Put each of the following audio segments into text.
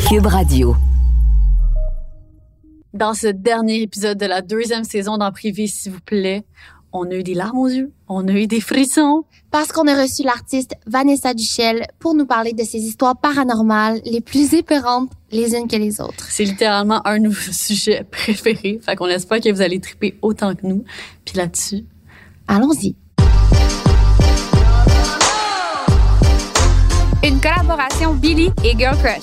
Cube Radio. Dans ce dernier épisode de la 2e saison d'En privé, s'il vous plaît, on a eu des larmes aux yeux, on a eu des frissons. Parce qu'on a reçu l'artiste Vanessa Duchel pour nous parler de ses histoires paranormales les plus épeurantes les unes que les autres. C'est littéralement un de nos sujets préférés, fait qu'on espère que vous allez triper autant que nous. Puis là-dessus, allons-y. Une collaboration Billy et Girl Crush.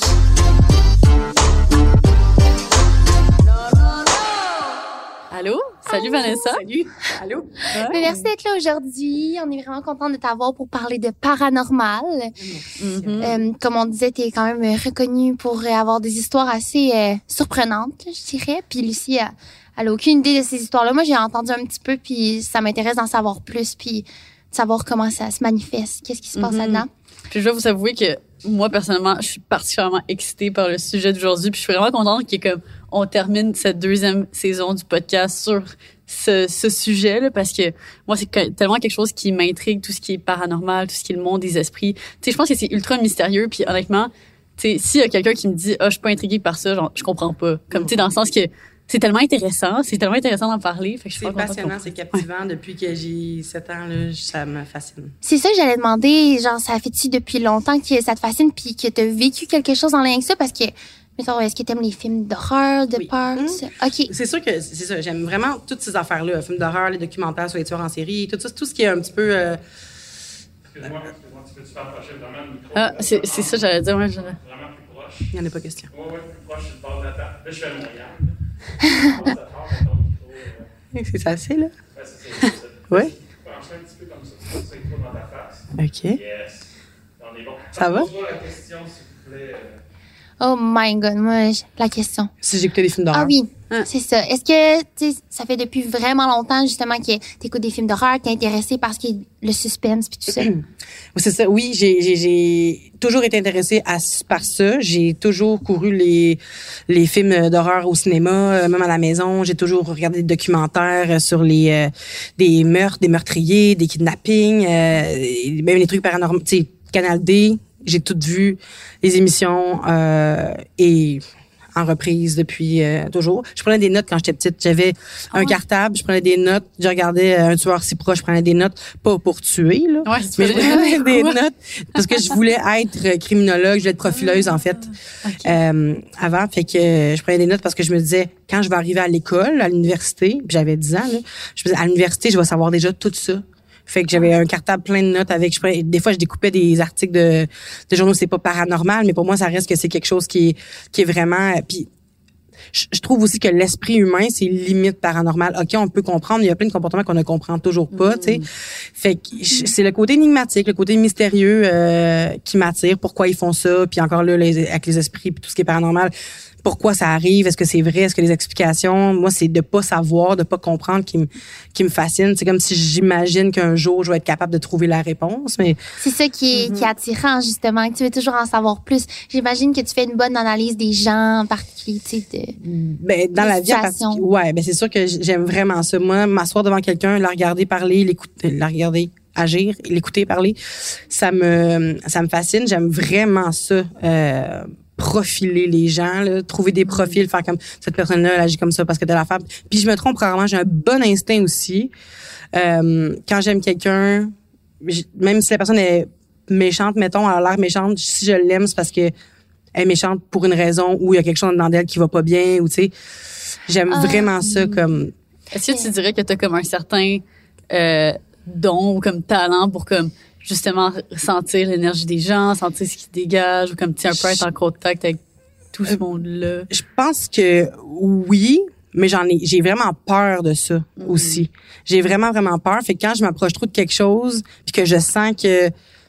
allô? Salut Vanessa. Salut. Allô. Ouais. Merci d'être là aujourd'hui. On est vraiment content de t'avoir pour parler de paranormal. Comme on disait, t'es quand même reconnue pour avoir des histoires assez surprenantes, je dirais. Puis Lucie, elle a aucune idée de ces histoires-là. Moi, j'ai entendu un petit peu, puis ça m'intéresse d'en savoir plus, puis de savoir comment ça se manifeste, qu'est-ce qui se passe là-dedans. Puis je vais vous avouer que moi, personnellement, je suis particulièrement excitée par le sujet d'aujourd'hui. Puis je suis vraiment contente qu'on termine cette 2e saison du podcast sur ce sujet-là, parce que moi, c'est tellement quelque chose qui m'intrigue, tout ce qui est paranormal, tout ce qui est le monde des esprits. Tu sais, je pense que c'est ultra mystérieux. Puis honnêtement, tu sais, s'il y a quelqu'un qui me dit « Ah, je suis pas intriguée par ça », genre, je comprends pas. Comme, tu sais, dans le sens que c'est tellement intéressant d'en parler. Fait que c'est passionnant, c'est captivant. Ouais. Depuis que j'ai 7 ans, là, ça me fascine. C'est ça que j'allais demander, genre, ça fait-tu depuis longtemps que ça te fascine puis que t'as vécu quelque chose en lien avec ça? Parce que, mettons, est-ce que t'aimes les films d'horreur, de peur? OK. C'est sûr que c'est ça. J'aime vraiment toutes ces affaires-là. Films d'horreur, les documentaires sur les tueurs en série, tout ça, tout ce qui est un petit peu... Excuse-moi, tu peux-tu t'approcher vraiment le micro? Ah, c'est ça, j'allais dire. Ouais, Vraiment plus proche. Il n'y en a pas question. Oui, plus proche sur le bord de la table. Là, je fais mon yann. C'est assez, là? C'est Oui? penche un petit peu comme ça. Tu poses ça dans ta face. OK. Yes. On est bon. Ça va? Pose-moi la question, s'il vous plaît. Oh my God, moi, la question. Si j'écoutais des films d'horreur. Ah oui, c'est ça. Est-ce que, tu sais, ça fait depuis vraiment longtemps, justement, que t'écoutes des films d'horreur, t'es intéressé par le suspense puis tout ça? C'est ça. Oui, j'ai toujours été intéressée par ça. J'ai toujours couru les films d'horreur au cinéma, même à la maison. J'ai toujours regardé des documentaires sur des meurtres, des meurtriers, des kidnappings, même les trucs paranormaux. Tu sais, Canal D. J'ai tout vu, les émissions et en reprise depuis toujours. Je prenais des notes quand j'étais petite. J'avais un cartable, je prenais des notes. Je regardais un tueur si proche, je prenais des notes, pas pour tuer, là, mais je prenais des notes parce que je voulais être criminologue, je voulais être profileuse, en fait, avant. Fait que je prenais des notes parce que je me disais, quand je vais arriver à l'école, à l'université, puis j'avais 10 ans, là, je me disais, à l'université, je vais savoir déjà tout ça. Fait que j'avais un cartable plein de notes avec, des fois je découpais des articles de journaux, c'est pas paranormal, mais pour moi ça reste que c'est quelque chose qui est vraiment, puis je trouve aussi que l'esprit humain c'est limite paranormal. OK, on peut comprendre, il y a plein de comportements qu'on ne comprend toujours pas, tu sais. Fait que c'est le côté énigmatique, le côté mystérieux qui m'attire, pourquoi ils font ça, puis encore là avec les esprits puis tout ce qui est paranormal. Pourquoi ça arrive? Est-ce que c'est vrai? Est-ce que les explications? Moi, c'est de pas savoir, de pas comprendre qui me fascine. C'est comme si j'imagine qu'un jour, je vais être capable de trouver la réponse, mais... C'est ça qui est attirant, justement, que tu veux toujours en savoir plus. J'imagine que tu fais une bonne analyse des gens en particulier, tu sais, ben, dans la vie, ouais, ben, c'est sûr que j'aime vraiment ça. Moi, m'asseoir devant quelqu'un, la regarder parler, la regarder agir, l'écouter parler, ça me fascine. J'aime vraiment ça, profiler les gens, là, trouver des profils, faire comme cette personne-là, elle agit comme ça parce que de la femme. Puis je me trompe rarement, j'ai un bon instinct aussi. Quand j'aime quelqu'un, même si la personne est méchante, mettons, elle a l'air méchante, si je l'aime, c'est parce que elle est méchante pour une raison ou il y a quelque chose dans elle qui va pas bien, ou tu sais, j'aime vraiment ça comme... Est-ce que tu dirais que t'as comme un certain don ou comme talent pour comme justement sentir l'énergie des gens, sentir ce qui dégage, ou comme tu sais, un peu être en contact avec tout ce monde-là? Je pense que oui, mais j'ai vraiment peur de ça aussi. J'ai vraiment, vraiment peur. Fait que quand je m'approche trop de quelque chose, puis que je sens que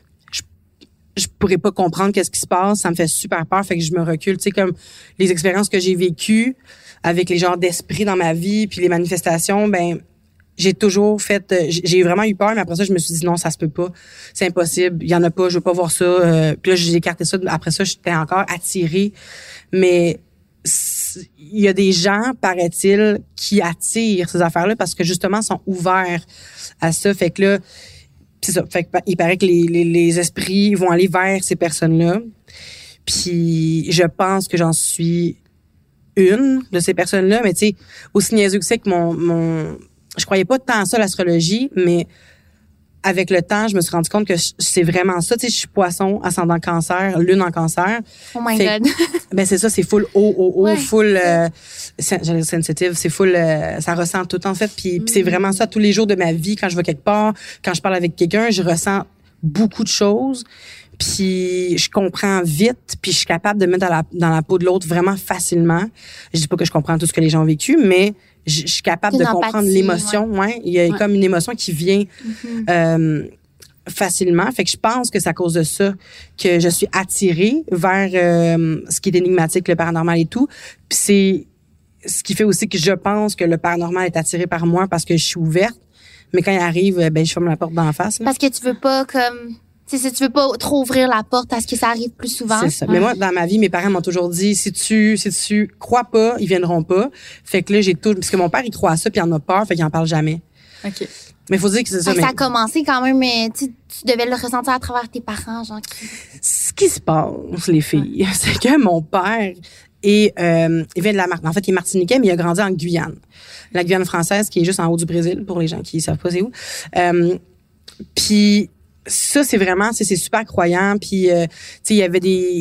je pourrais pas comprendre qu'est-ce qui se passe, ça me fait super peur. Fait que je me recule. Tu sais, comme les expériences que j'ai vécues avec les genres d'esprits dans ma vie, puis les manifestations, ben j'ai toujours fait, j'ai vraiment eu peur, mais après ça, je me suis dit non, ça se peut pas, c'est impossible, il y en a pas, je veux pas voir ça. Puis là, j'ai écarté ça. Après ça, j'étais encore attirée, mais il y a des gens, paraît-il, qui attirent ces affaires-là parce que justement, sont ouverts à ça. Fait que là, c'est ça. Fait que il paraît que les esprits vont aller vers ces personnes-là. Puis je pense que j'en suis une de ces personnes-là. Mais tu sais, aussi niaiseux que c'est que je croyais pas tant à ça, l'astrologie, mais avec le temps, je me suis rendu compte que c'est vraiment ça. Tu sais, je suis poisson, ascendant cancer, lune en cancer. Oh my God. Ben c'est ça, c'est full Ouais. full sensitive, c'est full, ça ressent tout en fait. Puis c'est vraiment ça tous les jours de ma vie. Quand je vais quelque part, quand je parle avec quelqu'un, je ressens beaucoup de choses. Puis je comprends vite, puis je suis capable de mettre dans la peau de l'autre vraiment facilement. Je dis pas que je comprends tout ce que les gens ont vécu, mais je suis capable de comprendre l'émotion. Ouais. Il y a comme une émotion qui vient facilement. Fait que je pense que c'est à cause de ça que je suis attirée vers ce qui est énigmatique, le paranormal et tout. Puis c'est ce qui fait aussi que je pense que le paranormal est attiré par moi parce que je suis ouverte. Mais quand il arrive, ben je ferme la porte d'en face. Là. Parce que tu veux pas comme... Tu sais, tu veux pas trop ouvrir la porte à ce que ça arrive plus souvent. C'est ça. Mais moi, dans ma vie, mes parents m'ont toujours dit, si tu crois pas, ils viendront pas. Fait que là, parce que mon père, il croit à ça puis il en a peur, fait qu'il en parle jamais. OK. Mais faut dire que c'est ça. Ça a commencé quand même, mais tu devais le ressentir à travers tes parents, genre. Ce qui se passe, les filles, c'est que mon père il vient de la Martinique. En fait, il est martiniquais, mais il a grandi en Guyane. La Guyane française, qui est juste en haut du Brésil, pour les gens qui savent pas c'est où. Puis ça, c'est vraiment, c'est super croyant. Puis, tu sais, il y avait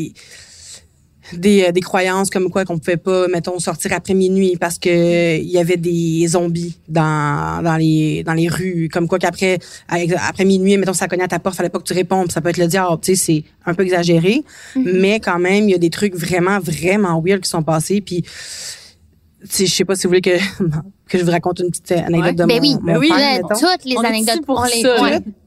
des croyances comme quoi qu'on pouvait pas, mettons, sortir après minuit parce que il y avait des zombies dans les rues, comme quoi qu'après minuit, mettons, ça cognait à ta porte, fallait pas que tu répondes, ça peut être le diable, tu sais, c'est un peu exagéré, mais quand même, il y a des trucs vraiment, vraiment weird qui sont passés, puis tu sais, je sais pas si vous voulez que je vous raconte une petite anecdote de mon père, mettons. Toutes les anecdotes pour ça.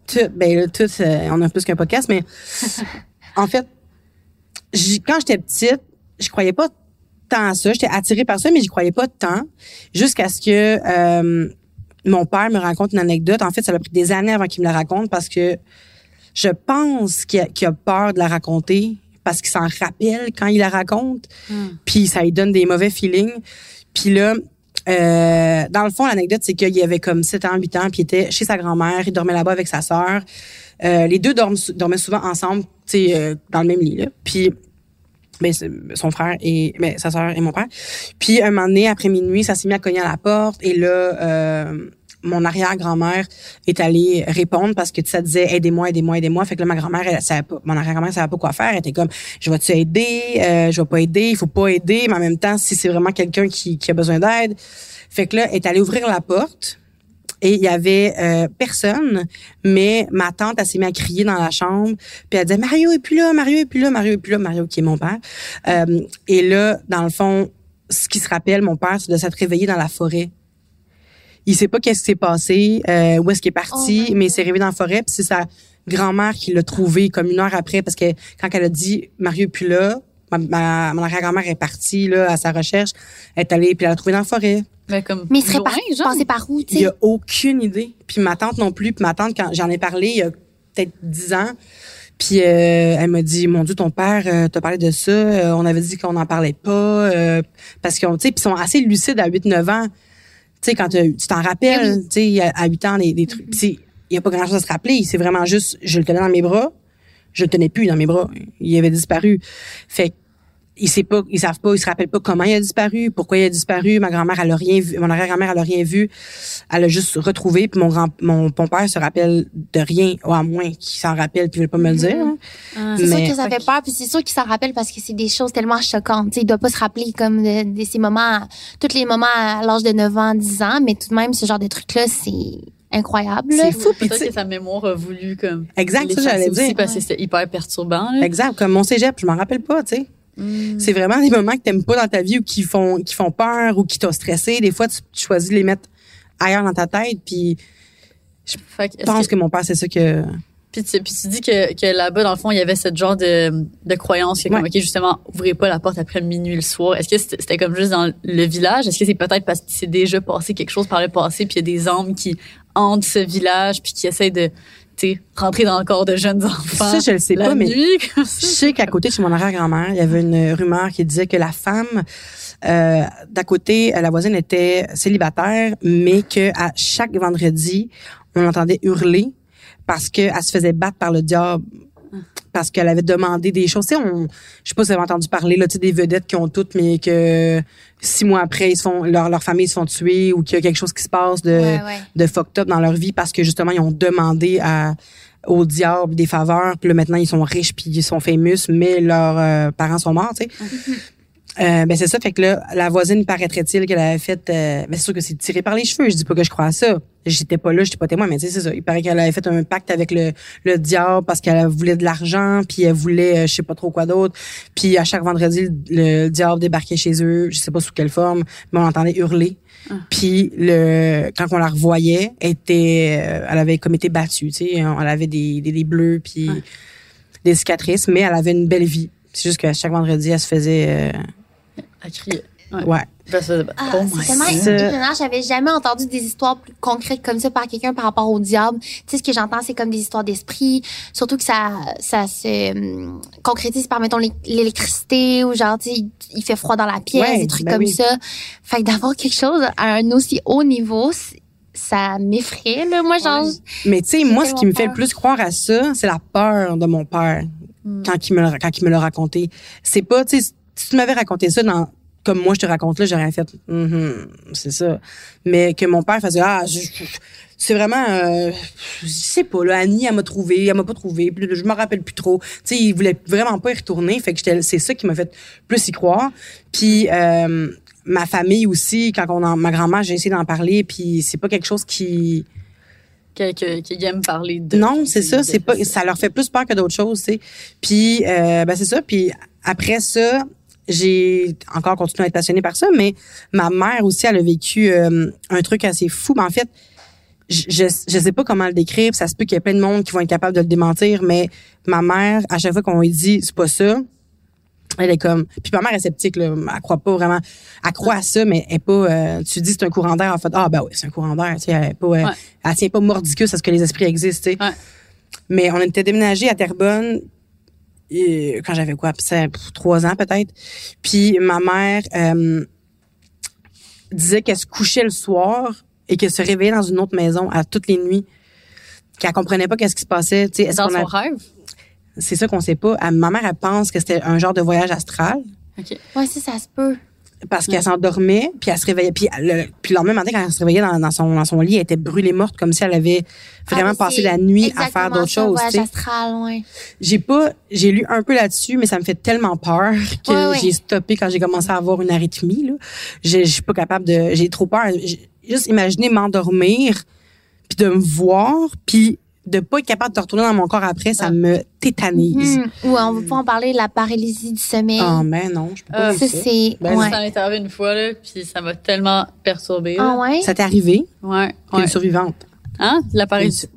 On a plus qu'un podcast, mais en fait, quand j'étais petite, je croyais pas tant à ça. J'étais attirée par ça, mais j'y croyais pas tant. Jusqu'à ce que mon père me raconte une anecdote. En fait, ça a pris des années avant qu'il me la raconte parce que je pense qu'il a peur de la raconter parce qu'il s'en rappelle quand il la raconte. Puis ça lui donne des mauvais feelings. Puis là, dans le fond, l'anecdote, c'est qu'il avait comme 7 ans, 8 ans, puis il était chez sa grand-mère, il dormait là-bas avec sa sœur. Les deux dormaient souvent ensemble, tu sais, dans le même lit, là. Puis, ben, son frère et sa sœur et mon père. Puis, un moment donné, après minuit, ça s'est mis à cogner à la porte, et là, mon arrière-grand-mère est allée répondre parce que ça disait aidez-moi. Fait que là, ma grand-mère, mon arrière-grand-mère savait pas quoi faire. Elle était comme je vais-tu aider, je vais pas aider, il faut pas aider, mais en même temps, si c'est vraiment quelqu'un qui a besoin d'aide. Fait que là, elle est allée ouvrir la porte et il y avait personne, mais ma tante, elle s'est mise à crier dans la chambre, puis elle disait Mario est plus là, Mario qui est mon père. Et là, dans le fond, ce qui se rappelle, mon père, c'est de s'être réveillé dans la forêt. Il sait pas qu'est-ce qui s'est passé, où est-ce qu'il est parti, mais il s'est réveillé dans la forêt, puis c'est sa grand-mère qui l'a trouvé comme 1 heure après, parce que quand elle a dit Mario est plus là, mon arrière-grand-mère est partie là à sa recherche, elle est allée, puis elle l'a trouvé dans la forêt. Mais il serait passé par où, tu sais? Il y a aucune idée. Puis ma tante non plus. Puis ma tante, quand j'en ai parlé il y a peut-être 10 ans, puis elle m'a dit, mon Dieu, ton père t'a parlé de ça, on avait dit qu'on n'en parlait pas, parce qu'ils ils sont assez lucides à 8-9 ans. Tu sais, quand tu t'en rappelles, tu sais, à 8 ans, des trucs. Puis il y a pas grand-chose à se rappeler. C'est vraiment juste, je le tenais dans mes bras, je le tenais plus dans mes bras. Il avait disparu. Fait ils savent pas, ils se rappellent pas comment il a disparu, pourquoi il a disparu. Ma grand-mère, elle a rien vu, mon arrière-grand-mère, elle a rien vu. Elle a juste retrouvé, puis mon père se rappelle de rien, ou à moins qu'il s'en rappelle, puis il veut pas me le dire. C'est sûr que ça fait peur, puis c'est sûr qu'il s'en rappelle parce que c'est des choses tellement choquantes. T'sais, il doit pas se rappeler comme de ces moments, tous les moments à l'âge de 9 ans, 10 ans, mais tout de même, ce genre de truc-là, c'est incroyable. C'est fou. Peut-être que sa mémoire a voulu comme. Exact, ça j'allais dire. Parce que c'était hyper perturbant. Là. Exact, comme mon cégep, je m'en rappelle pas, tu sais. C'est vraiment des moments que t'aimes pas dans ta vie ou qui font peur ou qui t'ont stressé. Des fois, tu choisis de les mettre ailleurs dans ta tête. Puis je pense que mon père, c'est ça que. Puis tu dis que là-bas, dans le fond, il y avait ce genre de croyance que, comme, OK, justement, ouvrez pas la porte après minuit le soir. Est-ce que c'était comme juste dans le village? Est-ce que c'est peut-être parce qu'il s'est déjà passé quelque chose par le passé, puis il y a des âmes qui hantent ce village, puis qui essayent de rentrer dans le corps de jeunes enfants? Ça, je le sais la pas, nuit, mais je sais qu'à côté de chez mon arrière-grand-mère, il y avait une rumeur qui disait que la femme d'à côté, la voisine était célibataire, mais que à chaque vendredi, on l'entendait hurler parce que elle se faisait battre par le diable parce qu'elle avait demandé des choses. Tu sais, je sais pas si vous avez entendu parler là, tu sais, des vedettes qui ont toutes, mais que 6 mois après, leur famille se font tuer ou qu'il y a quelque chose qui se passe de fucked up dans leur vie parce que justement ils ont demandé au diable des faveurs. Puis là maintenant ils sont riches puis ils sont famous, mais leurs parents sont morts. Tu sais. Ben c'est ça, fait que là, la voisine paraîtrait-il qu'elle avait fait, ben c'est sûr que c'est tiré par les cheveux. Je dis pas que je crois à ça. J'étais pas là, j'étais pas témoin, mais tu sais c'est ça. Il paraît qu'elle avait fait un pacte avec le diable parce qu'elle voulait de l'argent, puis elle voulait je sais pas trop quoi d'autre. Puis à chaque vendredi, le diable débarquait chez eux, je sais pas sous quelle forme, mais on entendait hurler. Puis quand on la revoyait, elle avait comme été battue, tu sais, elle avait des bleus puis des cicatrices, mais elle avait une belle vie. C'est juste qu'à chaque vendredi, elle se faisait à crier. Ouais. C'est tellement étonnant. J'avais jamais entendu des histoires plus concrètes comme ça par quelqu'un par rapport au diable. Tu sais, ce que j'entends, c'est comme des histoires d'esprit. Surtout que ça se concrétise par, mettons, l'électricité ou genre, tu sais, il fait froid dans la pièce, des trucs comme ça. Fait que d'avoir quelque chose à un aussi haut niveau, ça m'effraie, là. Moi, genre. Mais tu sais, moi, ce qui me fait le plus croire à ça, c'est la peur de mon père. Quand il me l'a raconté. C'est pas, tu sais, si tu m'avais raconté ça comme moi je te raconte là, j'aurais fait c'est ça. Mais que mon père faisait c'est vraiment je sais pas là, Annie elle m'a pas trouvé, puis je me rappelle plus trop. Tu sais, il voulait vraiment pas y retourner, fait que c'est ça qui m'a fait plus y croire. Puis ma famille aussi, ma grand-mère, j'ai essayé d'en parler, puis c'est pas quelque chose qui aiment parler de. Non, c'est ça, c'est pas, ça leur fait plus peur que d'autres choses, tu sais. Puis ben c'est ça, puis après ça, j'ai encore continué à être passionnée par ça, mais ma mère aussi, elle a vécu un truc assez fou. Mais en fait, je sais pas comment le décrire, ça se peut qu'il y ait plein de monde qui vont être capables de le démentir, mais ma mère, à chaque fois qu'on lui dit c'est pas ça, elle est comme, puis ma mère est sceptique, là, elle croit pas vraiment, elle croit à ça, mais elle est pas, tu dis c'est un courant d'air, en fait, ben oui, c'est un courant d'air, tu sais, elle tient pas mordicus à ce que les esprits existent, tu sais. Mais on était déménagés à Terrebonne, quand j'avais 3 ans peut-être, puis ma mère disait qu'elle se couchait le soir et qu'elle se réveillait dans une autre maison à toutes les nuits, qu'elle comprenait pas qu'est-ce qui se passait, tu sais. Dans son rêve? C'est ça qu'on sait pas. Ma mère, elle pense que c'était un genre de voyage astral. OK. Ouais, ça se peut. Parce qu'elle s'endormait, puis elle se réveillait. Puis le lendemain matin, quand elle se réveillait dans son lit, elle était brûlée morte, comme si elle avait vraiment passé la nuit à faire d'autres choses. Voyage astral, ouais. J'ai lu un peu là-dessus, mais ça me fait tellement peur que j'ai stoppé quand j'ai commencé à avoir une arythmie, là. Je suis pas capable j'ai trop peur. Juste imaginer m'endormir, puis de me voir, puis de pas être capable de retourner dans mon corps après, ça me tétanise. Ouais, on va pas en parler, la paralysie du sommeil. Ah, mais non, je peux pas ça. C'est, ça m'est arrivé une fois, là, puis ça m'a tellement perturbée. Ah ouais? Ça t'est arrivé? Ouais. T'es une survivante. Hein? La paralysie.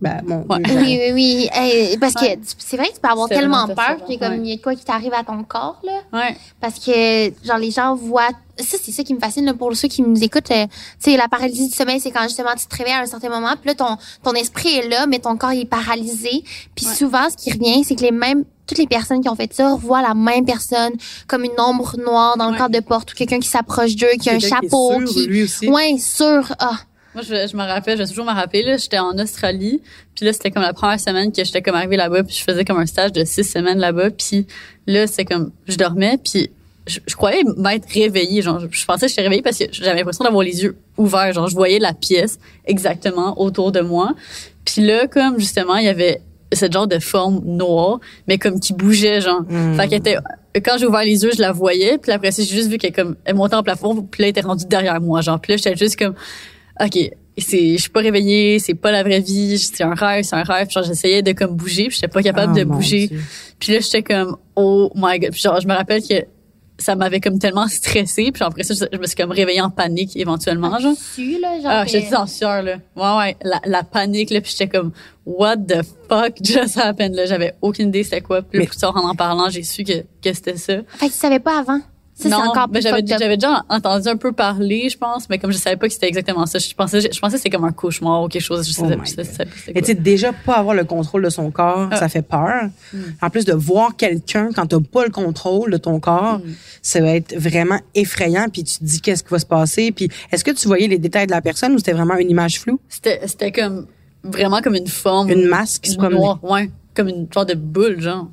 Oui. Parce que c'est vrai que tu peux avoir tellement peur, puis comme il y a quoi qui t'arrive à ton corps, là. Ouais. Parce que, genre, les gens voient. Ça, c'est ça qui me fascine, là, pour ceux qui nous écoutent. Tu sais, la paralysie du sommeil, c'est quand justement tu te réveilles à un certain moment, puis là, ton esprit est là, mais ton corps il est paralysé. Puis souvent, ce qui revient, c'est que toutes les personnes qui ont fait ça voient la même personne comme une ombre noire dans le cadre de porte ou quelqu'un qui s'approche d'eux, qui a un chapeau. Lui aussi. Ouais, sûr. Moi, je me rappelle, je vais toujours me rappeler, là, j'étais en Australie, puis là, c'était comme la première semaine que j'étais comme arrivée là-bas, puis je faisais comme un stage de 6 semaines là-bas, puis là, c'est comme, je dormais, puis je croyais m'être réveillée, genre, je pensais que j'étais réveillée parce que j'avais l'impression d'avoir les yeux ouverts, genre, je voyais la pièce exactement autour de moi, puis là, comme, justement, il y avait cette genre de forme noire, mais comme qui bougeait, genre. Fait qu'elle était, quand j'ai ouvert les yeux, je la voyais, puis après, j'ai juste vu elle montait en plafond, puis là, elle était rendue derrière moi, genre, puis là, j'étais juste comme, OK, je suis pas réveillée, c'est pas la vraie vie, c'est un rêve. Genre, j'essayais de comme bouger, puis j'étais pas capable de bouger. Dieu. Puis là, j'étais comme, oh my God. Puis genre, je me rappelle que ça m'avait comme tellement stressée, puis après ça, je me suis comme réveillée en panique éventuellement, genre. J'étais en sueur, là. Ouais, la panique, là, puis j'étais comme, what the fuck just happened, là. J'avais aucune idée c'était quoi. Puis plus tard, en parlant, j'ai su que c'était ça. Fait que tu savais pas avant? Ça, non, c'est encore plus j'avais déjà entendu un peu parler, je pense, mais comme je savais pas que c'était exactement ça, je pensais que c'était comme un cauchemar ou quelque chose. Je savais plus. Et tu sais, déjà pas avoir le contrôle de son corps, ça fait peur. En plus de voir quelqu'un quand t'as pas le contrôle de ton corps, ça va être vraiment effrayant. Puis tu te dis qu'est-ce qui va se passer. Puis est-ce que tu voyais les détails de la personne ou c'était vraiment une image floue? C'était comme vraiment comme une forme. Une masque, noire, ouais, comme une sorte de boule, genre.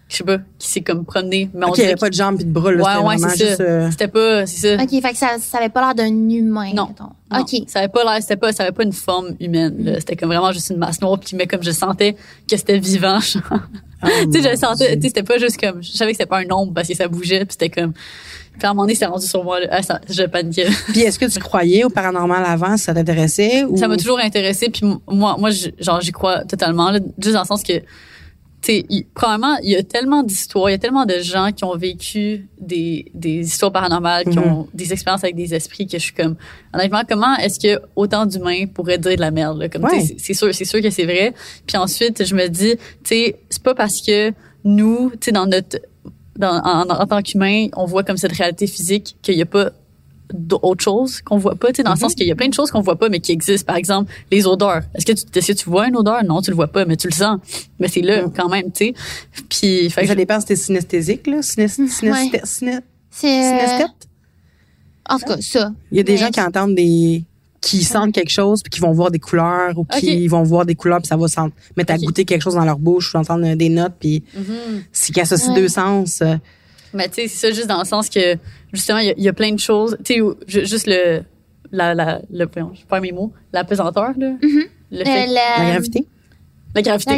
je sais pas, qui s'est comme promené. Mais il y avait pas de jambes et de bras, là. Ouais, c'était c'est juste, ça. C'était pas, c'est ça. OK, fait que ça avait pas l'air d'un humain. Non. Mettons. Non, OK. ça avait pas l'air, ça avait pas une forme humaine, là. C'était comme vraiment juste une masse noire, puis mais comme je sentais que c'était vivant, genre. Tu sais, je sentais, tu sais, c'était pas juste comme, je savais que c'était pas un ombre parce que ça bougeait, puis c'était comme, puis à un moment donné, c'est rendu sur moi, là. Je paniquais. Puis est-ce que tu croyais au paranormal avant, si ça t'intéressait? Ou... Ça m'a toujours intéressé, puis moi, genre, j'y crois totalement, là, juste dans le sens que, tu sais, probablement, il y a tellement d'histoires, il y a tellement de gens qui ont vécu des histoires paranormales, qui ont des expériences avec des esprits que je suis comme, honnêtement, comment est-ce que autant d'humains pourraient dire de la merde, là? Comme, tu sais, c'est sûr que c'est vrai. Puis ensuite, je me dis, tu sais, c'est pas parce que nous, tu sais, en tant qu'humains, on voit comme cette réalité physique qu'il y a pas d'autres choses qu'on voit pas, tu sais, dans le sens qu'il y a plein de choses qu'on voit pas mais qui existent. Par exemple, les odeurs. Est-ce que tu vois une odeur? Non, tu le vois pas, mais tu le sens. Mais c'est là quand même, tu sais. Puis ça dépend si t'es synesthésique, là. Synesthéte. En tout cas, ça. Il y a des gens qui entendent qui sentent quelque chose puis qui vont voir des couleurs ou qui vont voir des couleurs puis ça va mettre à goûter quelque chose dans leur bouche ou entendre des notes puis c'est qui associe deux sens. Mais tu sais, c'est ça juste dans le sens que justement il y a plein de choses, tu sais, juste le je perds mes mots, la pesanteur là, le fait, la gravité. La gravité.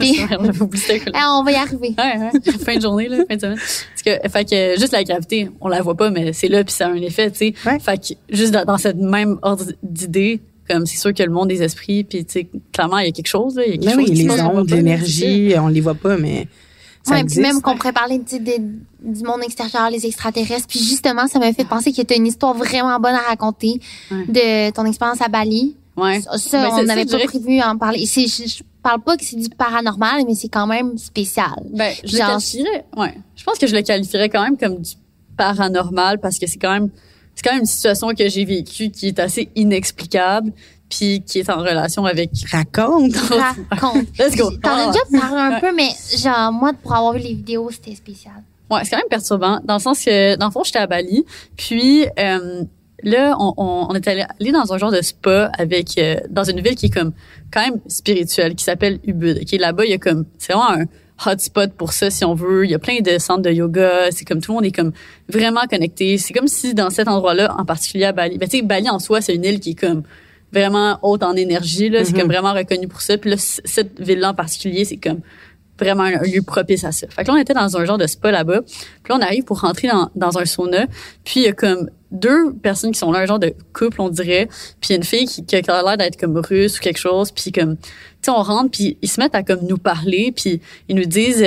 On va y arriver. Ouais. Fin de journée, là, fin de semaine. Fait que juste la gravité, on la voit pas, mais c'est là puis ça a un effet, tu sais. Ouais. Fait que juste dans cette même ordre d'idée, comme c'est sûr que le monde des esprits, puis tu sais, clairement il y a quelque chose là, il y a quelque chose qui les ondes, l'énergie, on les voit pas, mais ça existe. Puis même qu'on pourrait parler du monde extérieur, les extraterrestres. Puis justement, ça m'a fait penser qu'il y a une histoire vraiment bonne à raconter de ton expérience à Bali. Ouais. Ça, on n'avait pas prévu en parler. Je parle pas que c'est du paranormal, mais c'est quand même spécial. Ben, je pense que je le qualifierais quand même comme du paranormal parce que c'est quand même une situation que j'ai vécue qui est assez inexplicable puis qui est en relation avec... Raconte. Let's go. T'en as déjà parlé un peu, mais genre, moi, pour avoir vu les vidéos, c'était spécial. Ouais, c'est quand même perturbant, dans le sens que, dans le fond, j'étais à Bali, puis là, on est allé dans un genre de spa avec dans une ville qui est comme quand même spirituelle, qui s'appelle Ubud. Qui est là-bas, il y a comme... C'est vraiment un hotspot pour ça, si on veut. Il y a plein de centres de yoga. C'est comme tout le monde est comme vraiment connecté. C'est comme si dans cet endroit-là, en particulier à Bali... Ben, tu sais, Bali en soi, c'est une île qui est comme... vraiment haute en énergie, là. C'est comme vraiment reconnu pour ça. Puis là, cette ville-là en particulier, c'est comme vraiment un lieu propice à ça. Fait que là, on était dans un genre de spa là-bas. Puis là, on arrive pour rentrer dans un sauna. Puis il y a comme deux personnes qui sont là, un genre de couple, on dirait. Puis il y a une fille qui a l'air d'être comme russe ou quelque chose. Puis comme, tu sais, on rentre, puis ils se mettent à comme nous parler. Puis ils nous disent,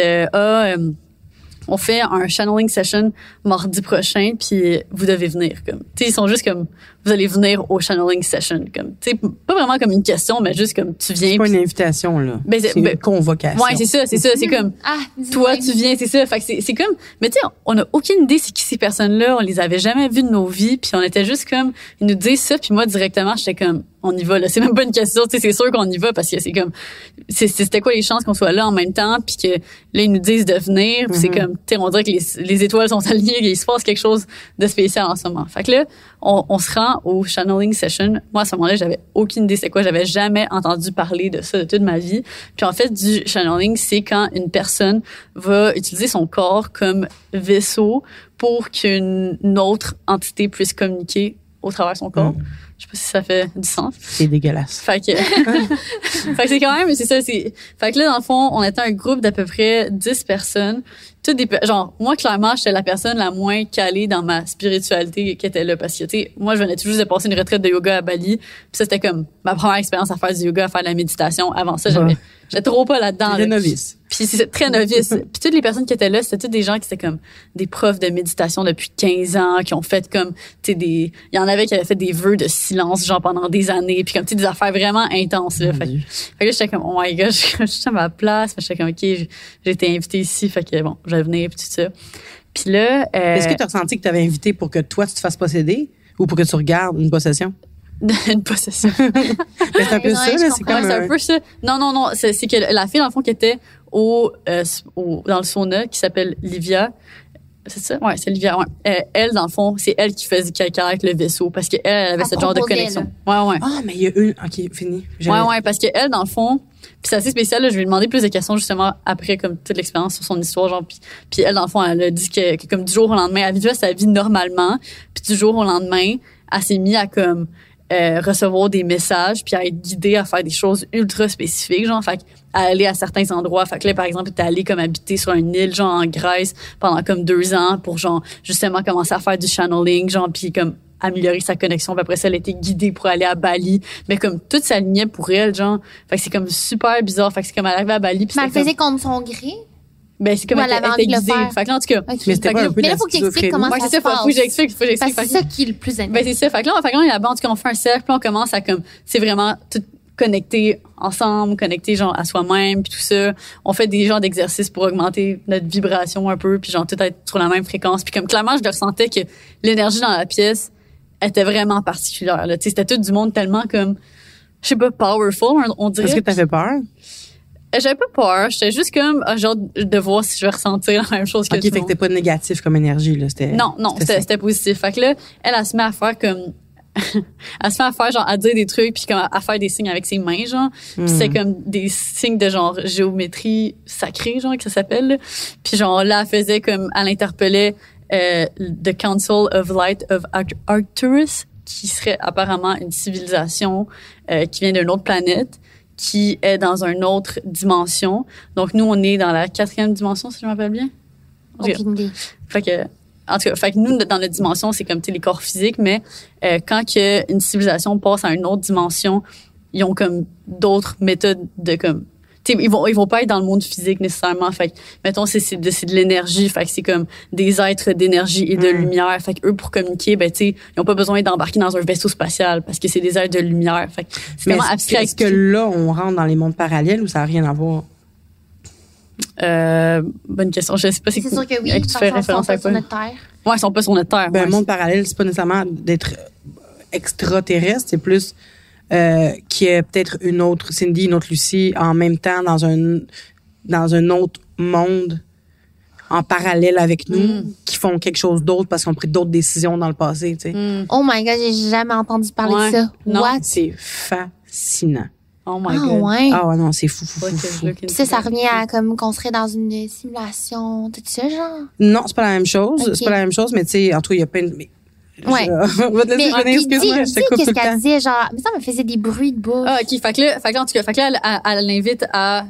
on fait un channeling session mardi prochain, puis vous devez venir. Comme, tu sais, ils sont juste comme, vous allez venir au channeling session. Comme, tu sais, pas vraiment comme une question, mais juste comme tu viens. C'est pas une invitation, là. Ben, c'est une convocation. Ouais, c'est ça. C'est comme, toi, tu viens, c'est ça. Fait que c'est comme, mais tu sais, on a aucune idée c'est qui ces personnes-là. On les avait jamais vues de nos vies, puis on était juste comme, ils nous disent ça, puis moi, directement, j'étais comme, on y va, là. C'est même pas une question, tu sais, c'est sûr qu'on y va parce que c'est comme, c'était quoi les chances qu'on soit là en même temps, puis que là, ils nous disent de venir, puis c'est comme, tu sais, on dirait que les étoiles sont alignées, il se passe quelque chose de spécial en ce moment. Fait que là, on se rend au channeling session. Moi, à ce moment-là, j'avais aucune idée c'est quoi, j'avais jamais entendu parler de ça de toute ma vie. Puis en fait, du channeling, c'est quand une personne va utiliser son corps comme vaisseau pour qu'une autre entité puisse communiquer au travers de son corps. Je sais pas si ça fait du sens. C'est dégueulasse. Fait que c'est quand même, c'est ça, fait que là, dans le fond, on était un groupe d'à peu près 10 personnes. Toutes genre, moi, clairement, j'étais la personne la moins calée dans ma spiritualité qui était là. Parce que, tu sais, moi, je venais tout juste de passer une retraite de yoga à Bali. Puis ça, c'était comme ma première expérience à faire du yoga, à faire de la méditation. Avant ça, j'étais trop pas là-dedans. Très novice. Puis c'est très novice. Puis toutes les personnes qui étaient là, c'était toutes des gens qui étaient comme des profs de méditation depuis 15 ans, qui ont fait comme, tu sais, il y en avait qui avaient fait des vœux de silence, genre pendant des années, puis comme, tu sais, des affaires vraiment intenses, là. Fait que là, j'étais comme, oh my god, je suis à ma place. J'étais comme, OK, j'ai été invitée ici, fait que bon, je vais venir, puis tout ça. Puis là... Est-ce que tu as ressenti que tu avais invité pour que toi, tu te fasses posséder ou pour que tu regardes une possession? Une possession. C'est un peu ça, là. C'est comme c'est un peu ça. Non. C'est que la fille, dans le fond, qui était dans le sauna, qui s'appelle Livia. C'est ça? Ouais, c'est Livia. Ouais. Elle, dans le fond, c'est elle qui faisait quelqu'un avec le vaisseau parce qu'elle avait ce genre de connexion. Ouais. Ah, mais il y a une. OK, fini. Ouais, parce qu'elle, dans le fond, Puis c'est assez spécial, là, je lui ai demandé plus de questions justement après comme toute l'expérience sur son histoire, genre puis elle dans le fond elle a dit que comme du jour au lendemain, elle vivait sa vie normalement, puis du jour au lendemain, elle s'est mise à comme recevoir des messages puis à être guidée à faire des choses ultra spécifiques, genre fait à aller à certains endroits. Fait que là, par exemple, elle était allée comme habiter sur une île, genre en Grèce, pendant comme 2 ans pour genre justement commencer à faire du channeling, genre puis comme améliorer sa connexion. Puis après ça, elle a été guidée pour aller à Bali. Mais comme tout s'alignait pour elle, genre. Fait que c'est comme super bizarre. Fait que c'est comme elle arrivait à Bali. Puis Mais elle faisait contre son gré? Ben, c'est comme Ou elle avait était envie de le guidée. faire? Fait que là, en tout cas. Okay. Mais c'était pas un peu Mais là, faut que tu expliques comment ça se passe. Faut que j'explique. Parce que c'est ça qui est le plus intéressant. Ben, c'est ça. Fait que là, là-bas, en tout cas, on fait un cercle. Puis on commence à comme, c'est vraiment tout connecter ensemble, connecter genre à soi-même puis tout ça. On fait des genres d'exercices pour augmenter notre vibration un peu puis genre tout être sur la même fréquence. Puis comme clairement, je le ressentais que l'énergie dans la pièce était vraiment particulière. Là. C'était tout du monde tellement comme, je sais pas, powerful, on dirait. Est-ce que t'as fait peur? J'avais pas peur. J'étais juste comme, genre, de voir si je vais ressentir la même chose que tout le OK, fait que monde. c'était pas négatif comme énergie, là. Non, c'était positif. Fait que là, elle se met à faire comme, elle se met à faire, genre, à dire des trucs puis comme à faire des signes avec ses mains, genre. Puis c'est comme des signes de genre géométrie sacrée, genre, que ça s'appelle. Là. Puis genre, là, elle faisait comme, elle interpellait The Council of Light of Arcturus, qui serait apparemment une civilisation qui vient d'une autre planète, qui est dans une autre dimension. Donc, nous, on est dans la 4e dimension, si je m'appelle bien. Aucune idée. Fait que, en tout cas, fait que nous, dans notre dimension, c'est comme, tu sais, les corps physiques, mais quand que une civilisation passe à une autre dimension, ils ont comme d'autres méthodes de comme, tu sais, ils vont pas être dans le monde physique nécessairement. Fait que, mettons, c'est de l'énergie. Fait que c'est comme des êtres d'énergie et de lumière. Fait que eux, pour communiquer, ben, tu sais, ils ont pas besoin d'embarquer dans un vaisseau spatial parce que c'est des êtres de lumière. Fait que c'est Mais vraiment abstrait. est-ce que là, on rentre dans les mondes parallèles ou ça n'a rien à voir? Bonne question. Je sais pas C'est sûr que oui. Tu fais référence à sur quoi? notre Terre. Ouais, ils sont pas sur notre Terre. Ben, ouais. un monde parallèle, c'est pas nécessairement d'être extraterrestre, c'est plus qu'il y ait peut-être une autre Cindy, une autre Lucie en même temps dans un autre monde en parallèle avec nous qui font quelque chose d'autre parce qu'ils ont pris d'autres décisions dans le passé, tu sais. Oh my God, j'ai jamais entendu parler Ouais. de ça. Non. What? C'est fascinant. Oh my Ah God. ouais. Ah ouais, non, c'est fou. Faut que je look Puis into ça that. revient à comme qu'on serait dans une simulation, tout ça, genre. Non, c'est pas la même chose. Ok. C'est pas la même chose, mais tu sais, en tout cas, il y a plein de... Mais, Ouais. on va te laisser finir, puis excuse-moi, dis je te coupe tout qu'est-ce le qu'elle temps. disait, genre, mais ça me faisait des bruits de bouche. Ah, OK. Fait que là, en tout cas, fait que là, elle l'invite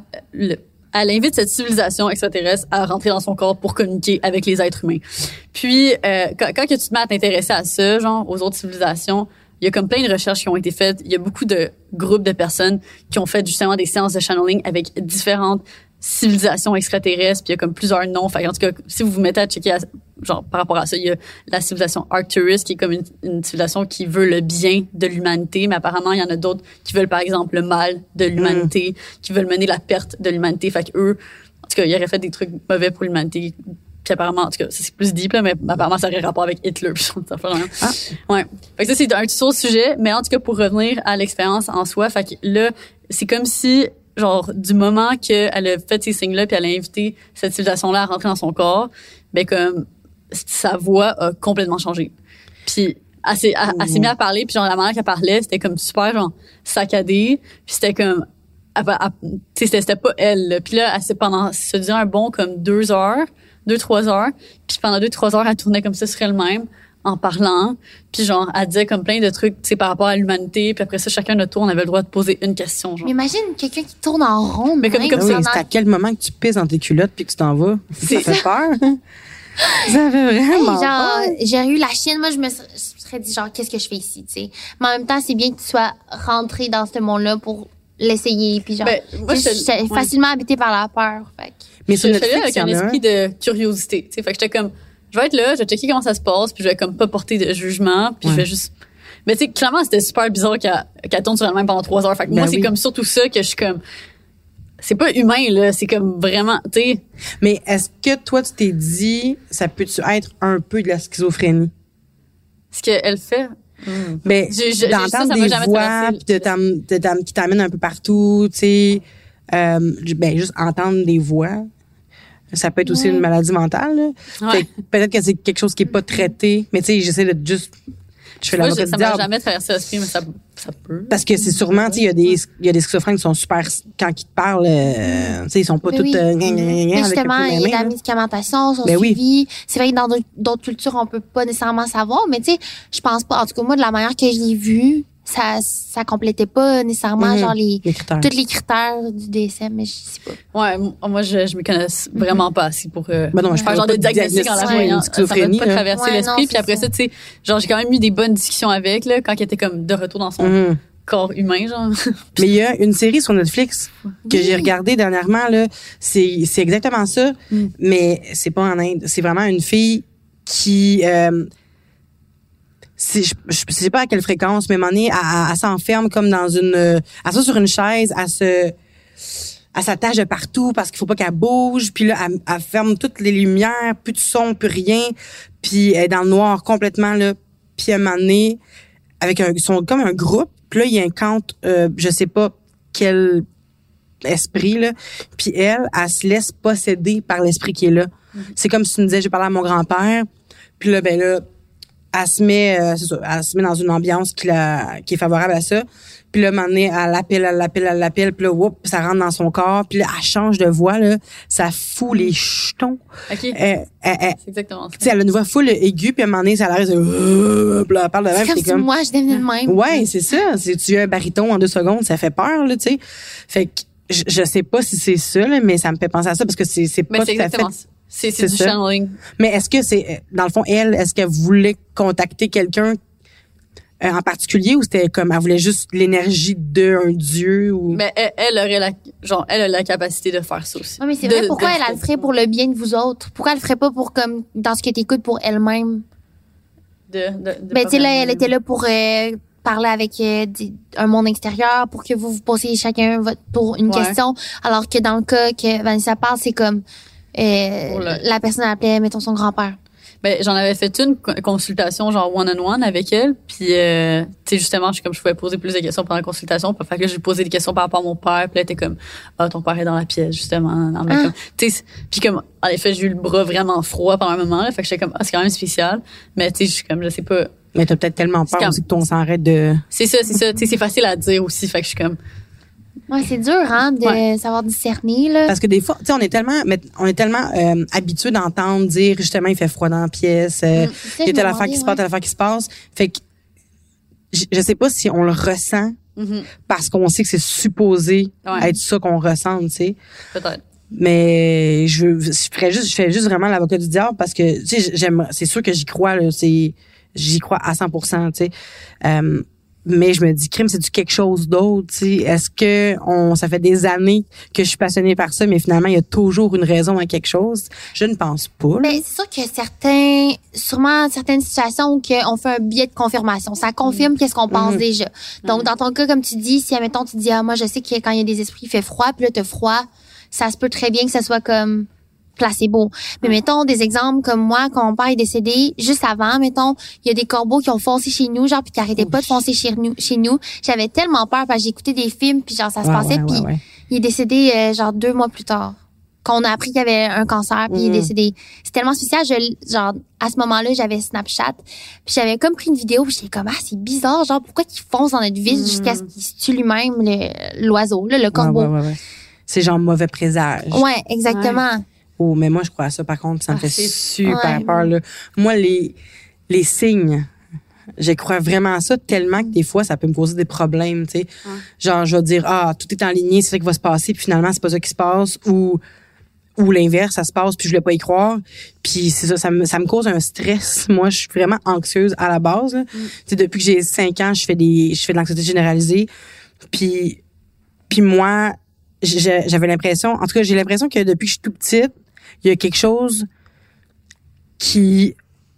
elle invite cette civilisation extraterrestre à rentrer dans son corps pour communiquer avec les êtres humains. Puis, quand que tu te mets à t'intéresser à ça, genre, aux autres civilisations, il y a comme plein de recherches qui ont été faites. Il y a beaucoup de groupes de personnes qui ont fait justement des séances de channeling avec différentes civilisations extraterrestres. Puis il y a comme plusieurs noms. Fait en tout cas, si vous vous mettez à checker, genre, par rapport à ça, il y a la civilisation Arcturus, qui est comme une civilisation qui veut le bien de l'humanité. Mais apparemment, il y en a d'autres qui veulent, par exemple, le mal de l'humanité, qui veulent mener la perte de l'humanité. Fait qu'eux, en tout cas, ils auraient fait des trucs mauvais pour l'humanité. Puis apparemment, en tout cas, c'est plus deep, là, mais apparemment, ça aurait rapport avec Hitler. Puis ça fait rien. Ouais. Fait que ça, c'est un tout autre sujet. Mais en tout cas, pour revenir à l'expérience en soi, fait que là, c'est comme si, genre, du moment qu'elle a fait ces signes-là, puis elle a invité cette civilisation-là à rentrer dans son corps, ben comme, sa voix a complètement changé. Puis elle s'est mise à parler, puis genre, la manière qu'elle parlait, c'était comme super, genre, saccadé. Puis c'était comme, tu sais, c'était pas elle, là. Puis là, pendant, se disait un bon comme 2 heures, 2-3 heures. Puis pendant 2-3 heures, elle tournait comme ça sur elle-même en parlant. Puis genre, elle disait comme plein de trucs, tu sais, par rapport à l'humanité. Puis après ça, chacun notre tour, on avait le droit de poser une question, genre. Mais imagine quelqu'un qui tourne en rond. Mais comme Ah oui, ça, c'est à quel moment que tu pisses dans tes culottes puis que tu t'en vas? Ça fait peur. Ça fait vraiment peur. Genre, j'ai eu la chienne, moi, je me serais dit, genre, qu'est-ce que je fais ici, tu sais. Mais en même temps, c'est bien que tu sois rentré dans ce monde-là pour l'essayer. Puis genre, Ben, moi, j'étais facilement habitée par la peur. Fait que- Mais sur je suis allée Netflix, avec il y un en a un. esprit de curiosité, tu sais. Fait que j'étais comme, je vais être là, je vais checker comment ça se passe, puis je vais comme pas porter de jugement, puis je vais juste... Mais tu sais, clairement, c'était super bizarre qu'elle tourne sur elle-même pendant 3 heures. Fait que moi, c'est comme surtout ça que je suis comme... C'est pas humain, là. C'est comme vraiment, tu sais... Mais est-ce que toi, tu t'es dit, ça peut-tu être un peu de la schizophrénie? Ce qu'elle fait... Ben, ça d'entendre m'a des jamais voix traversé. puis qui t'amènent un peu partout, tu sais, ben, juste entendre des voix, ça peut être aussi une maladie mentale, là. Ouais. Fait que peut-être que c'est quelque chose qui est pas traité, mais tu sais, j'essaie de juste Je fais Moi, l'avocat ça du m'a diable. jamais traversé l'esprit, mais ça peut. Parce que c'est sûrement, tu sais, il y a des schizophrènes qui sont super, quand ils te parlent, tu sais, ils sont pas Mais tous, oui. Mais avec justement, un peu il y a de la là. médicamentation, sont Ben oui. suivis. C'est vrai que dans d'autres cultures, on peut pas nécessairement savoir, mais tu sais, je pense pas, en tout cas, moi, de la manière que je l'ai vu, ça complétait pas nécessairement, genre, Les critères. tous les critères du DSM, mais je sais pas. Ouais, moi, je me connais vraiment pas assez pour Ben non, je faire ferais genre pas de de diagnostic en la diagnostic, voyant. une Ça m'a schizophrénie, pas là. traversé Ouais, l'esprit. non, Puis après c'est ça, tu sais, genre, j'ai quand même eu des bonnes discussions avec, là, quand il était comme de retour dans son Mhm. corps humain, genre. Mais il y a une série sur Netflix que j'ai regardée dernièrement, là. C'est exactement ça, mais c'est pas en Inde. C'est vraiment une fille qui, je sais pas à quelle fréquence, mais à un moment donné, elle s'enferme comme dans une, elle s'assoit sur une chaise, elle s'attache de partout parce qu'il faut pas qu'elle bouge. Puis là, elle ferme toutes les lumières, plus de son, plus rien. Puis elle est dans le noir complètement, là. Puis à un moment donné, ils sont comme un groupe. Puis là, il incante, je sais pas quel esprit, là. Puis elle se laisse posséder par l'esprit qui est là. C'est comme si tu me disais, j'ai parlé à mon grand-père. Puis là, ben là, elle se met dans une ambiance qui est favorable à ça. Puis là, à un moment donné, elle l'appelle, puis là, whoop, ça rentre dans son corps. Puis là, elle change de voix, là. Ça fout les jetons. OK. C'est exactement ça. Tu sais, elle a une voix full aiguë, puis à un moment donné, ça l'arrête, puis là, elle parle de même, C'est comme puis si moi, je devenais de même. Ouais, c'est ça. Tu as un baryton en 2 secondes, ça fait peur, là, tu sais. Fait que, je sais pas si c'est ça, là, mais ça me fait penser à ça, parce que c'est Mais pas c'est tout à fait... exactement ça. C'est du ça. channeling. Mais est-ce que c'est, dans le fond, est-ce qu'elle voulait contacter quelqu'un en particulier, ou c'était comme, elle voulait juste l'énergie d'un dieu, ou... Mais elle a la capacité de faire ça aussi. Ouais, mais c'est vrai, pourquoi elle le ferait pour le bien de vous autres? Pourquoi elle le ferait pas pour, comme, dans ce que t'écoutes, pour elle-même? Ben, tu sais, là, elle était là pour parler avec un monde extérieur, pour que vous posiez chacun votre tour une question, alors que dans le cas que Vanessa parle, c'est comme la personne appelait, mettons, son grand-père. Ben, j'en avais fait une consultation genre one-on-one avec elle, puis tu sais, justement, je pouvais poser plus de questions pendant la consultation, puis fait que j'ai posé des questions par rapport à mon père, puis elle était comme ton père est dans la pièce justement, tu sais, puis comme en effet, j'ai eu le bras vraiment froid pendant un moment là, fait que j'étais comme c'est quand même spécial, mais tu sais, je sais pas. Mais t'as peut-être tellement peur aussi que ton sang arrête de... C'est ça, tu sais, c'est facile à dire aussi, fait que je suis comme... Ouais, c'est dur, hein, de savoir discerner, là. Parce que des fois, tu sais, on est tellement habitué d'entendre dire, justement, il fait froid dans la pièce, il y a telle affaire qui se passe, telle affaire qui se passe. Fait que, je sais pas si on le ressent parce qu'on sait que c'est supposé être ça qu'on ressent, tu sais. Peut-être. Mais je fais juste vraiment l'avocat du diable parce que, tu sais, c'est sûr que j'y crois, là, j'y crois à 100%, tu sais. Mais je me dis, crime, c'est-tu quelque chose d'autre, tu sais? Est-ce que ça fait des années que je suis passionnée par ça, mais finalement, il y a toujours une raison à quelque chose? Je ne pense pas. Mais c'est sûr qu'il y a certaines situations où on fait un biais de confirmation. Ça confirme qu'est-ce qu'on pense déjà. Donc, dans ton cas, comme tu dis, si, admettons, tu dis, moi, je sais que quand il y a des esprits, il fait froid, puis là, t'as froid, ça se peut très bien que ça soit comme placebo. Mais mettons des exemples comme moi, quand mon père est décédé, juste avant, mettons, il y a des corbeaux qui ont foncé chez nous, genre, puis qui arrêtaient pas de foncer chez nous. J'avais tellement peur parce que j'écoutais des films, puis genre, ça se passait, puis il est décédé, genre, 2 mois plus tard. Quand on a appris qu'il y avait un cancer, puis il est décédé. C'est tellement spécial, genre, à ce moment-là, j'avais Snapchat, puis j'avais comme pris une vidéo, puis j'étais comme, c'est bizarre, genre, pourquoi qu'il fonce dans notre ville jusqu'à ce qu'il se tue lui-même, l'oiseau, là, le corbeau. Ouais. C'est genre mauvais présage. Ouais, exactement. Ouais. Oh, mais moi, je crois à ça, par contre, ça me fait super peur, là. Moi, les signes, je crois vraiment à ça tellement que des fois, ça peut me causer des problèmes, tu sais. Genre, je vais dire, tout est en ligne, c'est ça qui va se passer, puis finalement, c'est pas ça qui se passe, ou l'inverse, ça se passe, puis je voulais pas y croire. Puis c'est ça me cause un stress. Moi, je suis vraiment anxieuse à la base, là. Tu sais, depuis que j'ai 5 ans, je fais de l'anxiété généralisée. Puis moi, j'avais l'impression, en tout cas, j'ai l'impression que depuis que je suis tout petite, il y a quelque chose qui...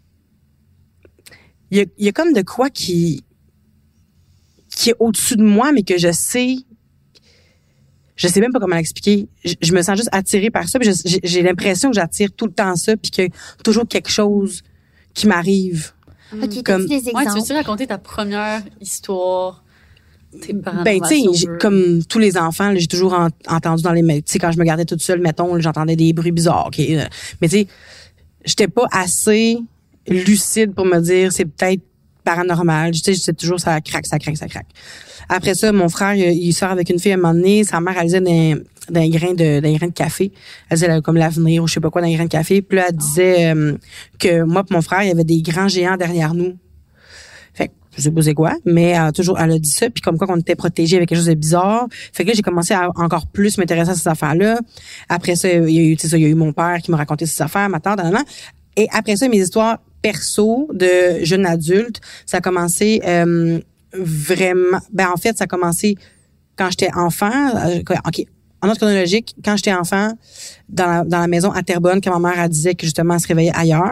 Il y a comme de quoi qui est au-dessus de moi, mais que je sais même pas comment l'expliquer. Je me sens juste attirée par ça, puis j'ai l'impression que j'attire tout le temps ça, puis qu'il y a toujours quelque chose qui m'arrive. OK, Comme, des exemples? Ouais, tu veux-tu raconter ta première histoire? Ben, tu sais, comme tous les enfants, là, j'ai toujours entendu dans les... Tu sais, quand je me gardais toute seule, mettons, là, j'entendais des bruits bizarres. Okay? Mais tu sais, j'étais pas assez lucide pour me dire c'est peut-être paranormal. Tu sais, je disais toujours, ça craque. Après ça, mon frère, il sort avec une fille à un moment donné. Sa mère, elle disait d'un grain de café. Elle disait comme l'avenir ou je sais pas quoi, d'un grain de café. Puis là, elle disait que moi et mon frère, il y avait des grands géants derrière nous. Fait que je sais pas c'est quoi, mais elle a dit ça. Puis comme quoi qu'on était protégés avec quelque chose de bizarre. Fait que là, j'ai commencé à encore plus m'intéresser à ces affaires-là. Après ça, il y a eu mon père qui me racontait ces affaires, ma tante, Et après ça, mes histoires perso de jeune adulte, ça a commencé vraiment... en fait, ça a commencé quand j'étais enfant. OK. En ordre chronologique, quand j'étais enfant, dans la maison à Terrebonne, quand ma mère elle disait que justement elle se réveillait ailleurs.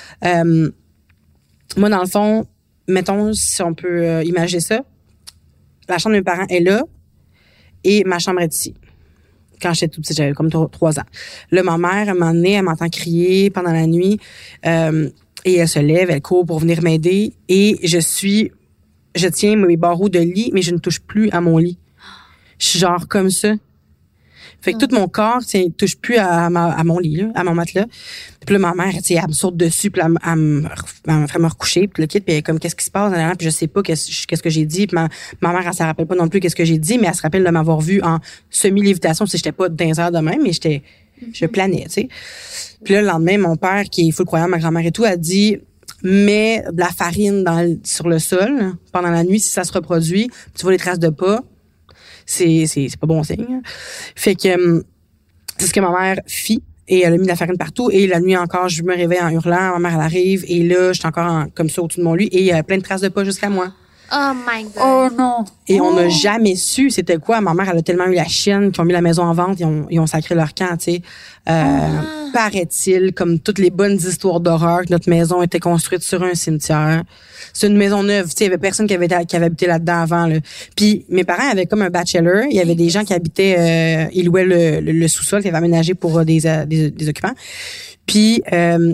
Moi, dans le fond, mettons, si on peut imaginer ça, la chambre de mes parents est là et ma chambre est ici. Quand j'étais toute petite, j'avais comme 3 ans. Là, ma mère, à un moment donné, elle m'entend crier pendant la nuit et elle se lève, elle court pour venir m'aider et je tiens mes barreaux de lit, mais je ne touche plus à mon lit. Je suis genre comme ça. Fait que tout mon corps, touche plus à mon lit, là, à mon matelas. Puis là, ma mère, elle me saute dessus, puis elle me fait me recoucher, puis le kit, puis elle est comme, qu'est-ce qui se passe? Puis je sais pas qu'est-ce que j'ai dit. Puis ma mère, elle se rappelle pas non plus qu'est-ce que j'ai dit, mais elle se rappelle de m'avoir vu en semi-lévitation, si j'étais pas dans les airs de même, mais je planais, tu sais. Puis là, le lendemain, mon père, qui est full croyant, ma grand-mère et tout, a dit, mets de la farine sur le sol pendant la nuit, si ça se reproduit, tu vois les traces de pas. C'est pas bon signe. Fait que c'est ce que ma mère fit et elle a mis de la farine partout et la nuit encore je me réveille en hurlant, ma mère elle arrive et là j'étais encore comme ça au-dessus de mon lit et il y a plein de traces de pas jusqu'à moi. Oh my God. Oh non. Et on n'a jamais su c'était quoi. Ma mère, elle a tellement eu la chienne qu'ils ont mis la maison en vente, ils ont sacré leur camp, tu sais. Paraît-il, comme toutes les bonnes histoires d'horreur, que notre maison était construite sur un cimetière. C'est une maison neuve, tu sais, il y avait personne qui avait habité là-dedans avant, là. Puis mes parents avaient comme un bachelor, il y avait des gens qui habitaient, ils louaient le sous-sol, qui avait aménagé pour des occupants. Puis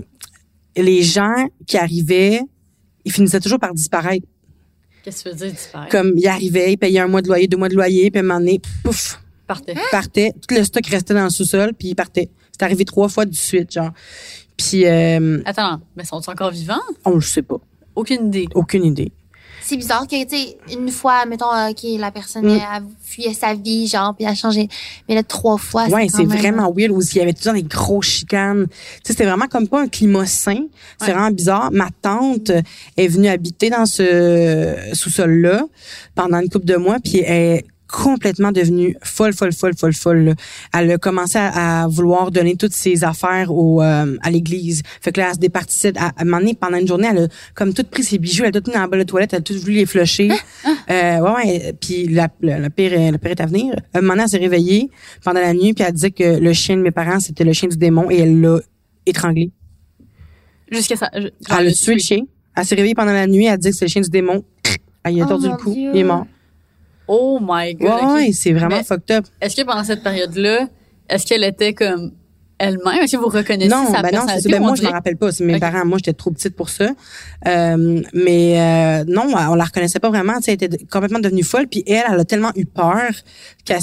les gens qui arrivaient, ils finissaient toujours par disparaître. Qu'est-ce que tu veux dire, disparaître? Comme, ils arrivaient, ils payaient 1 mois de loyer, 2 mois de loyer, puis à un moment donné, pouf, partait. Tout le stock restait dans le sous-sol, puis ils partaient. C'est arrivé 3 fois de suite, genre. Puis... Attends, mais sont-ils encore vivants? On le sait pas. Aucune idée. C'est bizarre que, tu sais, une fois, mettons, la personne a fui sa vie, genre, puis a changé. Mais là, 3 fois, c'est vraiment weird. Aussi, il y avait toujours des gros chicanes. Tu sais, c'était vraiment comme pas un climat sain. C'est vraiment bizarre. Ma tante est venue habiter dans ce sous-sol-là pendant une couple de mois, puis elle est complètement devenue folle, là. Elle a commencé à vouloir donner toutes ses affaires à l'église. Fait que là, elle se départissait. À un moment donné, pendant une journée, elle a comme tout pris ses bijoux, elle a tout mis dans la bolle de toilette, elle a tout voulu les flusher. Puis le pire est à venir. Un moment donné, elle s'est réveillée pendant la nuit, puis elle disait que le chien de mes parents, c'était le chien du démon, et elle l'a étranglé. Jusqu'à ça. Elle a tué le chien. Elle s'est réveillée pendant la nuit, elle a dit que c'est le chien du démon. Elle a tordu le cou, il est mort. Oh my God. Ouais, c'est vraiment fucked up. Est-ce que pendant cette période-là, est-ce qu'elle était comme elle-même? Est-ce que vous reconnaissez sa personnalité? Moi, je m'en rappelle pas. C'est mes parents. Moi, j'étais trop petite pour ça. Mais non, on la reconnaissait pas vraiment. Elle était complètement devenue folle. Puis elle a tellement eu peur qu'elle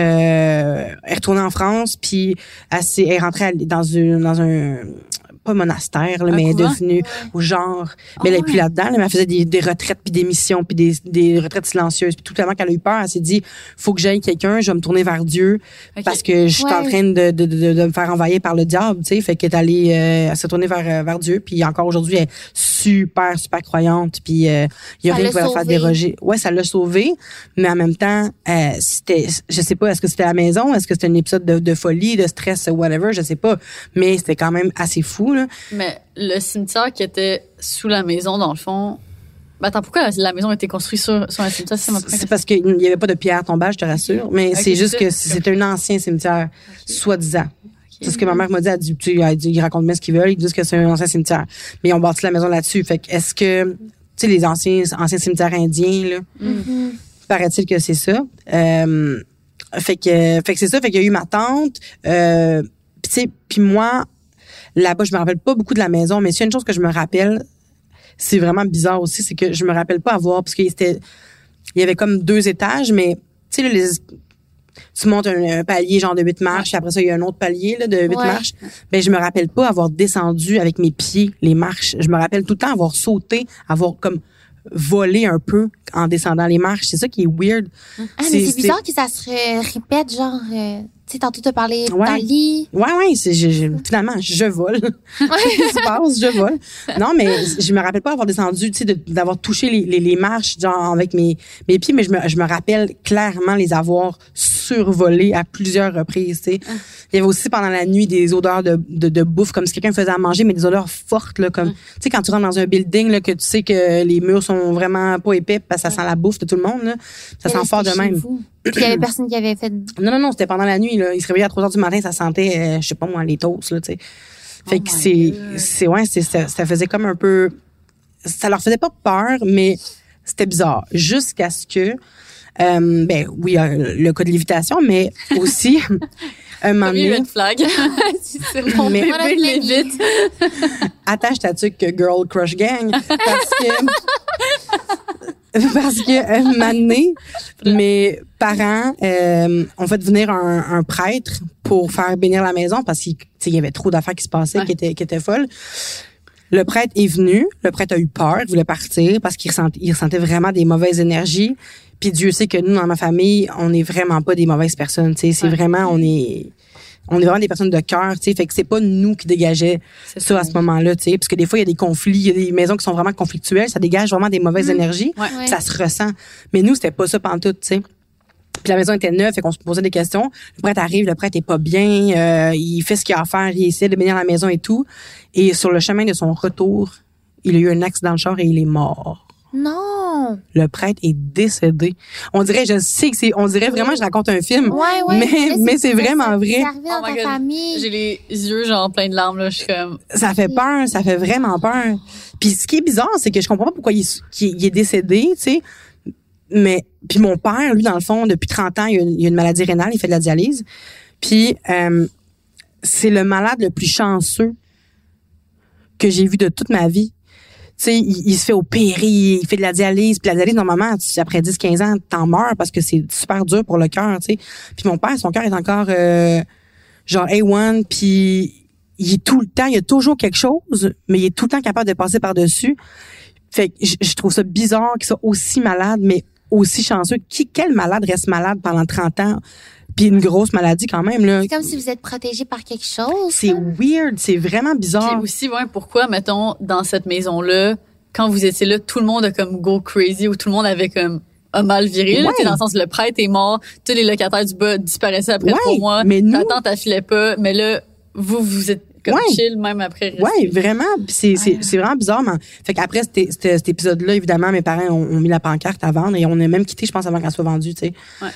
est retournée en France. Puis elle est rentrée dans un pas monastère, là, mais elle est devenue au genre. Mais elle est plus là-dedans. Là, mais elle faisait des retraites, puis des missions, puis des retraites silencieuses. Puis tout tellement qu'elle a eu peur, elle s'est dit, faut que j'aille quelqu'un, je vais me tourner vers Dieu, parce que je suis en train de me faire envahir par le diable, tu sais. Fait qu'elle est allée, elle s'est tournée vers Dieu. Puis encore aujourd'hui, elle est super super croyante. Puis il y a rien qui va la faire déroger. Ouais, ça l'a sauvée, mais en même temps, c'était, je sais pas, est-ce que c'était à la maison, est-ce que c'était un épisode de folie, de stress, whatever, je sais pas. Mais c'était quand même assez fou. Là. Mais le cimetière qui était sous la maison, dans le fond... Ben attends, pourquoi la maison a été construite sur un cimetière? C'est parce qu'il n'y avait pas de pierre tombale, je te rassure. Mais c'est juste que c'était un ancien cimetière, soi-disant. C'est ce que ma mère m'a dit. Elle a dit, ils racontent bien ce qu'ils veulent. Ils disent que c'est un ancien cimetière. Mais ils ont bâti la maison là-dessus. Fait que, est-ce que, tu sais, les anciens cimetières indiens, là, paraît-il que c'est ça. Fait que c'est ça. Fait qu'il y a eu ma tante. Puis moi, là-bas, je me rappelle pas beaucoup de la maison, mais s'il y a une chose que je me rappelle, c'est vraiment bizarre aussi, c'est que je me rappelle pas avoir, parce qu'il y avait comme 2 étages, mais tu sais, tu montes un palier genre de 8 marches, après ça, il y a un autre palier là, de 8 marches. Ben, je me rappelle pas avoir descendu avec mes pieds les marches. Je me rappelle tout le temps avoir sauté, avoir comme voler un peu en descendant les marches. C'est ça qui est weird. Ah, mais c'est bizarre que ça se répète, genre, tu sais, tantôt t'as parlé dans le lit. Ouais, finalement, je vole. Qu'est-ce qui se passe? Je vole. Non, mais je me rappelle pas avoir descendu, tu sais, d'avoir touché les marches, genre, avec mes pieds, mais je me rappelle clairement les avoir survolés à plusieurs reprises, tu sais. Il y avait aussi pendant la nuit des odeurs de bouffe, comme si quelqu'un faisait à manger, mais des odeurs fortes, là, comme, tu sais, quand tu rentres dans un building, là, que tu sais que les murs sont vraiment pas épais parce que ça sent la bouffe de tout le monde, là. Ça sent fort de même. Puis il y avait personne qui avait fait. Non, c'était pendant la nuit, là. Il se réveillait à 3h du matin, ça sentait, je sais pas moi, les toasts, là, tu sais. Fait que ça faisait comme un peu, ça leur faisait pas peur, mais c'était bizarre. Jusqu'à ce que, le cas de lévitation, mais aussi, un moment donné. Red flag. C'est mon bébé lévite. Attache ta tuque Girl Crush Gang. Parce que un moment donné, mes parents ont fait venir un prêtre pour faire bénir la maison parce qu'il y avait trop d'affaires qui se passaient qui étaient folles. Le prêtre est venu, le prêtre a eu peur, il voulait partir parce qu'il ressentait vraiment des mauvaises énergies. Puis Dieu sait que nous, dans ma famille, on n'est vraiment pas des mauvaises personnes. Tu sais, c'est vraiment, on est vraiment des personnes de cœur. Tu sais, fait que c'est pas nous qui dégageait ça à ce moment-là. Tu sais, parce que des fois il y a des conflits, il y a des maisons qui sont vraiment conflictuelles, ça dégage vraiment des mauvaises énergies. Ouais. Ça se ressent. Mais nous, c'était pas ça pantoute. Tu sais. Puis la maison était neuve, fait qu'on se posait des questions. Le prêtre arrive, le prêtre est pas bien, il fait ce qu'il a à faire, il essaie de bénir la maison et tout. Et sur le chemin de son retour, il a eu un accident de char et il est mort. Non. Le prêtre est décédé. On dirait, on dirait vraiment, je raconte un film. Mais c'est vraiment vrai. C'est arrivé dans ta famille. J'ai les yeux genre pleins de larmes, là. Je suis comme. Ça fait peur, ça fait vraiment peur. Puis ce qui est bizarre, c'est que je comprends pas pourquoi il est décédé, tu sais. Mais, puis mon père, lui, dans le fond, depuis 30 ans, il a une maladie rénale, il fait de la dialyse. Puis, c'est le malade le plus chanceux que j'ai vu de toute ma vie. Tu sais, il se fait opérer, il fait de la dialyse. Puis la dialyse, normalement, après 10-15 ans, t'en meurs parce que c'est super dur pour le cœur, tu sais. Puis mon père, son cœur est encore genre A1, puis il est tout le temps, il y a toujours quelque chose, mais il est tout le temps capable de passer par-dessus. Fait que je trouve ça bizarre qu'il soit aussi malade, mais aussi chanceux. Quel malade reste malade pendant 30 ans? Puis une grosse maladie quand même, là. C'est comme si vous êtes protégé par quelque chose. C'est weird, c'est vraiment bizarre. Puis aussi, pourquoi, mettons, dans cette maison-là, quand vous étiez là, tout le monde a comme go crazy ou tout le monde avait comme un mal viril. Ouais. Dans le sens, le prêtre est mort, tous les locataires du bas disparaissaient après 3 mois. Mais nous... Ta tante, elle filait pas. Mais là, vous êtes comme chill même après. Ouais, vraiment. C'est vraiment bizarre. Mais... Fait qu'après cet épisode-là, évidemment, mes parents ont mis la pancarte à vendre et on a même quitté, je pense, avant qu'elle soit vendue, tu sais. Ouais.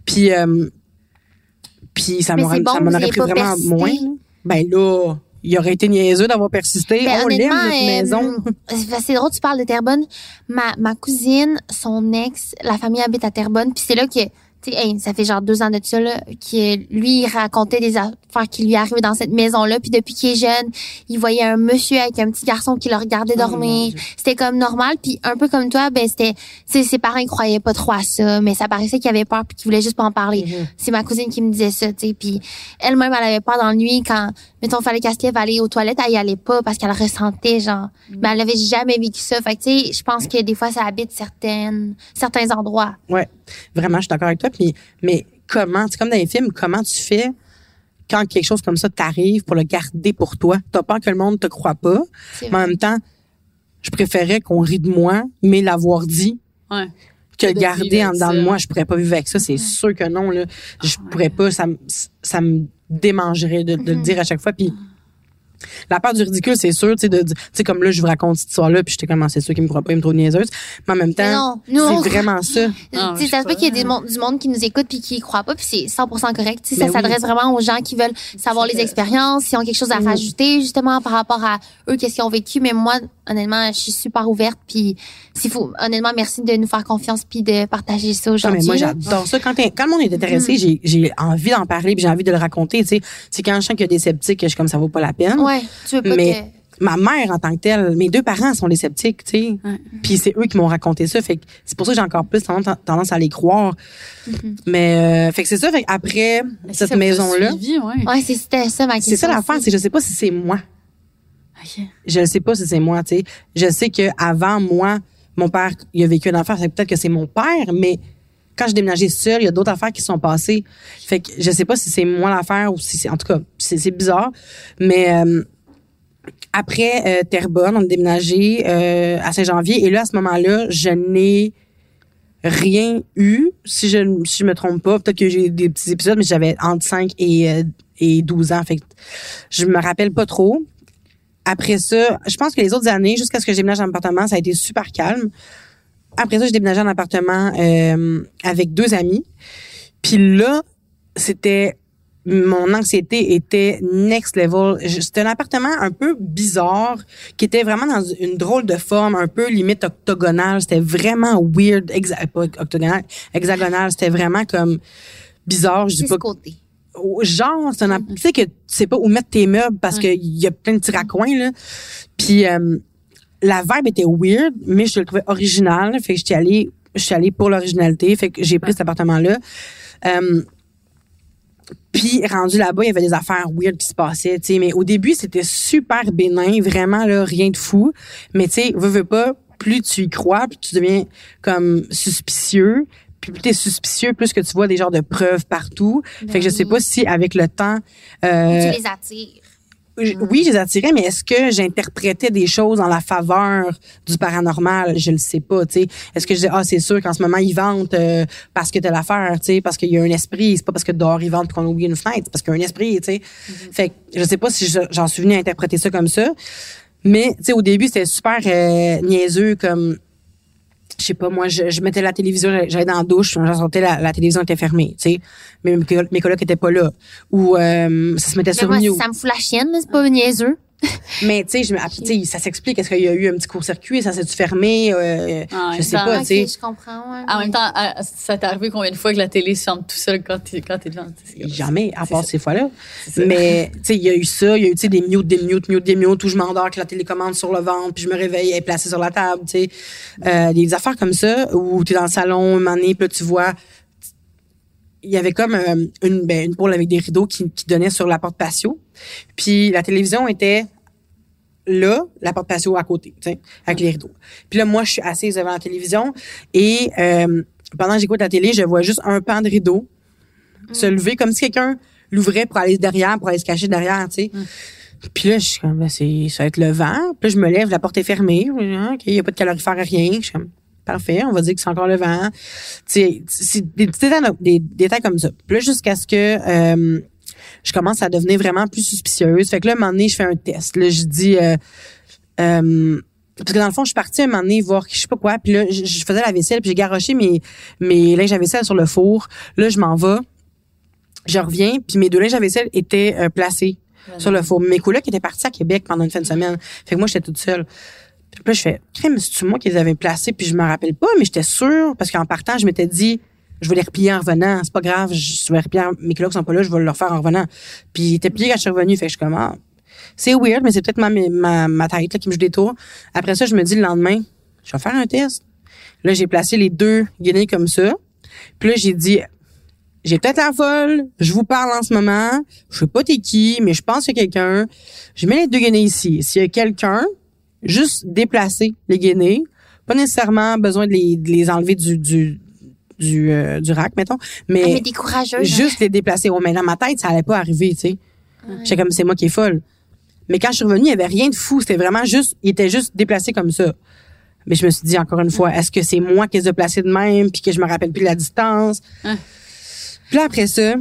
Puis ça m'en aurait pris vraiment moins. Ben là, il aurait été niaiseux d'avoir persisté. On l'aime, notre maison. C'est drôle, tu parles de Terrebonne. Ma cousine, son ex, la famille habite à Terrebonne. Puis c'est là que, tu sais, ça fait genre 2 ans de ça, là, lui, il racontait des affaires qui lui arrivaient dans cette maison-là. Puis depuis qu'il est jeune, il voyait un monsieur avec un petit garçon qui le regardait dormir. C'était comme normal. Puis un peu comme toi, ben c'était, ses parents, ils croyaient pas trop à ça, mais ça paraissait qu'il avait peur puis qu'il voulait juste pas en parler. C'est ma cousine qui me disait ça, tu sais. Puis elle-même, elle avait peur dans la nuit quand, mettons, fallait qu'elle se lève aller aux toilettes, elle y allait pas parce qu'elle ressentait, genre. Mais elle avait jamais vécu ça. Fait que, tu sais, je pense que des fois, ça habite certains endroits. Ouais. Vraiment, je suis d'accord avec toi. Puis, mais comment, c'est comme dans les films, comment tu fais quand quelque chose comme ça t'arrive pour le garder pour toi? T'as peur que le monde te croit pas. Mais en même temps, je préférais qu'on rit de moi, mais l'avoir dit. Ouais. Que le garder en dedans de moi, je pourrais pas vivre avec ça. C'est sûr que non, là. Je pourrais pas, ça me démangerait de le dire à chaque fois. Puis, la peur du ridicule, c'est sûr, tu sais, comme là, je vous raconte cette histoire-là, puis j'étais comme, c'est sûr qu'il me croit pas, il me trouve niaiseuse. Mais en même temps, c'est vraiment ça. Tu sais, ça se peut qu'il y ait du monde qui nous écoute puis qui y croit pas, puis c'est 100% correct. Tu sais, ça s'adresse vraiment aux gens qui veulent savoir les expériences, s'ils ont quelque chose à rajouter, justement, par rapport à eux, qu'est-ce qu'ils ont vécu. Mais moi, honnêtement, je suis super ouverte, puis s'il faut, honnêtement, merci de nous faire confiance puis de partager ça aujourd'hui. Mais moi, j'adore ça. Quand le monde est intéressé, j'ai envie d'en parler puis j'ai envie de le raconter, tu sais. C'est quand je sens qu'il y a des sceptiques, je suis comme, ça vaut pas la peine. Ouais, tu veux pas ma mère, en tant que telle, mes 2 parents sont des sceptiques, tu sais. Puis c'est eux qui m'ont raconté ça. Fait que c'est pour ça que j'ai encore plus tendance à les croire. Mais, fait que c'est ça. Fait qu'après cette maison-là. C'était ça ma question. C'est ça l'affaire, c'est je sais pas si c'est moi. Okay. Je ne sais pas si c'est moi, tu sais. Je sais que avant moi, mon père, il a vécu une affaire, c'est peut-être que c'est mon père, mais quand j'ai déménagé seule, il y a d'autres affaires qui sont passées. Fait que je sais pas si c'est moi l'affaire ou si c'est, en tout cas, c'est bizarre. Mais après Terrebonne, on a déménagé à Saint-Janvier. Et là, à ce moment-là, je n'ai rien eu, si je me trompe pas. Peut-être que j'ai des petits épisodes, mais j'avais entre 5 et 12 ans. Fait que je me rappelle pas trop. Après ça, je pense que les autres années, jusqu'à ce que je déménage en appartement, ça a été super calme. Après ça, j'ai déménagé en appartement avec 2 amis. Puis là, mon anxiété était next level. C'était un appartement un peu bizarre, qui était vraiment dans une drôle de forme, un peu limite octogonale. C'était vraiment weird. Pas octogonal, hexagonal. C'était vraiment comme bizarre. Je dis pas. Côté. Genre, c'est tu sais que tu sais pas où mettre tes meubles parce qu'il y a plein de petits raccoins, là. Puis la vibe était weird, mais je le trouvais original. Fait que je suis allée pour l'originalité. Fait que j'ai pris cet appartement-là. Puis rendu là-bas, il y avait des affaires weird qui se passaient, tu sais. Mais au début, c'était super bénin, vraiment là, rien de fou. Mais tu sais, veux pas, plus tu y crois, plus tu deviens comme suspicieux. Puis plus t'es suspicieux, plus que tu vois des genres de preuves partout. Fait que je sais pas si avec le temps, tu les attires. Oui, je les attirais, mais est-ce que j'interprétais des choses en la faveur du paranormal? Je le sais pas, tu sais. Est-ce que je disais, c'est sûr qu'en ce moment, ils vendent parce que t'as l'affaire, tu sais, parce qu'il y a un esprit. C'est pas parce que dehors, ils vendent puis qu'on a oublié une fenêtre. C'est parce qu'il y a un esprit, tu sais. Fait que je sais pas si j'en suis venue à interpréter ça comme ça. Mais, tu sais, au début, c'était super niaiseux, comme... Je sais pas, moi, je mettais la télévision, j'allais dans la douche, j'en sortais, la télévision était fermée, tu sais. Mais mes colocs étaient pas là. Ou ça se mettait sur moi, mute. Ça me fout la chienne, là, c'est pas niaiseux. Mais tu sais, ça s'explique. Est-ce qu'il y a eu un petit court-circuit, ça s'est-tu fermé? Je sais pas, tu sais. Je comprends. Ouais, en même temps, ça t'est arrivé combien de fois que la télé se ferme tout seul quand t'es devant? Jamais, à part ces fois-là. Mais tu sais, il y a eu ça, il y a eu des mutes, où je m'endors que la télécommande sur le ventre, puis je me réveille, elle est placée sur la table, tu sais. Des affaires comme ça où t'es dans le salon, un moment donné, puis là tu vois. Il y avait comme une pôle avec des rideaux qui donnait sur la porte patio. Puis la télévision était là, la porte patio à côté, tu sais, avec les rideaux. Puis là, moi, je suis assise devant la télévision et pendant que j'écoute la télé, je vois juste un pan de rideau se lever comme si quelqu'un l'ouvrait pour aller derrière, pour aller se cacher derrière, tu sais. Puis là, je suis comme, ça va être le vent. Puis là, je me lève, la porte est fermée. OK, il n'y a pas de calorifère, rien. Je suis comme, parfait, on va dire que c'est encore le vent. C'est des détails comme ça. Puis là, jusqu'à ce que je commence à devenir vraiment plus suspicieuse. Fait que là, un moment donné, je fais un test. Là, je dis... parce que dans le fond, je suis partie un moment donné voir je sais pas quoi. Puis là, je faisais la vaisselle, puis j'ai garoché mes linges à vaisselle sur le four. Là, je m'en vais. Je reviens, puis mes 2 linges à vaisselle étaient placés sur le four. Mes colocs étaient partis à Québec pendant une fin de semaine. Fait que moi, j'étais toute seule. Puis là, je fais, crème, c'est-tu moi qui les avais placés? Puis je me rappelle pas, mais j'étais sûre, parce qu'en partant, je m'étais dit, je vais les replier en revenant. C'est pas grave, je vais les replier. Mes colocs sont pas là, je vais leur faire en revenant. Puis ils étaient pliés quand je suis revenue. Fait que je suis comme, c'est weird, mais c'est peut-être ma tête là, qui me joue des tours. Après ça, je me dis le lendemain, je vais faire un test. Là, j'ai placé les 2 guenilles comme ça. Puis là, j'ai dit, j'ai peut-être la folle, je vous parle en ce moment, je sais pas t'es qui, mais je pense qu'il y a quelqu'un. Je mets les 2 guenilles ici. S'il y a quelqu'un, juste déplacer les guenilles. Pas nécessairement besoin de les enlever du rack, mettons. Mais des courageux. Juste les déplacer. Mais dans ma tête, ça allait pas arriver, tu sais. J'étais comme, c'est moi qui est folle. Mais quand je suis revenue, il y avait rien de fou. C'était vraiment juste, il était juste déplacé comme ça. Mais je me suis dit encore une fois, est-ce que c'est moi qui les ai placés de même puis que je me rappelle plus de la distance? Puis là, après ça,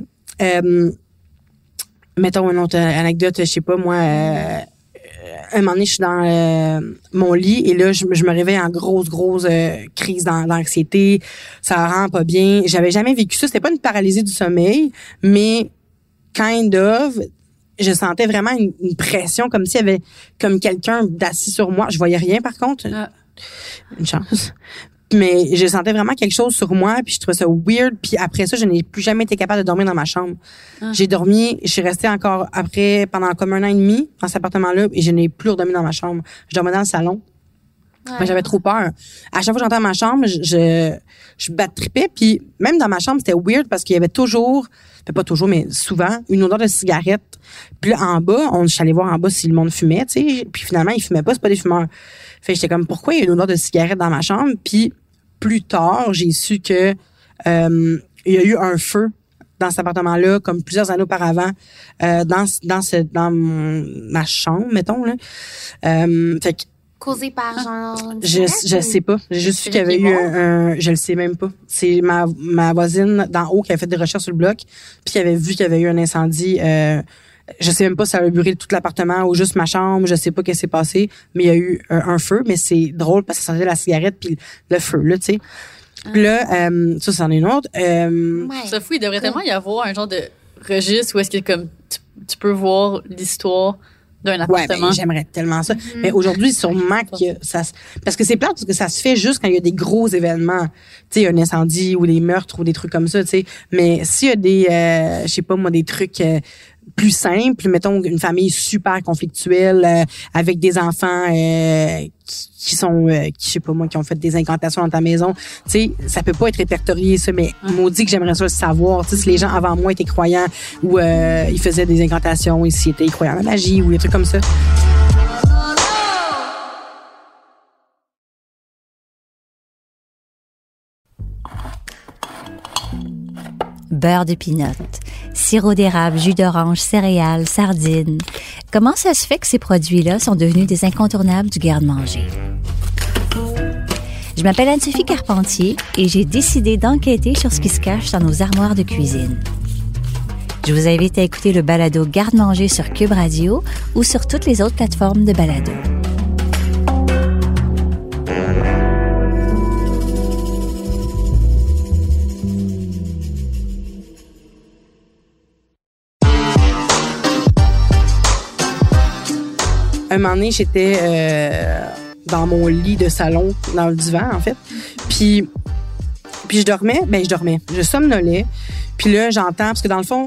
mettons une autre anecdote, je sais pas, moi, un moment donné, je suis dans mon lit et là, je me réveille en grosse crise d'anxiété. Ça rend pas bien. J'avais jamais vécu ça. C'était pas une paralysie du sommeil, mais kind of, je sentais vraiment une pression, comme s'il y avait comme quelqu'un d'assis sur moi. Je voyais rien, par contre. Une chance. Mais je sentais vraiment quelque chose sur moi, puis je trouvais ça weird. Puis après ça, je n'ai plus jamais été capable de dormir dans ma chambre. J'ai dormi, je suis restée encore après pendant comme 1 an et demi dans cet appartement-là, et je n'ai plus redormi dans ma chambre. Je dormais dans le salon. Ben, j'avais trop peur. À chaque fois que j'entrais dans ma chambre, je bad-trippais. Puis même dans ma chambre, c'était weird parce qu'il y avait toujours, pas toujours, mais souvent, une odeur de cigarette. Puis là, en bas, je suis allée voir en bas si le monde fumait, tu sais. Puis finalement, ils fumaient pas, c'est pas des fumeurs. Fait que j'étais comme, pourquoi il y a une odeur de cigarette dans ma chambre? Puis plus tard, j'ai su que il y a eu un feu dans cet appartement-là, comme plusieurs années auparavant, dans ma chambre, mettons, là. Fait que Causé par genre... je sais pas. J'ai juste su qu'il y avait eu je le sais même pas. C'est ma voisine d'en haut qui avait fait des recherches sur le bloc, puis qui avait vu qu'il y avait eu un incendie. Je sais même pas si ça a brûlé tout l'appartement ou juste ma chambre. Je sais pas qu'est-ce qui s'est passé, mais il y a eu un feu. Mais c'est drôle parce que ça sentait la cigarette puis le feu, là, tu sais. Puis là, ça, c'en est une autre. C'est fou, il devrait tellement y avoir un genre de registre où est-ce que comme tu peux voir l'histoire d'un appartement. Ouais, j'aimerais tellement ça. Mais aujourd'hui, sûrement que ça... Parce que c'est plate parce que ça se fait juste quand il y a des gros événements. Tu sais, un incendie ou des meurtres ou des trucs comme ça, tu sais. Mais s'il y a des, je sais pas moi, des trucs plus simples, mettons une famille super conflictuelle avec des enfants qui sont, je sais pas moi, qui ont fait des incantations dans ta maison, tu sais, ça peut pas être répertorié ça, mais maudit que j'aimerais ça le savoir, tu sais, si les gens avant moi étaient croyants ou ils faisaient des incantations, ou s'ils étaient croyants en la magie ou des trucs comme ça. Beurre de pinot, sirop d'érable, jus d'orange, céréales, sardines. Comment ça se fait que ces produits-là sont devenus des incontournables du garde-manger? Je m'appelle Anne-Sophie Carpentier et j'ai décidé d'enquêter sur ce qui se cache dans nos armoires de cuisine. Je vous invite à écouter le balado Garde-manger sur Cube Radio ou sur toutes les autres plateformes de balado. Un moment donné, j'étais dans mon lit de salon, dans le divan, en fait. Puis je dormais. Je somnolais. Puis là, j'entends, parce que dans le fond,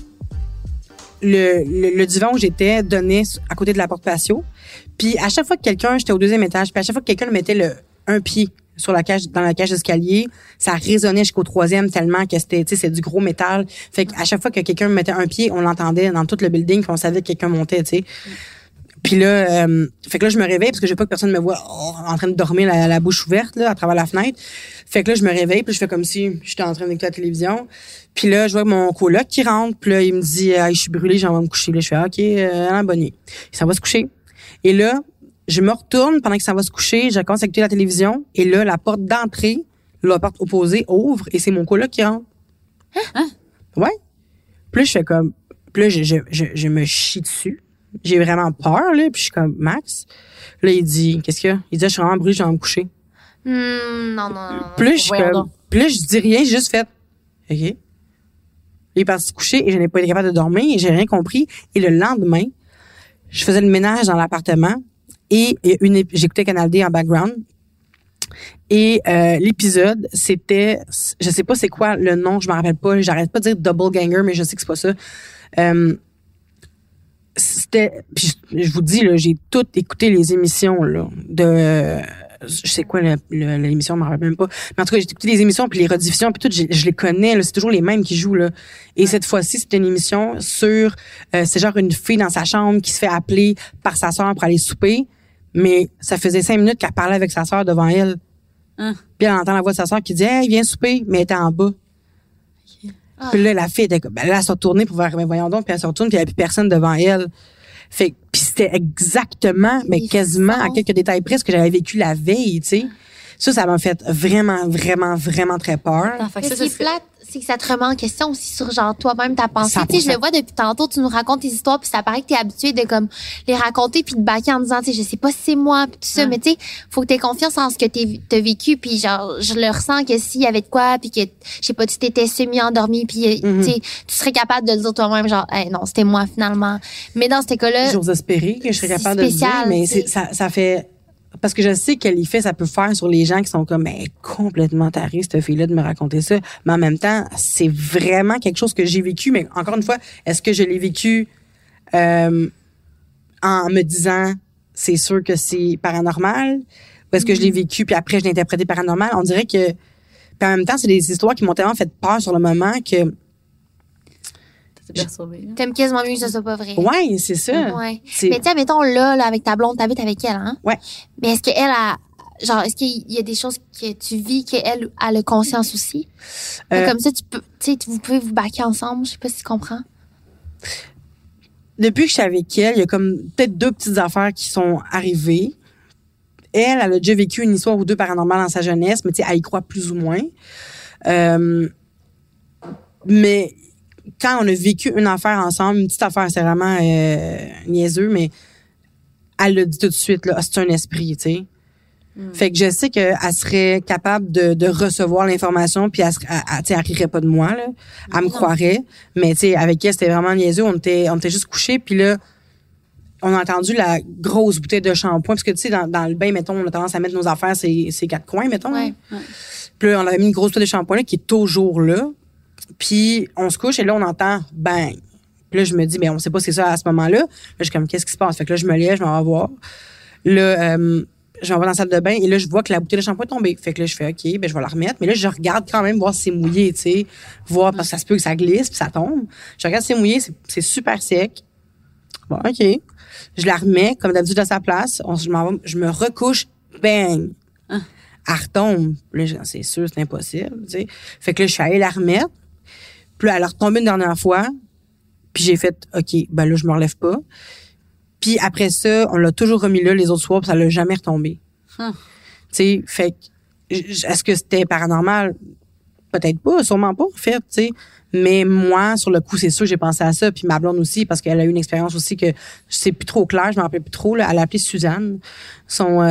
le divan où j'étais donnait à côté de la porte patio. Puis à chaque fois que j'étais au 2e étage, puis à chaque fois que quelqu'un mettait un pied dans la cage d'escalier, ça résonnait jusqu'au 3e tellement que c'était, tu sais, c'est du gros métal. Fait qu'à chaque fois que quelqu'un mettait un pied, on l'entendait dans tout le building, puis on savait que quelqu'un montait, tu sais. Puis là, fait que là, je me réveille parce que je veux pas que personne me voit en train de dormir la bouche ouverte là à travers la fenêtre. Fait que là, je me réveille puis je fais comme si j'étais en train d'écouter la télévision. Puis là, je vois mon coloc qui rentre. Puis là, il me dit hey, je suis brûlée, j'en vais me coucher. Là, je fais OK, bonne nuit. Il s'en va se coucher. Et là, je me retourne pendant qu'il s'en va se coucher. Je commence à écouter la télévision. Et là, la porte d'entrée, la porte opposée ouvre et c'est mon coloc qui rentre. Hein? Ouais. Puis là, je fais comme... Puis là, je me chie dessus. J'ai vraiment peur, là, puis je suis comme, Max. Là, il dit, qu'est-ce qu'il y a? Il dit, je suis vraiment brûlée, je vais me coucher. Non. Plus je dis rien, j'ai juste fait, OK. Il est parti se coucher et je n'ai pas été capable de dormir et j'ai rien compris. Et le lendemain, je faisais le ménage dans l'appartement et j'écoutais Canal D en background. Et l'épisode, c'était, je sais pas c'est quoi le nom, je me rappelle pas, j'arrête pas de dire Double Ganger, mais je sais que c'est pas ça. Puis je vous dis là, j'ai tout écouté les émissions là de je sais quoi l'émission, je me rappelle même pas. Mais en tout cas, j'ai écouté les émissions puis les rediffusions puis tout, je les connais là, c'est toujours les mêmes qui jouent là. Et cette fois-ci, c'était une émission sur c'est genre une fille dans sa chambre qui se fait appeler par sa sœur pour aller souper, mais ça faisait 5 minutes qu'elle parlait avec sa sœur devant elle. Puis elle entend la voix de sa sœur qui dit "Hey, viens souper", mais elle était en bas. Puis là, la fille était comme, là, elle s'est retournée pour voir, mais voyons donc, puis elle se retourne, puis il n'y avait plus personne devant elle. Fait puis c'était exactement, mais quasiment à quelques détails près ce que j'avais vécu la veille, tu sais. Ça m'a fait vraiment, vraiment, vraiment très peur. Mais ce qui est plate, c'est que ça te remet en question aussi sur genre toi-même ta pensée. Tu sais, je le vois depuis tantôt, tu nous racontes tes histoires puis ça paraît que t'es habitué de comme les raconter puis de baquer en disant, tu sais, je sais pas si c'est moi puis tout ça, mais tu sais, faut que t'aies confiance en ce que t'as vécu puis genre, je le ressens que s'il y avait de quoi puis que, je sais pas, tu t'étais semi-endormi puis tu sais, tu serais capable de le dire toi-même genre, hey, non, c'était moi finalement. Mais dans ce cas-là. J'ose espérer que je serais capable de le dire, mais ça fait, parce que je sais quel effet ça peut faire sur les gens qui sont comme complètement tarés, cette fille-là, de me raconter ça. Mais en même temps, c'est vraiment quelque chose que j'ai vécu. Mais encore une fois, est-ce que je l'ai vécu en me disant c'est sûr que c'est paranormal Ou est-ce que je l'ai vécu, puis après, je l'ai interprété paranormal? On dirait que... Puis en même temps, c'est des histoires qui m'ont tellement fait peur sur le moment que... T'aimes quasiment mieux que ça soit pas vrai. Ouais, c'est ça. Ouais. Mais tiens, mettons là, avec ta blonde, t'habites avec elle, hein? Ouais. Mais est-ce qu'elle a... Genre, est-ce qu'il y a des choses que tu vis qu'elle a le conscience aussi? Comme ça, vous pouvez vous baquer ensemble. Je sais pas si tu comprends. Depuis que je suis avec elle, il y a comme peut-être 2 petites affaires qui sont arrivées. Elle a déjà vécu une histoire ou 2 paranormales dans sa jeunesse, mais tu sais, elle y croit plus ou moins. Mais quand on a vécu une affaire ensemble, une petite affaire, c'est vraiment niaiseux, mais elle l'a dit tout de suite, là, c'est un esprit, tu sais. Fait que je sais qu'elle serait capable de recevoir l'information, puis elle rirait pas de moi, là. Elle me croirait. Mais tu sais, avec elle, c'était vraiment niaiseux. On était juste couchés, puis là, on a entendu la grosse bouteille de shampoing, parce que tu sais, dans le bain, mettons, on a tendance à mettre nos affaires, c'est 4 coins, mettons. Ouais. Puis là, on avait mis une grosse bouteille de shampoing là, qui est toujours là. Puis on se couche et là, on entend bang. Puis là, je me dis, mais on sait pas c'est ça à ce moment-là. Là, je suis comme, qu'est-ce qui se passe? Fait que là, je me lève, je m'en vais voir. Là, je m'en vais dans la salle de bain et là, je vois que la bouteille de shampoing est tombée. Fait que là, je fais, OK, ben je vais la remettre. Mais là, je regarde quand même voir si c'est mouillé, tu sais. Voir, parce que ça se peut que ça glisse puis ça tombe. Je regarde si c'est mouillé, c'est super sec. Bon, OK. Je la remets, comme d'habitude, à sa place. Je me recouche, bang! Elle retombe. Là, c'est sûr, c'est impossible, tu sais. Fait que là, je suis allée la remettre. Puis là, elle a retombé une dernière fois. Puis j'ai fait, OK, ben là, je me relève pas. Puis après ça, on l'a toujours remis là les autres soirs, puis ça l'a jamais retombé. Tu sais, fait que, est-ce que c'était paranormal? Peut-être pas, sûrement pas, en fait, tu sais. Mais moi, sur le coup, c'est sûr, j'ai pensé à ça. Puis ma blonde aussi, parce qu'elle a eu une expérience aussi que c'est plus trop clair, je m'en rappelle plus trop. Là. Elle a appelé Suzanne, son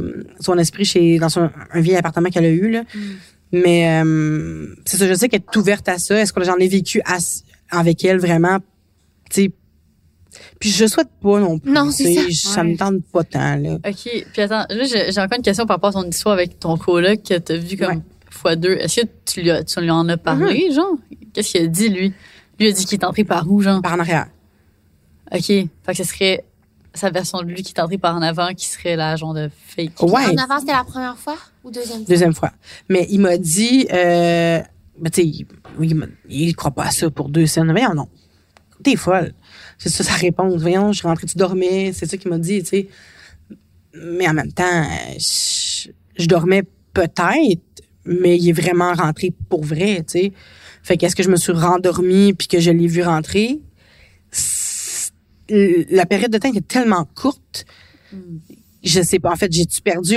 esprit dans un vieil appartement qu'elle a eu. Là. Mais c'est ça, je sais qu'elle est ouverte à ça. Est-ce que j'en ai vécu avec elle vraiment? Tu sais. Puis je souhaite pas non plus. Non, c'est ça. Ça me tente pas tant. Là. OK. Puis attends, là, j'ai encore une question par rapport à ton histoire avec ton coloc que t'as vu comme x2. Est-ce que tu lui en as parlé, genre? Qu'est-ce qu'il a dit, lui? Lui a dit qu'il est entré par où, genre? Par en arrière. OK. Fait que ce serait sa version de lui qui est entrée par en avant, qui serait la genre de fake. Ouais. En avant, c'était la première fois ou deuxième fois? Deuxième fois. Mais il m'a dit, ben, tu sais, il croit pas à ça pour 2 scènes. Voyons, non. T'es folle. C'est ça sa réponse. Voyons, je suis rentrée, tu dormais. C'est ça qu'il m'a dit, tu sais. Mais en même temps, je dormais peut-être, mais il est vraiment rentré pour vrai, tu sais. Fait qu'est-ce que je me suis rendormie puis que je l'ai vu rentrer? La période de temps était tellement courte. Je sais pas. En fait, j'ai perdu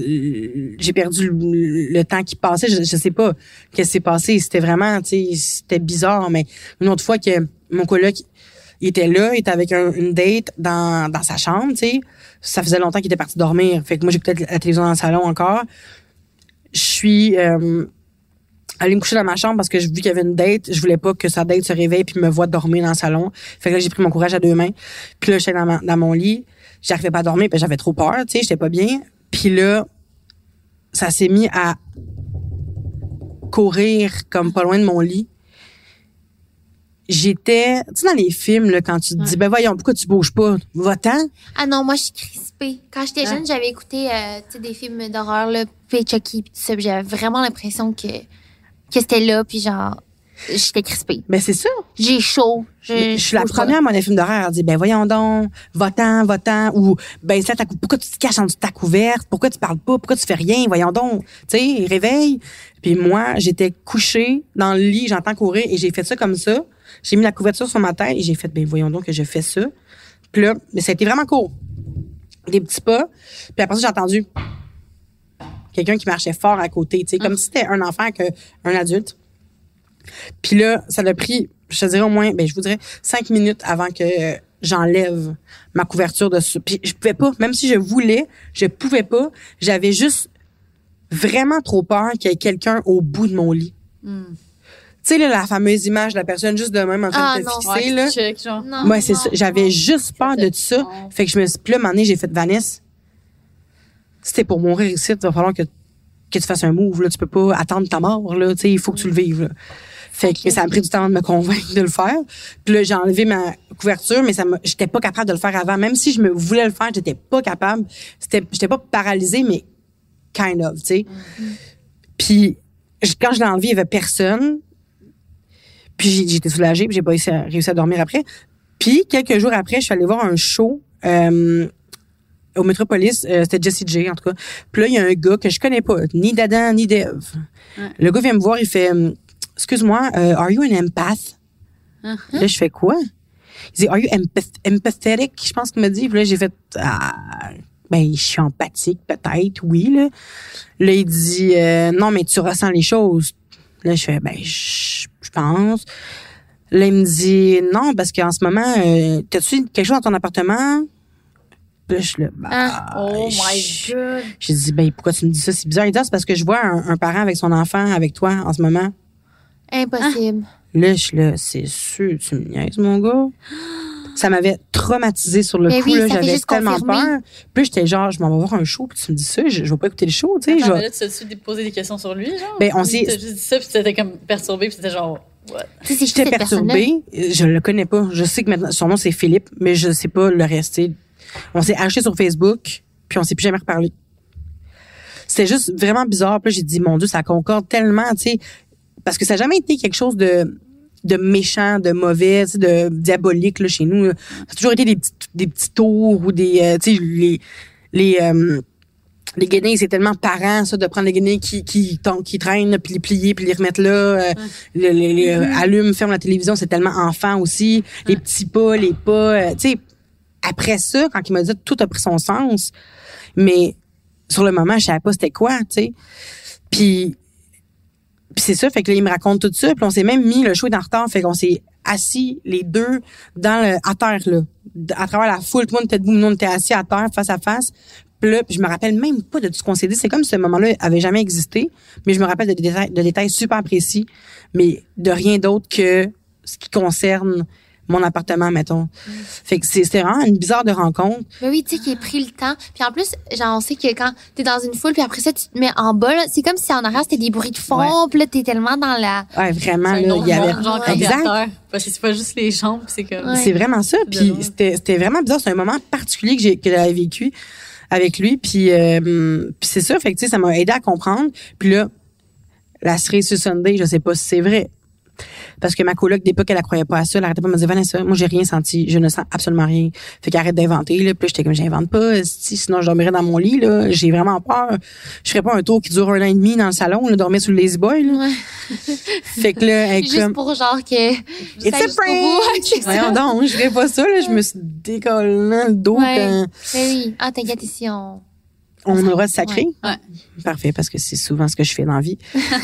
le temps qui passait. Je sais pas qu'est-ce qui s'est passé. C'était vraiment, tu sais, c'était bizarre. Mais une autre fois que mon coloc, il était là, il était avec une date dans sa chambre, tu sais. Ça faisait longtemps qu'il était parti dormir. Fait que moi, j'écoutais la télévision dans le salon encore. Je suis allée me coucher dans ma chambre parce que vu qu'il y avait une date, je voulais pas que sa date se réveille puis me voie dormir dans le salon. Fait que là, j'ai pris mon courage à 2 mains. Puis là, j'étais dans mon lit. J'arrivais pas à dormir parce que j'avais trop peur, tu sais, j'étais pas bien. Puis là, ça s'est mis à courir comme pas loin de mon lit. J'étais, tu sais, dans les films, là, quand tu te dis, ben voyons, pourquoi tu bouges pas? Va-t'en. Ah non, moi, je suis crispée. Quand j'étais jeune, j'avais écouté, tu sais, des films d'horreur, là, puis Chucky, pis tout ça, pis j'avais vraiment l'impression que c'était là, puis genre, j'étais crispée. Ben c'est ça. J'ai chaud. Je suis la première, moi, dans les films d'horreur, à dire, ben voyons donc, va-t'en, ou ben c'est pourquoi tu te caches en dessous de ta couverte? Pourquoi tu parles pas? Pourquoi tu fais rien? Voyons donc. Tu sais, réveille. Puis moi, j'étais couchée dans le lit, j'entends courir, et j'ai fait ça comme ça. J'ai mis la couverture sur ma tête et j'ai fait, ben voyons donc que je fais ça. Puis là, mais ça a été vraiment court. Des petits pas. Puis après ça, j'ai entendu quelqu'un qui marchait fort à côté, tu sais, comme si c'était un enfant qu'un adulte. Puis là, ça l'a pris, je te dirais au moins, ben je vous dirais 5 minutes avant que j'enlève ma couverture dessus. Puis je pouvais pas, même si je voulais, je pouvais pas. J'avais juste vraiment trop peur qu'il y ait quelqu'un au bout de mon lit. Tu sais, là, la fameuse image de la personne juste de même en train de te fixer, là. Check, genre. Ouais, c'est ça. J'avais juste peur de ça. Fait que je me suis, puis là, un moment donné, j'ai fait, Vanessa, si t'es pour mourir ici, il va falloir que tu fasses un move, là. Tu peux pas attendre ta mort, là. Tu sais, il faut que tu le vives, là. Fait que ça m'a pris du temps de me convaincre de le faire. Puis là, j'ai enlevé ma couverture, mais j'étais pas capable de le faire avant. Même si je me voulais le faire, j'étais pas capable. J'étais pas paralysée, mais kind of, tu sais. Puis quand je l'ai enlevé, il y avait personne. Puis j'étais soulagée, puis j'ai pas réussi à dormir après. Puis quelques jours après, je suis allée voir un show au Metropolis, c'était Jessie J en tout cas. Puis là, il y a un gars que je connais pas, ni d'Adam ni d'Ève. Le gars vient me voir, il fait excuse-moi, are you an empath? Là, je fais quoi? Il dit, are you empathetic? Je pense qu'il m'a dit. Puis là, j'ai fait, ben, je suis empathique, peut-être, oui, là. Là, il dit, non, mais tu ressens les choses. Là, je fais, ben, je pense. Là, il me dit, non, parce qu'en ce moment, t'as-tu quelque chose dans ton appartement? Puis là, je suis là, oh my God. J'ai dit, ben, pourquoi tu me dis ça? C'est bizarre. Il dit, c'est parce que je vois un parent avec son enfant, avec toi, en ce moment. Impossible. Là, je suis là, c'est sûr, tu me niaises, mon gars. Ça m'avait traumatisé sur le coup, là, j'avais tellement peur. Puis j'étais genre, je m'en vais voir un show, puis tu me dis ça, je vais pas écouter le show, tu sais. Mais là, tu t'es posé des questions sur lui, genre? Ben, on s'est... Tu t'as juste dit ça, puis t'étais comme perturbé, puis t'étais genre, what? J'étais perturbée, je le connais pas. Je sais que maintenant, son nom, c'est Philippe, mais je sais pas le reste. On s'est acheté sur Facebook, puis on s'est plus jamais reparlé. C'était juste vraiment bizarre. Puis là, j'ai dit, mon Dieu, ça concorde tellement, tu sais, parce que ça n'a jamais été quelque chose de méchant, de mauvais, tu sais, de diabolique là, chez nous. Là. Ça a toujours été des petits tours ou des, tu sais, les guenilles, c'est tellement parent ça de prendre les guenilles qui traînent puis les plier puis les remettre là. Allume, ferme la télévision, c'est tellement enfant aussi. Les petits pas, les pas, tu sais. Après ça, quand il m'a dit tout a pris son sens, mais sur le moment, je savais pas c'était quoi, tu sais. Puis c'est ça, fait que là, il me raconte tout ça. Puis on s'est même mis, le show est en retard, fait qu'on s'est assis les deux à terre, là. À travers la foule, tout le monde était debout, nous on était assis à terre, face à face. Puis là, je me rappelle même pas de tout ce qu'on s'est dit. C'est comme si ce moment-là avait jamais existé, mais je me rappelle de détails super précis, mais de rien d'autre que ce qui concerne mon appartement, mettons. Fait que c'était vraiment une bizarre de rencontre. Mais oui, tu sais, qui a pris le temps. Puis en plus, genre, on sait que quand t'es dans une foule, puis après ça, tu te mets en bas, là, c'est comme si en arrière, c'était des bruits de fond, puis là, t'es tellement dans la... Ouais, vraiment, là, il y avait... Genre, exact. Parce que c'est pas juste les jambes, c'est comme... Ouais. C'est vraiment ça. Puis c'était vraiment bizarre. C'est un moment particulier que j'avais vécu avec lui. Puis c'est ça. Fait que, tu sais, ça m'a aidé à comprendre. Puis là, la cerise sur Sunday, je sais pas si c'est vrai. Parce que ma coloc, d'époque, elle croyait pas à ça. Elle arrêtait pas de me dire, Vanessa, moi, j'ai rien senti. Je ne sens absolument rien. Fait qu'arrête d'inventer, là. Puis j'étais comme, j'invente pas. Sinon, je dormirais dans mon lit, là. J'ai vraiment peur. Je ferais pas un tour qui dure 1 an et demi dans le salon, là, dormir sur le lazy boy, là. Ouais. Fait que là, elle juste comme, pour genre que... it's a prank! Voyons donc, je ferais pas ça, là. Je me suis décollé le dos quand... Mais oui. Ah, t'inquiète ici, on a le droit de sacrer? Ouais. Parfait, parce que c'est souvent ce que je fais dans la vie.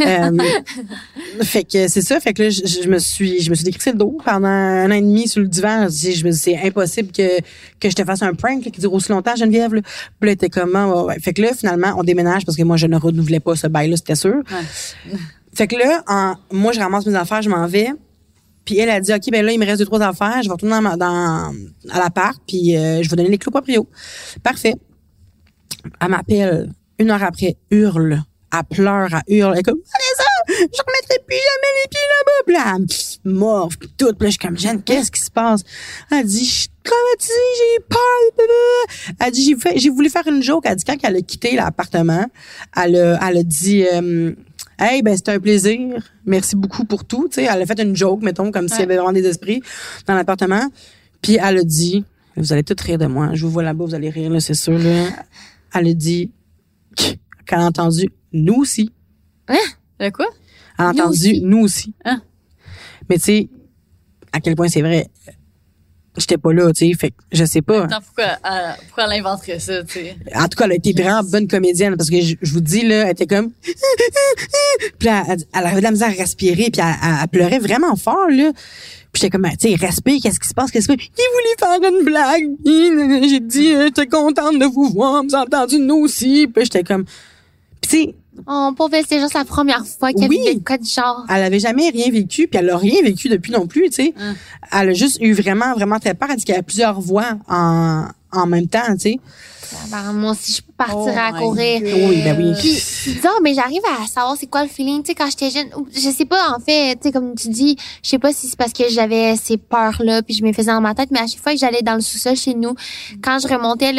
Fait que c'est ça. Fait que là, je me suis décrissé le dos pendant 1 an et demi sur le divan. Je me dis, c'est impossible que je te fasse un prank là, qui dure aussi longtemps, Geneviève. Là. Puis là, était comment? Ouais. Fait que là, finalement, on déménage parce que moi, je ne renouvelais pas ce bail-là, c'était sûr. Ouais. Fait que là, moi, je ramasse mes affaires, je m'en vais. Puis elle a dit, OK, ben là, il me reste 2-3 affaires. Je vais retourner à l'appart, puis je vais donner les clés au proprio. Parfait. Elle m'appelle 1 heure après, hurle. Elle pleure, elle hurle. Elle est comme, Vanessa, je remettrai plus jamais les pieds là-bas. Puis là, elle me morve, puis tout. Puis là, je suis comme, Jeanne, qu'est-ce qui se passe? Elle dit, je suis traumatisée, j'ai peur. Elle dit, j'ai voulu faire une joke. Elle dit, quand elle a quitté l'appartement, elle a dit, hey, ben, c'était un plaisir. Merci beaucoup pour tout. Tu sais, elle a fait une joke, mettons, comme s'il y avait vraiment des esprits dans l'appartement. Puis elle a dit, vous allez tous rire de moi. Je vous vois là-bas, vous allez rire, là, c'est sûr, là. Elle a dit qu'elle a entendu nous aussi. Hein? Quoi? Elle a entendu nous aussi. Hein? Mais tu sais, à quel point c'est vrai, j'étais pas là, tu sais, fait que je sais pas. Attends, pourquoi elle inventerait ça, tu sais? En tout cas, elle a été vraiment bonne comédienne parce que je vous dis, là, elle était comme... Puis là, elle avait de la misère à respirer puis elle pleurait vraiment fort, là. Puis j'étais comme, tu sais, respire, qu'est-ce qui se passe? J'ai voulu faire une blague. J'ai dit, j'étais contente de vous voir, vous avez entendu nous aussi. Puis j'étais comme, puis tu sais... Oh, pauvre, c'était juste la première fois qu'elle vivait le cas du genre. Elle avait jamais rien vécu, puis elle a rien vécu depuis non plus, tu sais. Elle a juste eu vraiment, vraiment très peur. Elle dit qu'il y avait plusieurs voix en même temps, tu sais. Ben, moi aussi, je partirais à courir. Oui, ben oui. Puis, disons, mais j'arrive à savoir c'est quoi le feeling. Tu sais, quand j'étais jeune, je sais pas, en fait, tu sais, comme tu dis, je sais pas si c'est parce que j'avais ces peurs-là, puis je me faisais dans ma tête, mais à chaque fois que j'allais dans le sous-sol chez nous, quand je remontais, là,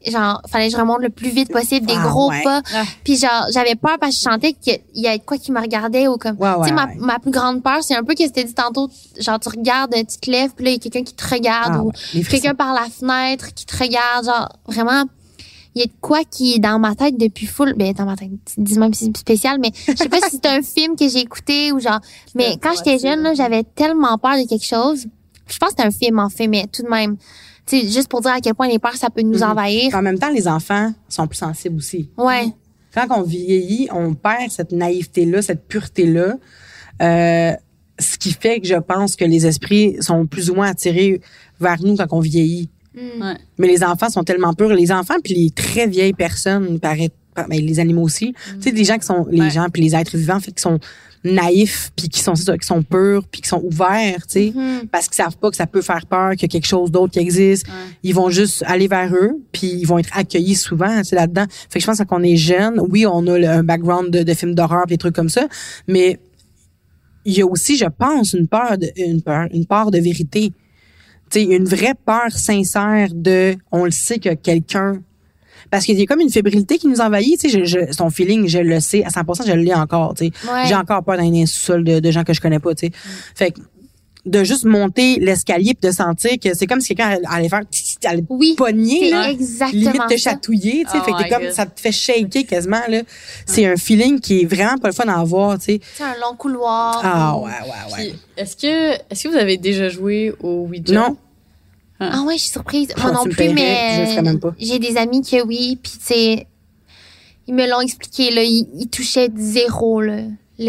genre, fallait que je remonte le plus vite possible, des gros pas. Ah. Puis genre, j'avais peur parce que je sentais qu'il y a quoi qui me regardait ou comme, tu sais, ma plus grande peur, c'est un peu que c'était dit tantôt, genre, tu regardes, tu te lèves, puis là, il y a quelqu'un qui te regarde ou quelqu'un par la fenêtre qui te regarde, genre, vraiment. Il y a de quoi qui est dans ma tête depuis dans ma tête, dis-moi si c'est spécial, mais je sais pas si c'est un film que j'ai écouté ou genre, mais quand j'étais jeune, là, j'avais tellement peur de quelque chose. Je pense que c'était un film, en fait, mais tout de même, tu sais, juste pour dire à quel point les peurs, ça peut nous envahir. En même temps, les enfants sont plus sensibles aussi. Ouais. Quand on vieillit, on perd cette naïveté-là, cette pureté-là, ce qui fait que je pense que les esprits sont plus ou moins attirés vers nous quand on vieillit. Ouais. Mais les enfants sont tellement purs. Les enfants puis les très vieilles personnes, mais les animaux aussi. Tu sais, des gens qui sont, les gens puis les êtres vivants, en fait, qui sont naïfs puis qui sont purs puis qui sont ouverts, tu sais, parce qu'ils savent pas que ça peut faire peur, qu'il y a quelque chose d'autre qui existe. Ouais. Ils vont juste aller vers eux puis ils vont être accueillis souvent, tu sais, là-dedans. Fait que je pense que quand on est jeune, oui, on a un background de films d'horreur pis des trucs comme ça, mais il y a aussi, je pense, une part de vérité. Tu sais, une vraie peur sincère on le sait que quelqu'un, parce qu'il y a comme une fébrilité qui nous envahit, tu sais, son feeling, je le sais, à 100%, je l'ai encore, tu sais. Ouais. J'ai encore peur dans un sous-sol de gens que je connais pas, tu sais. Fait que, de juste monter l'escalier puis de sentir que c'est comme si quelqu'un allait faire allait pogner là, limite te chatouiller, tu sais, fait que comme ça te fait shaker quasiment là. C'est un feeling qui est vraiment pas le fun à avoir, tu sais. C'est un long couloir. Ah ouais. Puis, est-ce que vous avez déjà joué au Ouija? Non. Ah ouais, je suis surprise. Moi non plus, mais j'ai des amis que oui, puis tu sais, ils me l'ont expliqué là, ils touchaient 0 là.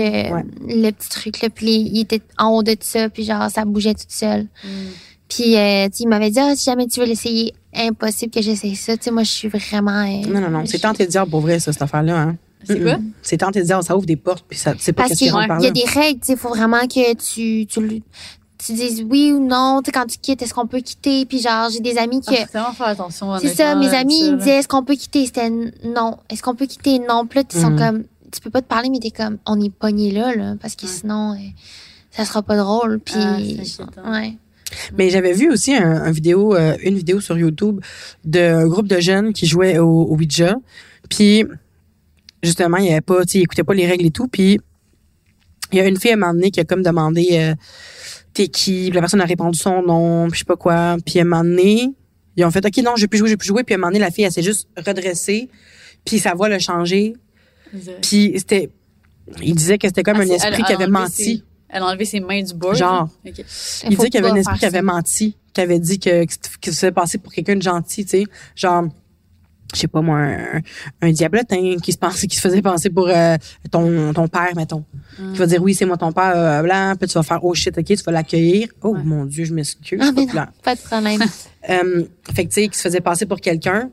Le petit truc là, puis il était en haut de ça, puis genre ça bougeait toute seule. Puis il m'avait dit si jamais tu veux l'essayer, impossible que j'essaye ça. Tu sais, moi je suis vraiment Non, c'est tenté de dire pour vrai ça, cette affaire là hein. C'est quoi? C'est tenté de dire ça ouvre des portes puis ça c'est pas qu'est-ce qui rentre par là. Il y a des règles, tu sais, faut vraiment que tu dises oui ou non, tu sais, quand tu quittes, est-ce qu'on peut quitter? Puis genre, j'ai des amis qui... faut vraiment faire attention. C'est ça, mes amis, ils me disaient, est-ce qu'on peut quitter? C'était non. Est-ce qu'on peut quitter? Non. Puis là, ils sont comme, tu peux pas te parler, mais t'es comme, on est pogné là, parce que sinon, ça sera pas drôle. Puis, ouais. Mais j'avais vu aussi une vidéo sur YouTube d'un groupe de jeunes qui jouaient au Ouija. Puis, justement, il y avait pas, tu sais, ils écoutaient pas les règles et tout. Puis, il y a une fille à un moment donné qui a comme demandé, t'es qui? Puis la personne a répondu son nom, puis je sais pas quoi. Puis à un moment donné, ils ont fait, OK, non, je vais plus jouer. Puis à un moment donné, la fille, elle s'est juste redressée. Puis sa voix l'a changé. Puis il disait que c'était comme un esprit qui avait menti. Elle a enlevé ses mains du board. Genre. Okay. Il disait qu'il y avait un esprit qui avait menti, qui avait dit que se faisait passer pour quelqu'un de gentil, tu sais. Genre, je sais pas moi, un diablotin qui se faisait passer pour ton père, mettons. Qui va dire oui, c'est moi ton père, blanc, puis tu vas faire oh shit, OK, tu vas l'accueillir. Oh mon Dieu, je m'excuse. Ah, mais non, pas de problème. Fait que tu sais, qui se faisait passer pour quelqu'un.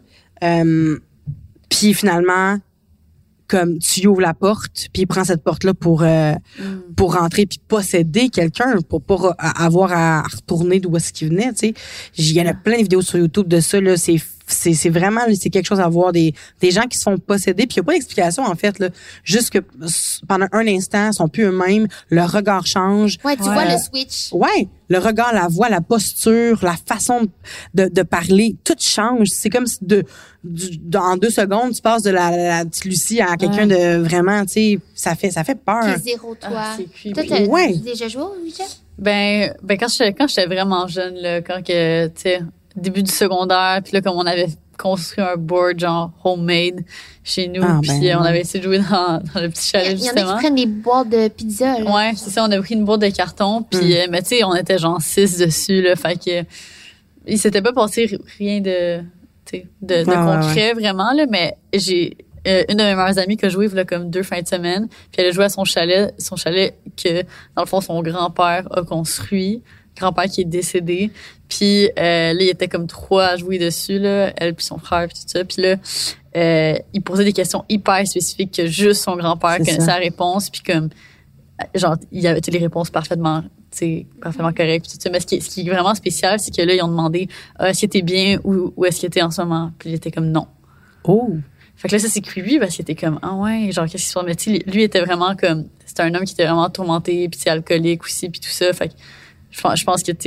Puis finalement, comme tu ouvres la porte, puis il prend cette porte-là pour rentrer puis posséder quelqu'un, pour pas avoir à retourner d'où est-ce qu'il venait, tu sais. Il y en a plein de vidéos sur YouTube de ça, là, c'est vraiment c'est quelque chose à voir, des gens qui se font posséder, puis il y a pas d'explication en fait là, juste que pendant un instant ils sont plus eux-mêmes, leur regard change. Ouais, tu vois le switch. Ouais, le regard, la voix, la posture, la façon de parler, tout change. C'est comme si en 2 secondes tu passes de la petite Lucie à quelqu'un de vraiment, tu sais, ça fait peur. Qui est 0 toi. Toi t'as déjà joué au Ouija? Ben quand j'étais vraiment jeune là, quand que tu sais début du secondaire, puis là, comme on avait construit un board genre homemade chez nous, puis on avait essayé de jouer dans le petit chalet, justement. Il y en a qui prennent des boîtes de pizza, là. Ouais, c'est ça, on a pris une boîte de carton, puis mais tu sais, on était genre 6 dessus, là, fait que il s'était pas passé rien de concret, vraiment, là, mais j'ai une de mes meilleures amies qui a joué là, comme 2 fins de semaine, puis elle a joué à son chalet que, dans le fond, son grand-père a construit, grand-père qui est décédé. Puis là, il était comme 3 à jouer dessus, là, elle puis son frère puis tout ça. Puis là, il posait des questions hyper spécifiques que juste son grand-père connaissait la réponse. Puis comme, genre, il y avait les réponses parfaitement correctes. Puis tout ça. Mais ce qui est vraiment spécial, c'est que là, ils ont demandé est-ce que t'es bien ou est-ce que t'es en ce moment? Puis il était comme non. Oh! Fait que là, ça s'est creepy parce qu'il était comme ah ouais, genre qu'est-ce qui se passe? Mais tu sais, lui était vraiment comme, c'était un homme qui était vraiment tourmenté, puis alcoolique aussi, puis tout ça. Fait que je pense que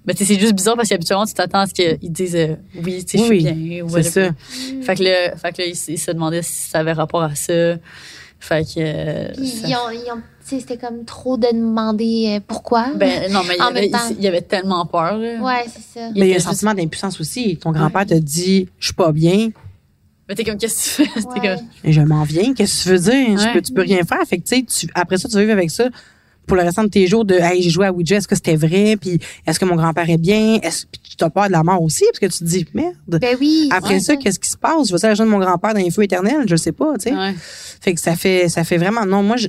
Mais tu sais, c'est juste bizarre parce qu'habituellement, tu t'attends à ce qu'ils disent oui, tu sais, je suis bien. Ou c'est ça. Fait que là, il se demandait si ça avait rapport à ça. Fait que. Ils ont c'était comme trop de demander pourquoi. Ben, non, mais il y avait tellement peur, là. Ouais, c'est ça. Mais il y a un sentiment d'impuissance aussi. Ton grand-père te dit, je suis pas bien. Mais t'es comme, qu'est-ce que tu fais? Ouais. T'es comme, Je m'en viens. Qu'est-ce que tu veux dire? Ouais. Tu peux rien faire. Fait que, tu sais, après ça, tu vas vivre avec ça pour le restant de tes jours de, hey, j'ai joué à Ouija. Est-ce que c'était vrai? Puis, est-ce que mon grand-père est bien? Puis tu as peur de la mort aussi parce que tu te dis, merde. Ben oui. Après ça, qu'est-ce qui se passe? Je vais rejoindre mon grand-père dans les feux éternels? Je sais pas, tu sais. ouais. Fait que ça fait vraiment, non, moi,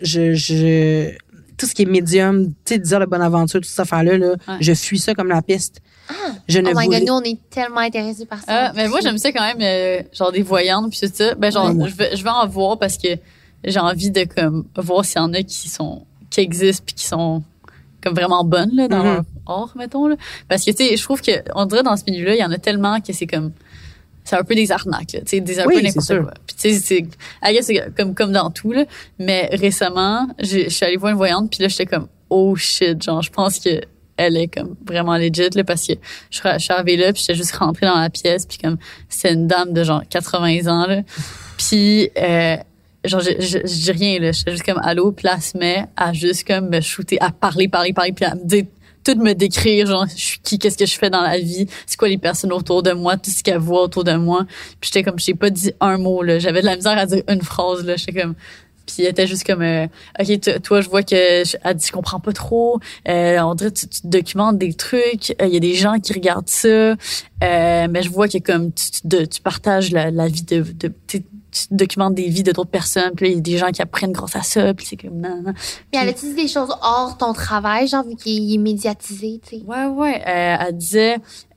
je tout ce qui est médium, tu sais, dire le bonne aventure, toute cette affaire-là, là, je fuis ça comme la piste. Je ne Oh my voulais- God, nous, on est tellement intéressés par ça. Mais moi, j'aime ça quand même, genre des voyantes puis tout ça. Ben, genre, je vais en voir parce que j'ai envie de, comme, voir s'il y en a qui existent puis qui sont, comme, vraiment bonnes, là, dans leur art, mettons, là. Parce que, tu sais, je trouve que, on dirait dans ce milieu-là, il y en a tellement que c'est comme, c'est un peu des arnaques, là, tu sais, un Oui, peu c'est n'importe sûr. quoi. Puis, tu sais, c'est comme dans tout, là. Mais récemment, je suis allée voir une voyante puis là, j'étais comme, oh shit, genre, je pense que elle est comme vraiment legit, là, parce que je suis arrivée là puis j'étais juste rentrée dans la pièce puis comme, c'est une dame de genre 80 ans, là. Puis, genre, je dis rien, là. J'étais juste comme, allô, place, mais à juste comme me shooter, à parler, puis à me dire, tout me décrire, genre, je suis qui, qu'est-ce que je fais dans la vie, c'est quoi les personnes autour de moi, tout ce qu'elle voit autour de moi. Puis j'étais comme, j'ai pas dit un mot, là. J'avais de la misère à dire une phrase, là. J'étais comme, puis elle était juste comme, OK, toi, je vois que, elle dit, je comprends pas trop, on dirait que tu documentes des trucs, il y a des gens qui regardent ça, mais je vois que comme, tu partages la vie tu documentes des vies de d'autres personnes, puis là, il y a des gens qui apprennent grâce à ça, puis c'est comme, non. Puis elle a-tu dit des choses hors ton travail, genre, vu qu'il est médiatisé, tu sais? Ouais. Elle disait,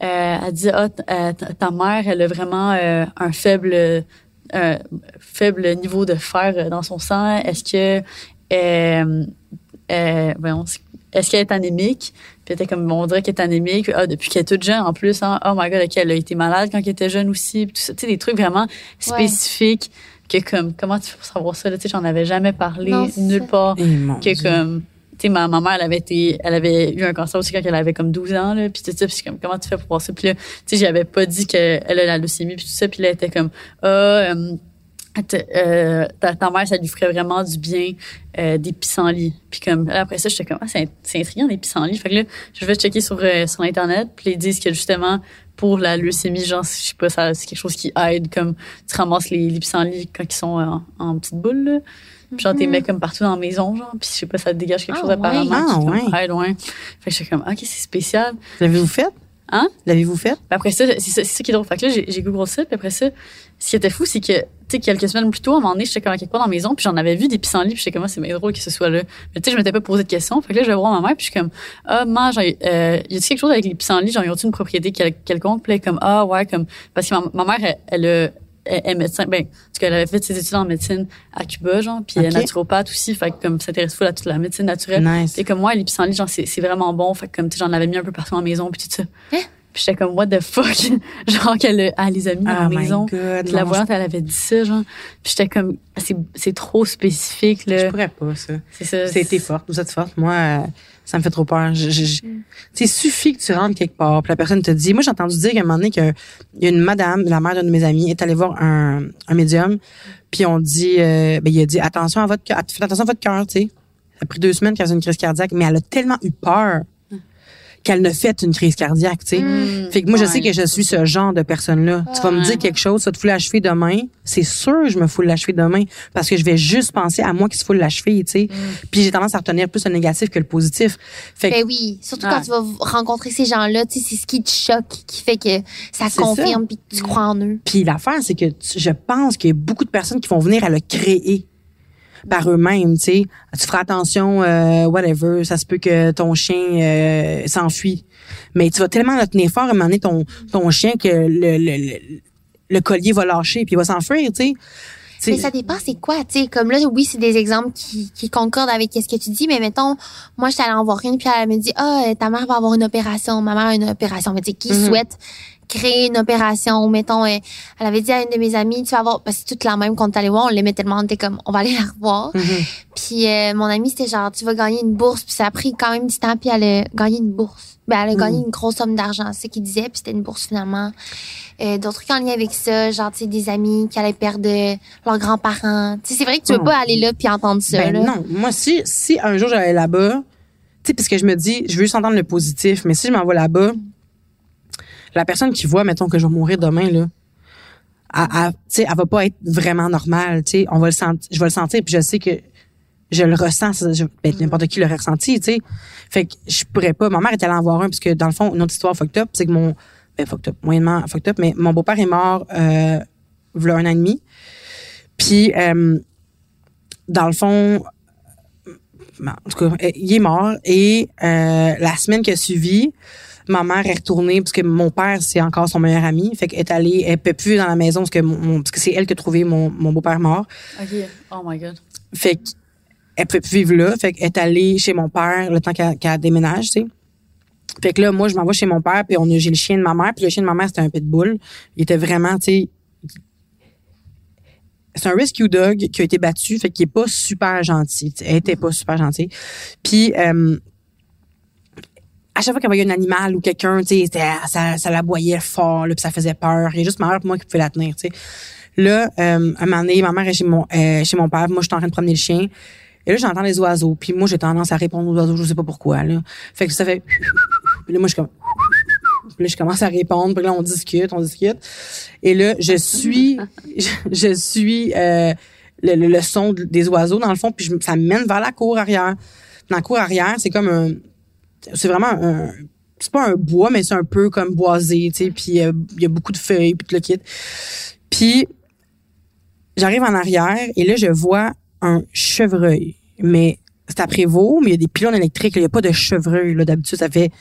ta mère, elle a vraiment un faible niveau de fer dans son sang. Est-ce que est-ce qu'elle est anémique? Puis elle était comme, on dirait qu'elle est anémique. Depuis qu'elle est toute jeune, en plus, hein. Oh my God, OK, elle a été malade quand elle était jeune aussi. Puis tout ça, tu sais, des trucs vraiment spécifiques que comme, comment tu fais pour savoir ça? Tu sais, j'en avais jamais parlé nulle part. Que comme, tu sais, ma mère, elle avait eu un cancer aussi quand elle avait comme 12 ans, là. Puis tout ça, puis comme, comment tu fais pour voir ça? Puis là, tu sais, j'avais pas dit qu'elle a la leucémie, puis tout ça. Puis là, elle était comme, ta mère, ça lui ferait vraiment du bien des pissenlits. Puis comme après ça, j'étais comme, c'est intriguant des pissenlits. Fait que là, je vais checker sur Internet, puis ils disent que justement, pour la leucémie, genre, je sais pas, ça, c'est quelque chose qui aide, comme tu ramasses les pissenlits quand ils sont en petites boules, là. Puis genre, t'es mets comme partout dans la maison, genre, puis je sais pas, ça te dégage quelque chose apparemment. Aide, ouais. Fait que j'étais comme, OK, c'est spécial. L'avez-vous fait? Hein? L'avez-vous fait? Puis après ça, c'est ça qui est drôle. Fait que là, j'ai googlé ça, puis après ça, ce qui était fou, c'est que, tu sais, quelques semaines plus tôt, à un moment donné, j'étais comme à quelque part dans la maison, puis j'en avais vu des pissenlits, puis j'étais comme, c'est bien drôle que ce soit là. Mais tu sais, je m'étais pas posé de questions. Fait que là, je vais voir ma mère, puis je suis comme, maman, y a-t-il quelque chose avec les pissenlits? Genre, y a-t-il une propriété quelconque? Puis là, comme, ouais, comme, parce que ma mère, elle est médecin, ben, parce qu'elle avait fait ses études en médecine à Cuba, genre, puis elle est naturopathe aussi, fait que comme s'intéresse full à toute la médecine naturelle. Nice. Et comme moi, les pissenlits, genre, c'est vraiment bon, fait que comme, tu sais, j'en avais mis un peu partout dans la maison, puis tout ça. Puis j'étais comme, what the fuck? Genre, qu'elle les a mis dans la maison. Puis la voyante, elle avait dit ça, genre. Puis j'étais comme, c'est trop spécifique, là. Je pourrais pas, ça. C'est ça. C'était forte. Vous êtes forte. Moi, ça me fait trop peur. Tu sais, suffit que tu rentres quelque part, puis la personne te dit, moi, j'ai entendu dire qu'à un moment donné qu'il y a une madame, la mère d'un de mes amis, est allée voir un médium, puis on dit, il a dit, attention à votre cœur, faites attention à votre cœur, tu sais. Ça a pris 2 semaines qu'elle a une crise cardiaque, mais elle a tellement eu peur qu'elle ne fait une crise cardiaque, tu sais. Fait que moi, je sais que je suis ce genre de personne-là. Tu vas me dire quelque chose, ça te fout la cheville demain. C'est sûr, je me fous la cheville demain parce que je vais juste penser à moi qui se fout la cheville, tu sais. Puis j'ai tendance à retenir plus le négatif que le positif. Fait que, Ben oui, surtout quand tu vas rencontrer ces gens-là, tu sais, c'est ce qui te choque, qui fait que ça confirme puis que tu crois en eux. Puis l'affaire, c'est que je pense qu'il y a beaucoup de personnes qui vont venir à le créer par eux-mêmes, tu sais. Tu feras attention, whatever, ça se peut que ton chien s'enfuit. Mais tu vas tellement le tenir fort à un moment donné, ton chien, que le collier va lâcher puis il va s'enfuir, tu sais. Mais ça dépend, c'est quoi, tu sais. Comme là, oui, c'est des exemples qui concordent avec ce que tu dis, mais mettons, moi, j'étais allée en voir une, puis elle me dit, ta mère va avoir une opération, ma mère a une opération. Mais tu sais, qui souhaite créer une opération, mettons, elle avait dit à une de mes amies, tu vas voir, parce que c'est toute la même qu'on est allé voir, on l'aimait tellement, on était comme, on va aller la revoir. Puis mon amie, c'était genre, tu vas gagner une bourse, puis ça a pris quand même du temps, puis elle a gagné une bourse. Ben, elle a gagné une grosse somme d'argent, c'est ce qu'il disait, puis c'était une bourse finalement. D'autres trucs en lien avec ça, genre, tu sais, des amis qui allaient perdre leurs grands-parents. Tu sais, c'est vrai que tu veux pas aller là puis entendre ça, Ben là. non, moi, si un jour j'allais là-bas, tu sais, parce que je me dis, je veux juste entendre le positif, mais si je m'en vais là-bas, la personne qui voit, mettons, que je vais mourir demain, là, tu sais, elle va pas être vraiment normale, tu sais, je vais le sentir, puis je sais que je le ressens, n'importe qui l'aurait ressenti, tu sais. Fait que je pourrais pas, ma mère est allée en voir un, parce que dans le fond, une autre histoire fucked up, c'est que moyennement fucked up, mais mon beau-père est mort, v'là 1 an et demi. Puis, dans le fond, en tout cas, il est mort, et la semaine qui a suivi, ma mère est retournée parce que mon père, c'est encore son meilleur ami. Fait qu'elle est allée, elle peut plus vivre dans la maison parce que c'est elle qui a trouvé mon beau-père mort. OK. Oh my God. Fait qu'elle peut plus vivre là. Fait qu'elle est allée chez mon père le temps qu'elle déménage, tu sais. Fait que là, moi, je m'en vais chez mon père, puis j'ai le chien de ma mère, puis le chien de ma mère, c'était un pitbull. Il était vraiment, tu sais, c'est un rescue dog qui a été battu, fait qu'il est pas super gentil. Elle était pas super gentille. Puis, à chaque fois qu'elle voyait un animal ou quelqu'un, tu sais, ça l'aboyait fort, là, puis ça faisait peur. Il y a juste ma mère et moi qui pouvait la tenir, tu sais. Là, un moment donné, ma mère est chez mon père, moi, je suis en train de promener le chien. Et là, j'entends les oiseaux. Puis moi, j'ai tendance à répondre aux oiseaux, je sais pas pourquoi, là. Fait que ça fait... Puis là, moi, je suis comme... Puis là, je commence à répondre. Puis là, on discute. Et là, je suis le son des oiseaux, dans le fond, puis ça me mène vers la cour arrière. Dans la cour arrière, c'est comme c'est vraiment c'est pas un bois, mais c'est un peu comme boisé, tu sais, puis il y a beaucoup de feuilles, puis tout le kit. Puis j'arrive en arrière, et là, je vois un chevreuil. Mais c'est à Prévost, mais il y a des pylônes électriques, il n'y a pas de chevreuil, là. D'habitude, ça fait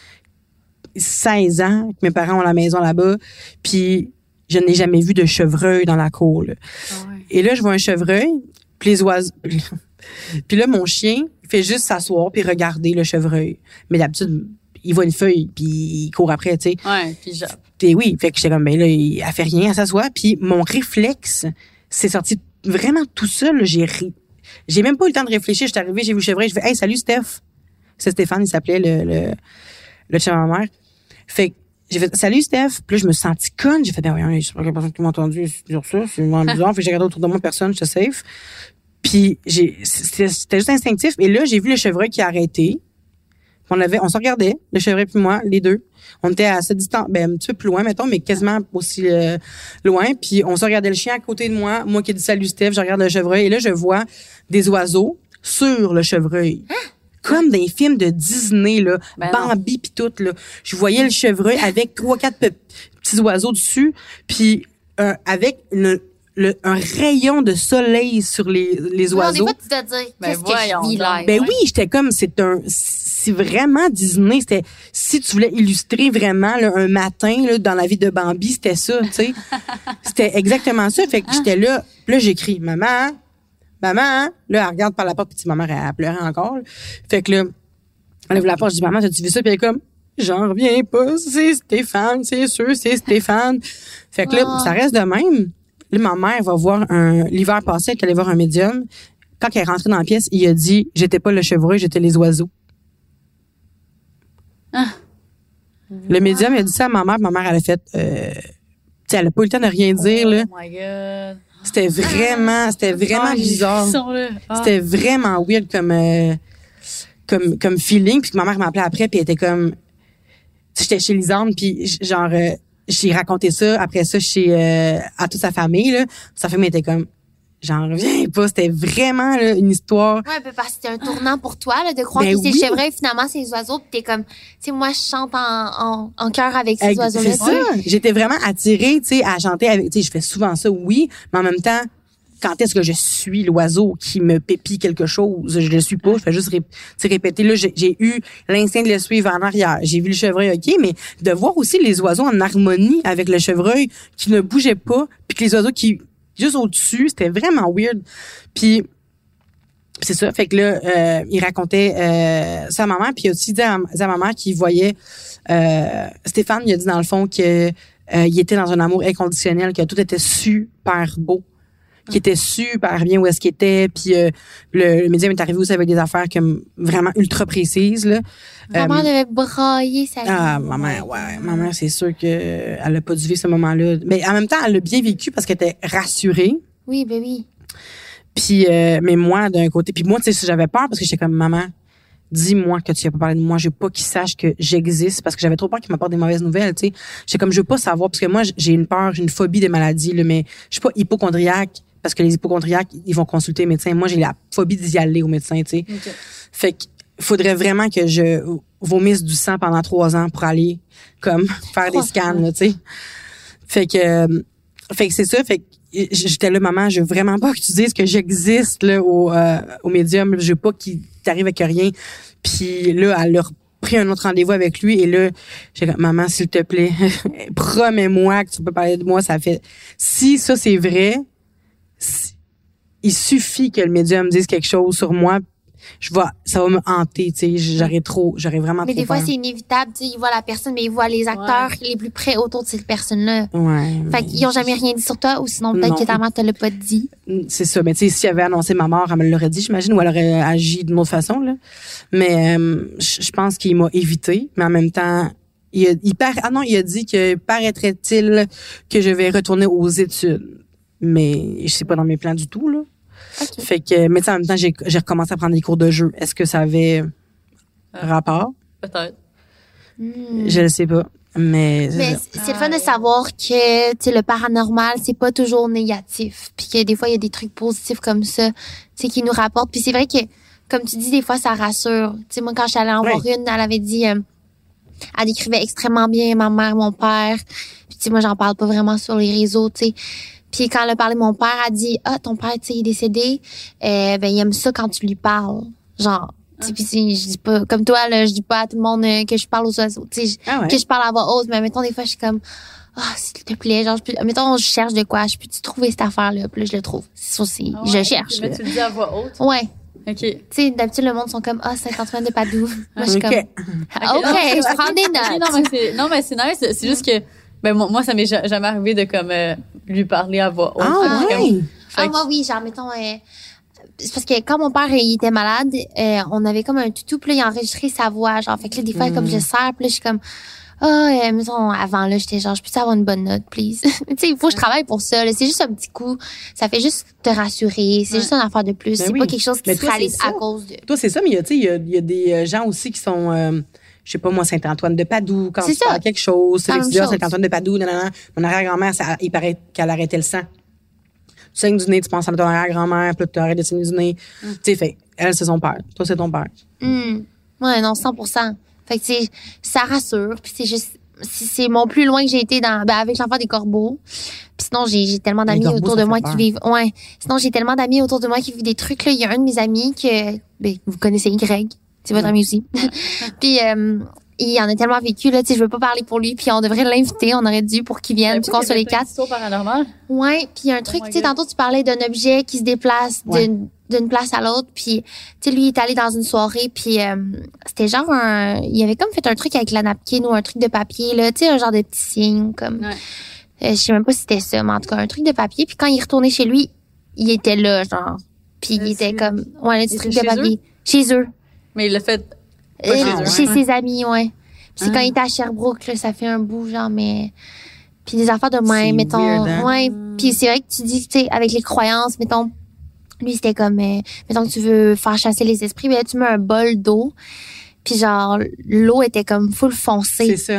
16 ans que mes parents ont la maison là-bas, puis je n'ai jamais vu de chevreuil dans la cour, là. Oh ouais. Et là, je vois un chevreuil, puis les oiseaux... Puis là, mon chien, il fait juste s'asseoir puis regarder le chevreuil. Mais d'habitude, il voit une feuille puis il court après, tu sais. Ouais, puis genre... Puis oui, fait que j'étais comme, ben là, elle fait rien, elle s'assoit. Puis mon réflexe, c'est sorti vraiment tout seul, là, j'ai ri. J'ai même pas eu le temps de réfléchir. J'étais arrivée, j'ai vu le chevreuil, je fais, hey, salut Steph. C'est Stéphane, il s'appelait le chien de ma mère. Fait que j'ai fait, salut Steph. Puis là, je me suis sentie conne. J'ai fait, ben oui, je sais pas quelle personne qui m'a entendu dire ça. C'est vraiment bizarre. Fait que j'ai regardé autour de moi, personne, j'étais safe. Puis c'était juste instinctif. Et là, j'ai vu le chevreuil qui a arrêté. On se regardait, le chevreuil puis moi, les deux. On était à cette distance, ben un petit peu plus loin, mettons, mais quasiment aussi loin. Puis on se regardait, le chien à côté de moi qui dis salut Steph, je regarde le chevreuil. Et là, je vois des oiseaux sur le chevreuil. Comme dans les films de Disney, là, Ben Bambi pis tout, là. Je voyais le chevreuil avec 3-4 petits oiseaux dessus, puis avec un rayon de soleil sur les Non, des oiseaux. fois, tu dois dire, Ben qu'est-ce que voyons je vis là? donc. Ben oui, j'étais comme, c'est vraiment Disney. C'était, si tu voulais illustrer vraiment, là, un matin, là, dans la vie de Bambi, c'était ça, tu sais. C'était exactement ça. Fait que j'étais là, j'écris, maman. Là, elle regarde par la porte, puis ma mère, elle pleurait encore, là. Fait que là, elle ouvre la porte, je dis, maman, t'as-tu vu ça? Puis elle est comme, j'en reviens pas, c'est Stéphane, c'est sûr, c'est Stéphane. Fait que là, ça reste de même. Là, ma mère va voir l'hiver passé, elle est allée voir un médium. Quand elle est rentrée dans la pièce, il a dit, j'étais pas le chevreuil, j'étais les oiseaux. Ah. Le médium, il a dit ça à ma mère, elle a fait, tu sais, elle a pas eu le temps de rien dire, là. Oh my God. C'était vraiment Ah, j'ai bizarre. des frissons, là. Ah. C'était vraiment weird comme feeling. Puis que ma mère m'appelait après, puis elle était comme... J'étais chez Lisande, puis genre... j'ai raconté ça, après ça, à toute sa famille, là. Sa famille était comme... J'en reviens pas. C'était vraiment là, une histoire... Ouais, parce que c'était un tournant pour toi, là, de croire Ben que c'est oui. le chevreuil, finalement, c'est les oiseaux, pis t'es comme, tu sais, moi, je chante en chœur avec ces oiseaux-là. C'est ça. J'étais vraiment attirée, tu sais, à chanter avec... Tu sais, je fais souvent ça, oui, mais en même temps... Quand est-ce que je suis l'oiseau qui me pépit quelque chose? Je le suis pas. Je fais juste répéter. Là, j'ai eu l'instinct de le suivre en arrière. J'ai vu le chevreuil, OK, mais de voir aussi les oiseaux en harmonie avec le chevreuil qui ne bougeait pas, puis que les oiseaux qui juste au-dessus, c'était vraiment weird. Puis c'est ça. Fait que là, il racontait ça à ma mère, puis il a aussi dit à ma mère qu'il voyait... Stéphane, il a dit dans le fond que il était dans un amour inconditionnel, que tout était super beau, qui était super bien où est-ce qu'il était, puis le médium est arrivé aussi avec des affaires comme vraiment ultra précises, là. Maman devait brailler sa vie. Ah, ma mère, c'est sûr que elle a pas dû vivre ce moment-là. Mais en même temps, elle l'a bien vécu parce qu'elle était rassurée. Oui, ben oui. Puis, mais moi, d'un côté, puis moi, tu sais, j'avais peur parce que j'étais comme, maman, dis-moi que tu n'as pas parlé de moi. Je veux pas qu'il sache que j'existe parce que j'avais trop peur qu'il m'apporte des mauvaises nouvelles, tu sais. J'étais comme, je veux pas savoir parce que moi, j'ai une peur, j'ai une phobie des maladies, là, mais je suis pas hypochondriaque parce que les hypochondriaques, ils vont consulter les médecins. Moi, j'ai la phobie d'y aller au médecin, tu sais. Okay. Fait que faudrait vraiment que je vomisse du sang pendant 3 ans pour aller, comme, faire des scans, là, tu sais. Fait que c'est ça, fait que j'étais là, maman, je veux vraiment pas que tu dises que j'existe, là, au médium. Je veux pas qu'il t'arrive avec rien. Puis là, elle a pris un autre rendez-vous avec lui et là, j'ai dit, maman, s'il te plaît, promets-moi que tu peux parler de moi. Ça fait, si ça c'est vrai, il suffit que le médium dise quelque chose sur moi, ça va me hanter, tu sais, j'aurais vraiment mais trop des fois, peur. c'est inévitable, tu sais, ils voient la personne, mais ils voient les acteurs les plus près autour de cette personne-là. Ouais. Fait qu'ils ont jamais rien dit sur toi, ou sinon peut-être Non. que ta mère te l'a pas dit. C'est ça, mais tu sais, si elle avait annoncé ma mort, elle me l'aurait dit, j'imagine, ou elle aurait agi d'une autre façon, là. Mais je pense qu'il m'a évité, mais en même temps, il a dit que paraîtrait-il que je vais retourner aux études. Mais c'est pas dans mes plans du tout, là. Okay. Fait que, mais tu sais, en même temps, j'ai recommencé à prendre des cours de jeu. Est-ce que ça avait rapport? Peut-être. Je le sais pas. Mais c'est le fun de savoir que, tu sais, le paranormal, c'est pas toujours négatif. Puis que des fois, il y a des trucs positifs comme ça, tu sais, qui nous rapportent. Puis c'est vrai que, comme tu dis, des fois, ça rassure. Tu sais, moi, quand je suis allée en voir une, elle avait dit, elle décrivait extrêmement bien ma mère, mon père. Puis tu sais, moi, j'en parle pas vraiment sur les réseaux, tu sais. Puis quand elle a parlé de mon père, elle a dit, ton père, tu sais, il est décédé. Ben, il aime ça quand tu lui parles. Genre, puis je dis pas, comme toi, là, je dis pas à tout le monde que je parle aux oiseaux. Tu sais, que je parle à voix haute. Mais mettons, des fois, je suis comme, s'il te plaît, genre, mettons, je cherche de quoi, je peux-tu trouver cette affaire-là? Puis là, je le trouve. C'est ça aussi. Je cherche. Mais tu le dis à voix haute? Ouais. OK. Tu sais, d'habitude, le monde sont comme, 50 mètres de Padoue. Moi, je suis comme, OK, je prends des notes. Non, mais c'est nice. C'est juste que, ben, moi, ça m'est jamais arrivé de, comme, lui parler à voix haute. Moi, oui, genre, mettons, c'est parce que quand mon père, il était malade, on avait comme un toutou, puis là, il a enregistré sa voix, genre, fait que là, des fois, comme je sers, puis là, je suis comme, mettons, avant, là, j'étais genre, je peux avoir une bonne note, please? Tu sais, il faut que je travaille pour ça, là. C'est juste un petit coup. Ça fait juste te rassurer. C'est juste une affaire de plus. C'est pas quelque chose qui se réalise à cause de. Toi, c'est ça, mais il y a des gens aussi qui sont, je sais pas, moi, Saint-Antoine de Padoue, quand tu parles quelque chose, c'est Saint-Antoine de Padoue, nanana. Mon arrière-grand-mère, il paraît qu'elle arrêtait le sang. Tu saignes du nez, tu penses à ton arrière-grand-mère, puis là, tu arrêtes de saigner du nez. Tu sais, fait, elle, c'est son père. Toi, c'est ton père. Ouais, non, 100%. Fait que, ça rassure, puis c'est juste, c'est mon plus loin que j'ai été avec l'enfant des corbeaux. Puis sinon, j'ai tellement d'amis autour de moi qui vivent, sinon, j'ai tellement d'amis autour de moi qui vivent des trucs, là. Il y a un de mes amis que, vous connaissez Y. C'est votre ami aussi. Puis, il en a tellement vécu, là, tu sais, je veux pas parler pour lui, puis on devrait l'inviter, on aurait dû pour qu'il vienne, puis qu'on soit les 4. C'est paranormal? Ouais, puis il y a un truc, tu sais, tantôt tu parlais d'un objet qui se déplace d'une place à l'autre, puis tu sais, lui il est allé dans une soirée, puis c'était genre il avait comme fait un truc avec la napkin ou un truc de papier, là, tu sais, un genre de petit signe, comme, je sais même pas si c'était ça, mais en tout cas, un truc de papier, puis quand il est retourné chez lui, il était là, genre, puis il était comme, le petit truc de papier. Chez eux. Mais il l'a fait chez ses amis, Puis c'est quand il était à Sherbrooke, là, ça fait un bout, genre, mais... Puis des affaires de même, mettons... Weird, hein? Puis c'est vrai que tu dis, tu sais, avec les croyances, mettons... Lui, c'était comme... mettons que tu veux faire chasser les esprits, mais là, tu mets un bol d'eau. Puis genre, l'eau était comme full foncée. C'est ça.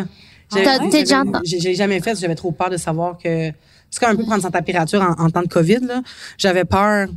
J'ai jamais fait, j'avais trop peur de savoir que... C'est comme un peu prendre sa température en temps de COVID, là. J'avais peur...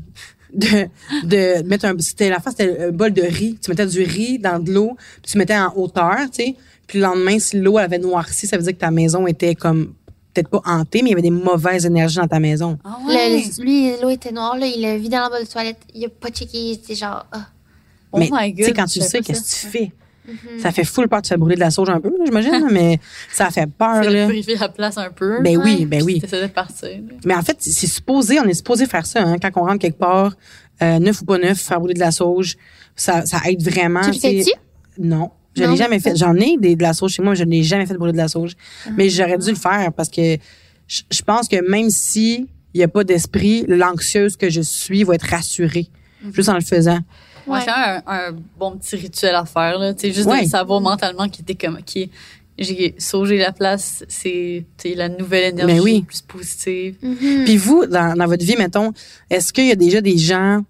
de mettre c'était un bol de riz. Tu mettais du riz dans de l'eau, puis tu mettais en hauteur, tu sais. Puis le lendemain, si l'eau avait noirci, ça veut dire que ta maison était comme peut-être pas hantée, mais il y avait des mauvaises énergies dans ta maison. Lui, l'eau était noire, là, il l'a vidé dans le bol de toilette. Il a pas checké, il était genre... Mais tu sais, quand tu le sais, qu'est-ce que tu fais? Ça fait full peur de te faire brûler de la sauge un peu, là, j'imagine, mais ça fait peur. Ça là. purifier la place un peu. Ben oui. T'essaies de partir. Mais en fait, on est supposé faire ça, hein, quand on rentre quelque part, neuf ou pas neuf, faire brûler de la sauge, ça aide vraiment. Tu le fais-tu? Non. Je l'ai jamais fait. J'en ai de la sauge chez moi, mais je n'ai jamais fait de brûler de la sauge. Mais j'aurais dû le faire parce que je pense que même si il n'y a pas d'esprit, l'anxieuse que je suis va être rassurée juste en le faisant. Ouais, c'est un bon petit rituel à faire, là. Tu sais, juste de savoir mentalement qu'il était comme, OK, j'ai saugé la place, c'est la nouvelle énergie plus positive. Puis vous, dans votre vie, mettons, est-ce qu'il y a déjà des gens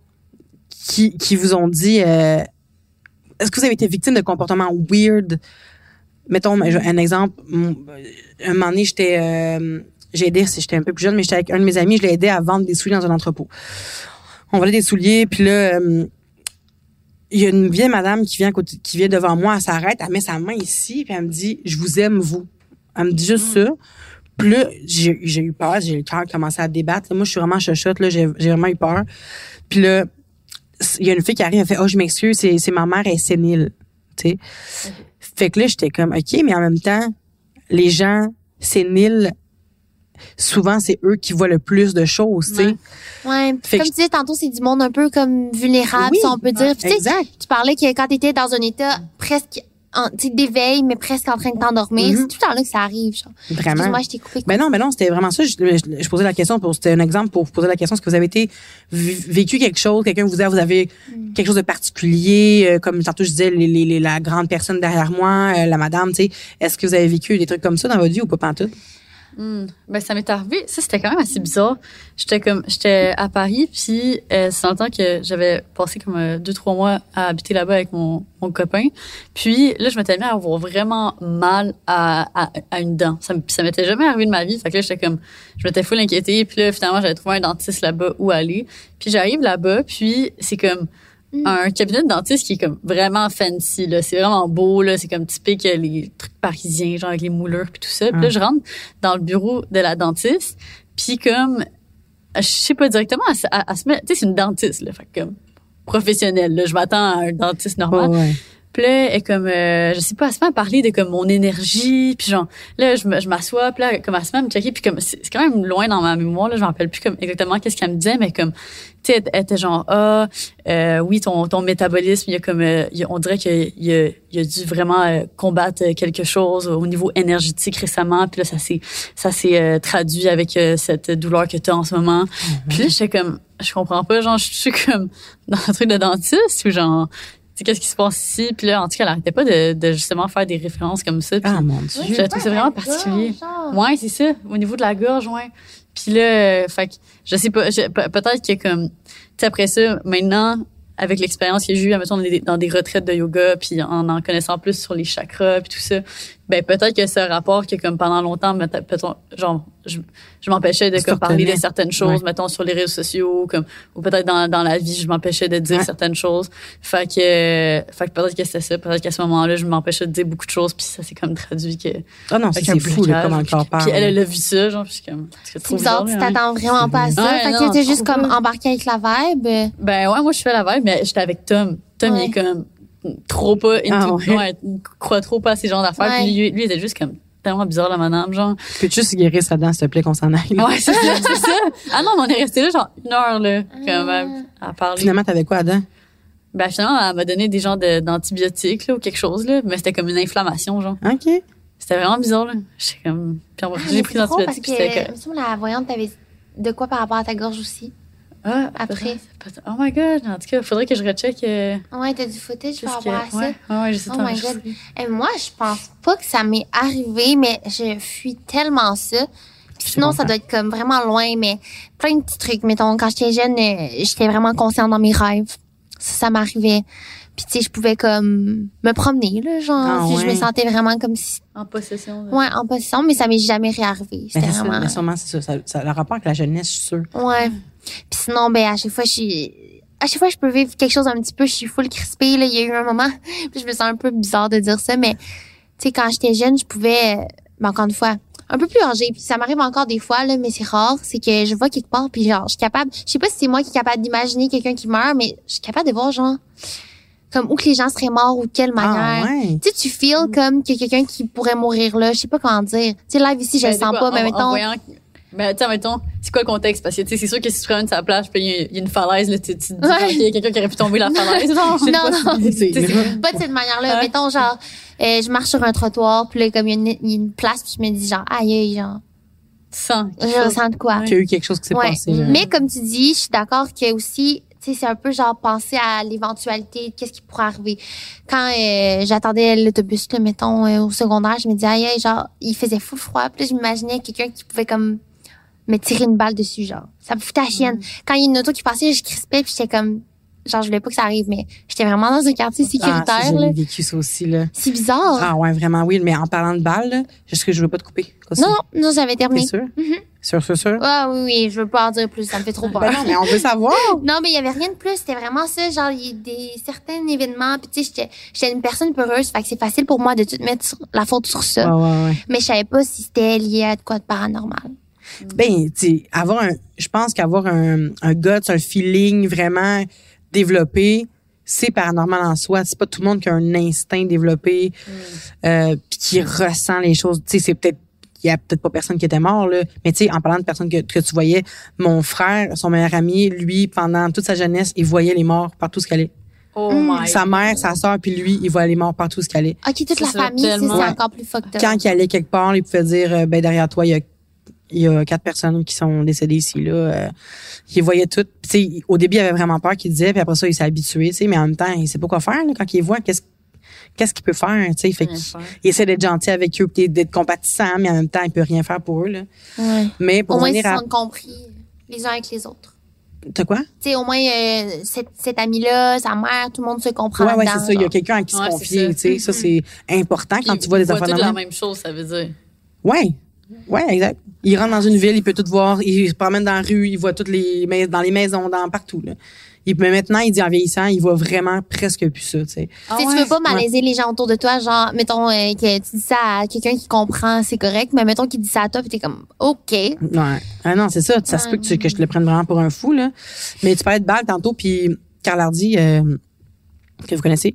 qui vous ont dit, est-ce que vous avez été victime de comportements weird? Mettons, un exemple, un moment donné, j'ai aidé, j'étais un peu plus jeune, mais j'étais avec un de mes amis, je l'ai aidé à vendre des souliers dans un entrepôt. On vendait des souliers, puis là, il y a une vieille madame qui vient devant moi, elle s'arrête, elle met sa main ici, puis elle me dit, je vous aime, vous. Elle me dit juste ça. Puis là, j'ai eu peur, j'ai le cœur commencé à débattre. Là, moi, je suis vraiment chochotte, là, j'ai vraiment eu peur. Puis là, il y a une fille qui arrive, elle fait, je m'excuse, c'est ma mère, elle est sénile. Tu sais. Fait que là, j'étais comme, OK, mais en même temps, les gens séniles, souvent, c'est eux qui voient le plus de choses, tu sais. Ouais. Comme tu disais tantôt, c'est du monde un peu comme vulnérable, si on peut dire. Puis, tu sais, tu parlais que quand t'étais dans un état presque d'éveil, mais presque en train de t'endormir, c'est tout le temps là que ça arrive, genre. Vraiment. Excuse-moi, je t'ai coupé. Ben non, c'était vraiment ça. Je posais la question c'était un exemple pour vous poser la question. Est-ce que vous avez été vécu quelque chose, quelqu'un vous avez quelque chose de particulier, comme tantôt je disais, la grande personne derrière moi, la madame, tu sais. Est-ce que vous avez vécu des trucs comme ça dans votre vie ou pas pantoute? Ben ça m'est arrivé, ça c'était quand même assez bizarre. J'étais à Paris, puis c'est dans le temps que j'avais passé comme 2-3 mois à habiter là-bas avec mon copain. Puis là je m'étais mis à avoir vraiment mal à une dent. Ça m'était jamais arrivé de ma vie. Fait que là je m'étais full inquiétée. Puis là finalement j'avais trouvé un dentiste là-bas où aller. Puis j'arrive là-bas, puis c'est comme un cabinet de dentiste qui est comme vraiment fancy, là. C'est vraiment beau, là. C'est comme typique les trucs parisiens, genre avec les moulures puis tout ça. Puis là, je rentre dans le bureau de la dentiste, puis comme, je sais pas directement, elle se met, tu sais, c'est une dentiste, là. Fait comme, professionnelle, là. Je m'attends à un dentiste normal. Puis là, elle est comme, je sais pas, elle se met à parler de comme mon énergie, puis genre, là, je m'assois, puis là, comme elle se met à me checker, puis comme, c'est quand même loin dans ma mémoire, là, je m'en rappelle plus comme exactement qu'est-ce qu'elle me disait, mais comme, tu sais, elle était genre, oui, ton métabolisme, il y a comme, on dirait qu'il y a dû vraiment combattre quelque chose au niveau énergétique récemment, puis là, ça s'est traduit avec cette douleur que tu as en ce moment. Puis là, j'étais comme, je comprends pas, genre, je suis comme dans un truc de dentiste ou genre, qu'est-ce qui se passe ici? Puis là, en tout cas, elle arrêtait pas de justement faire des références comme ça. Puis mon Dieu. Je trouve c'est vraiment particulier. Ouais, c'est ça. Au niveau de la gorge, ouais. Puis là, fait que, je sais pas, peut-être que comme, tu sais, après ça, maintenant, avec l'expérience que j'ai eue, admettons, dans des retraites de yoga, puis en connaissant plus sur les chakras, puis tout ça, ben peut-être que ce rapport que comme pendant longtemps, mettons, genre, je m'empêchais de comme parler de certaines choses, mettons, sur les réseaux sociaux, comme, ou peut-être dans la vie, je m'empêchais de dire certaines choses. Fait que peut-être que c'était ça. Peut-être qu'à ce moment-là, je m'empêchais de dire beaucoup de choses, puis ça s'est comme traduit que. Ah non, c'est fou, là, comment le corps parle. Puis elle a vu ça, genre, puis comme. C'est bizarre, tu t'attends vraiment pas à ça. Fait que t'étais juste comme embarqué avec la vibe. Ben ouais, moi, je fais la vibe, mais j'étais avec Tom. Tom, il est comme trop pas into, il croit trop pas à ces genres d'affaires. Puis lui, il était juste comme tellement bizarre, la madame, genre. Peux-tu juste guérir sa dent, s'il te plaît, qu'on s'en aille? Ouais, c'est ça. Ah non, mais on est resté là, genre, 1 heure, là, comme, à parler. Finalement, t'avais quoi à dent? Ben, finalement, elle m'a donné des genres d'antibiotiques, là, ou quelque chose, là, mais c'était comme une inflammation, genre. OK. C'était vraiment bizarre, là. J'étais comme, puis j'ai pris l'antibiotique, puis c'était que. Il me semble la voyante, t'avais de quoi par rapport à ta gorge aussi? Ah, après. Oh my god, en tout cas, il faudrait que je recheck. Ouais, t'as du footage par rapport à ça. Ouais, j'ai ça. Oh my god. Et moi, je pense pas que ça m'est arrivé, mais je fuis tellement ça. Puis sinon, ça doit être comme vraiment loin, mais plein de petits trucs. Mettons, quand j'étais jeune, j'étais vraiment consciente dans mes rêves. Ça m'arrivait. Puis tu sais, je pouvais comme me promener, là, genre, si je me sentais vraiment comme si... En possession. Ouais, en possession, mais ça m'est jamais réarrivé. C'était vraiment... Mais sûrement, c'est ça. Ça a le rapport avec la jeunesse, je suis sûre. Ouais. Puis sinon, ben à chaque fois, je peux vivre quelque chose un petit peu, je suis full crispée, là. Il y a eu un moment, puis je me sens un peu bizarre de dire ça, mais tu sais, quand j'étais jeune, je pouvais, encore une fois, un peu plus âgée, puis ça m'arrive encore des fois, là, mais c'est rare, c'est que je vois quelque part, puis genre, je suis capable, je sais pas si c'est moi qui est capable d'imaginer quelqu'un qui meurt, mais je suis capable de voir, genre, comme où que les gens seraient morts ou de quelle manière. Tu sais, tu feels comme qu'il y a quelqu'un qui pourrait mourir là, je sais pas comment dire. Tu sais, live ici, je le sens pas, mais mettons... Ben, tu sais, mettons, c'est quoi le contexte? Parce que, tu sais, c'est sûr que si tu promènes sur la plage, puis il y a une falaise, là, tu te dis, il y a quelqu'un qui aurait pu tomber la falaise. Non, C'est pas de cette manière-là. Mettons, genre, je marche sur un trottoir, puis là, comme il y a une place, puis je me dis, genre, aïe, genre. Tu sens. Je ressens de quoi. qu'il y a eu quelque chose qui s'est passé. Genre. Mais comme tu dis, je suis d'accord que aussi, tu sais, c'est un peu genre penser à l'éventualité, qu'est-ce qui pourrait arriver. Quand j'attendais l'autobus, là, mettons, au secondaire, je me disais, aïe, genre, il faisait fou froid. Puis là, je m'imaginais quelqu'un qui pouvait comme me tirer une balle dessus, genre. Ça me foutait la chienne. Quand il y a une auto qui passait, je crispais, puis j'étais comme, genre, je voulais pas que ça arrive, mais j'étais vraiment dans un quartier sécuritaire, ça, là. j'ai vécu ça aussi, là. C'est bizarre. Ah ouais, vraiment, oui. Mais en parlant de balles, là, est-ce que je veux pas te couper? Non, j'avais terminé. T'es sûr? Sûr? Ah oui, je veux pas en dire plus, ça me fait trop peur. Ben non, mais on veut savoir. Non, mais il y avait rien de plus. C'était vraiment ça. Genre, il y a certains événements. Puis, tu sais, j'étais une personne peureuse. Fait que c'est facile pour moi de tout mettre la faute sur ça. Ouais. Mais je savais pas si c'était lié à quoi de paranormal. Ben, tu sais, je pense qu'avoir un guts, un feeling vraiment développé, c'est paranormal en soi. C'est pas tout le monde qui a un instinct développé, puis qui ressent les choses. Tu sais, c'est peut-être, il y a peut-être pas personne qui était mort, là. Mais tu sais, en parlant de personnes que tu voyais, mon frère, son meilleur ami, lui, pendant toute sa jeunesse, il voyait les morts partout où il allait. Oh my Sa mère, sa sœur, puis lui, il voyait les morts partout où il allait. OK, toute la Ça, famille, c'est tellement- encore plus fucked up. Quand il allait quelque part, il pouvait dire, ben, derrière toi, il y a 4 personnes qui sont décédées ici, là. Il voyait tout. Tu sais, au début, il avait vraiment peur qu'il disait, puis après ça, il s'est habitué, tu sais, mais en même temps, il sait pas quoi faire, là, quand il voit, qu'est-ce qu'il peut faire, tu sais. Fait qu'il essaie d'être gentil avec eux, puis d'être compatissant, mais en même temps, il peut rien faire pour eux, là. Ouais. Mais pour Au moins, ils venir se à... sentent compris les uns avec les autres. T'as quoi? Tu sais, au moins, cet ami-là, sa mère, tout le monde se comprend Ouais, là-dedans. c'est ça. Il y a genre. quelqu'un à qui se Ouais, confier, c'est tu sais. Ça, c'est important quand tu vois des affaires toutes de la même. même chose, ça veut dire. Ouais, exact. Il rentre dans une ville, il peut tout voir. Il se promène dans la rue, il voit dans les maisons, partout, là. Mais maintenant, il dit en vieillissant, il voit vraiment presque plus ça, tu sais. Tu sais, tu veux pas malaiser les gens autour de toi, genre, mettons, que tu dis ça à quelqu'un qui comprend, c'est correct, mais mettons qu'il dit ça à toi, puis t'es comme, OK. Ouais. Ah non, c'est ça. Ça se peut que je te le prenne vraiment pour un fou, là. Mais tu parlais de balles tantôt, puis Karl Hardy, que vous connaissez,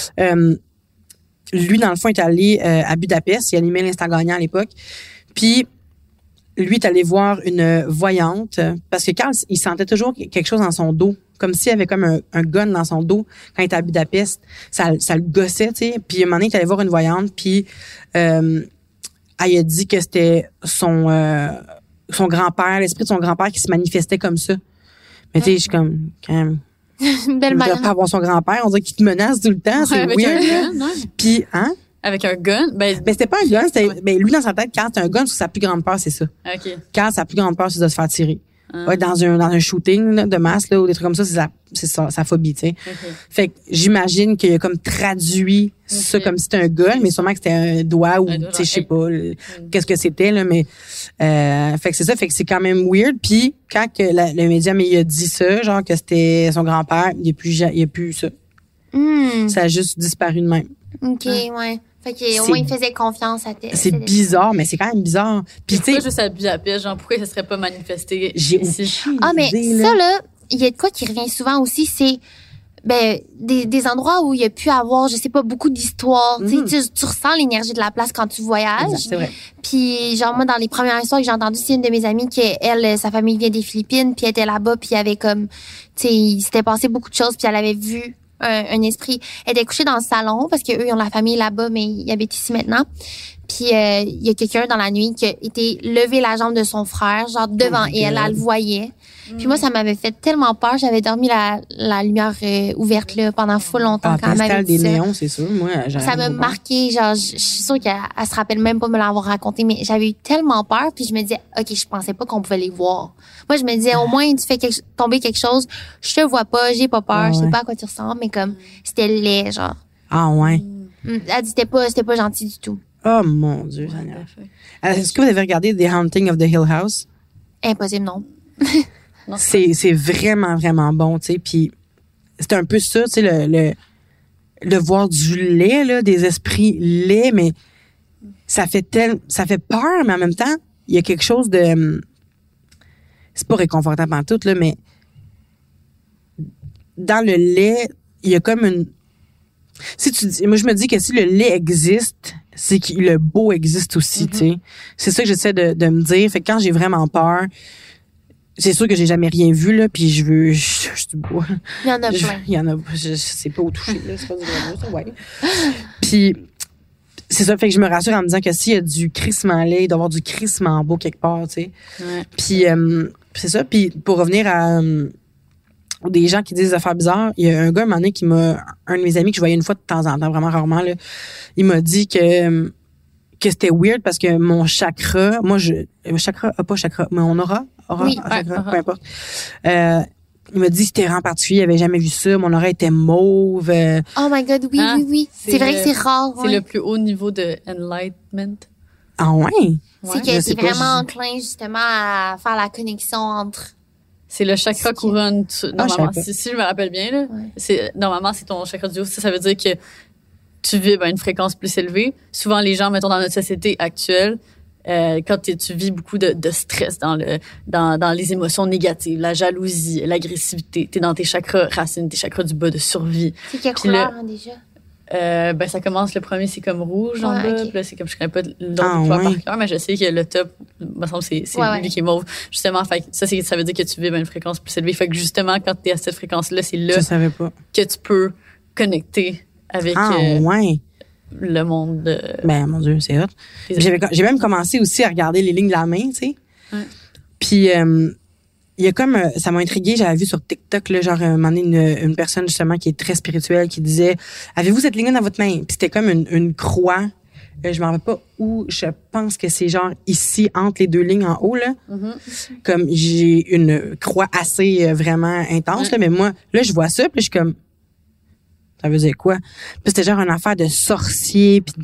lui, dans le fond, est allé à Budapest. Il animait l'Instant Gagnant à l'époque. Puis, lui est allé voir une voyante parce que Karl, il sentait toujours quelque chose dans son dos, comme s'il y avait comme un gun dans son dos quand il était à Budapest. Ça le gossait, tu sais. Puis, à un moment donné, il est allé voir une voyante, puis elle a dit que c'était son grand-père, l'esprit de son grand-père qui se manifestait comme ça. Mais tu sais, je suis comme, quand même... Une belle Je voudrais manière. pas avoir son grand-père. On dirait qu'il te menace tout le temps. C'est avec weird. un gun, ouais. Puis, hein? Avec un gun? Ben, C'était pas un gun. Ben, lui, dans sa tête, quand c'est un gun, sa plus grande peur, c'est ça. OK. Quand sa plus grande peur, c'est de se faire tirer. Ouais, dans un shooting, là, de masse, là, ou des trucs comme ça, c'est sa phobie, tu sais. OK. Fait que j'imagine qu'il a comme traduit ça comme si c'était un gun, mais sûrement que c'était un doigt ou, Un doigt, tu sais, je sais pas, qu'est-ce que c'était, là, mais, fait que c'est ça, fait que c'est quand même weird. Puis, quand que le médium, il a dit ça, genre, que c'était son grand-père, il y a plus ça. Ça a juste disparu de même. OK, ouais. Fait que, au C'est- moins, il faisait confiance à tes. C'est bizarre, mais c'est quand même bizarre. Puis, tu Pourquoi sais, juste à Budapest? Genre, pourquoi ça serait pas manifesté j'ai ici? aucune Ah, mais idée, ça, là, il y a de quoi qui revient souvent aussi, c'est des endroits où il y a pu avoir, je sais pas, beaucoup d'histoires. Tu ressens l'énergie de la place quand tu voyages. C'est vrai. Puis, genre, moi, dans les premières histoires que j'ai entendues, c'est une de mes amies qui, elle, sa famille vient des Philippines, puis elle était là-bas, puis il y avait comme, tu sais, il s'était passé beaucoup de choses, puis elle avait vu un esprit. Elle était couchée dans le salon, parce que eux, ils ont la famille là-bas, mais ils habitent ici maintenant. Puis, il y a quelqu'un dans la nuit qui a été lever la jambe de son frère, genre devant elle, elle le voyait. Puis moi, ça m'avait fait tellement peur. J'avais dormi la lumière ouverte là pendant full longtemps quand elle m'avait Pascal dit des ça. néons, c'est sûr. Moi, Ça m'a marqué. Genre, je suis sûre qu'elle se rappelle même pas me l'avoir raconté, mais j'avais eu tellement peur. Puis je me disais, OK, je pensais pas qu'on pouvait les voir. Moi, je me disais, au moins, tu fais tomber quelque chose. Je te vois pas, j'ai pas peur, je sais pas à quoi tu ressembles, mais comme, c'était laid, genre. Ah, ouais. Elle dit, c'était pas gentil du tout. Oh, mon Dieu, Seigneur. Est-ce que vous avez regardé The Haunting of the Hill House? Impossible, non. C'est vraiment, vraiment bon, tu sais. Puis c'est un peu ça, tu sais, le voir du lait, là, des esprits laids, mais ça fait peur, mais en même temps, il y a quelque chose de... C'est pas réconfortant en tout, là, mais dans le lait, il y a comme une... Si tu dis, moi, je me dis que si le lait existe, c'est que le beau existe aussi, tu sais. C'est ça que j'essaie de me dire. Fait que quand j'ai vraiment peur, c'est sûr que j'ai jamais rien vu, là, puis je bois. Il y en a plein. Il y en a, je sais pas où toucher, là, c'est pas du vrai, ça, ouais. Puis, c'est ça, fait que je me rassure en me disant que s'il y a du crissement laid, il doit y avoir du crissement beau quelque part, tu sais. Ouais. Puis, c'est ça. Puis, pour revenir à des gens qui disent des affaires bizarres, il y a un gars, un moment donné, un de mes amis que je voyais une fois de temps en temps, vraiment rarement, là, il m'a dit que c'était weird parce que mon chakra, mon aura, Oui, chakra, peu importe. Il m'a dit c'était vraiment particulier, il avait jamais vu ça, mon oreille était mauve. Oh my God, oui, Hein? oui. C'est vrai que c'est rare. C'est le plus haut niveau de enlightenment. Ah ouais? C'est Je que sais t'es pas, vraiment enclin justement à faire la connexion entre... C'est le chakra couronne, normalement. je savais Si je me rappelle bien, là, Ouais. normalement, c'est ton chakra du haut. Ça veut dire que tu vibres à une fréquence plus élevée. Souvent, les gens, mettons, dans notre société actuelle, quand tu vis beaucoup de stress dans les émotions négatives, la jalousie, l'agressivité, t'es dans tes chakras racines, tes chakras du bas de survie. C'est quelle Puis couleur, hein, déjà? Ça commence, le premier, c'est comme rouge, en Ouais, bas. ok. Puis là, c'est comme, je connais pas l'autre Ah, couleur ouais. par cœur, mais je sais que le top, me semble, c'est Ouais, lui qui est mauve. Justement, fait que ça veut dire que tu vibres à une fréquence plus élevée. Fait que justement, quand t'es à cette fréquence-là, c'est là Je savais pas. que tu peux connecter avec Ouais. le monde de... Ben, mon Dieu, c'est hot. les- J'ai même commencé aussi à regarder les lignes de la main, tu sais. Ouais. Puis, il y a comme, ça m'a intriguée, j'avais vu sur TikTok, là, genre, un moment donné, une personne, justement, qui est très spirituelle, qui disait, avez-vous cette ligne dans votre main? Puis c'était comme une croix. Je m'en rappelle pas où, je pense que c'est genre ici, entre les deux lignes en haut, là. Comme, j'ai une croix assez, vraiment intense, là, mais moi, là, je vois ça, puis je suis comme, ça veut dire quoi? Puis c'était genre une affaire de sorcier, puis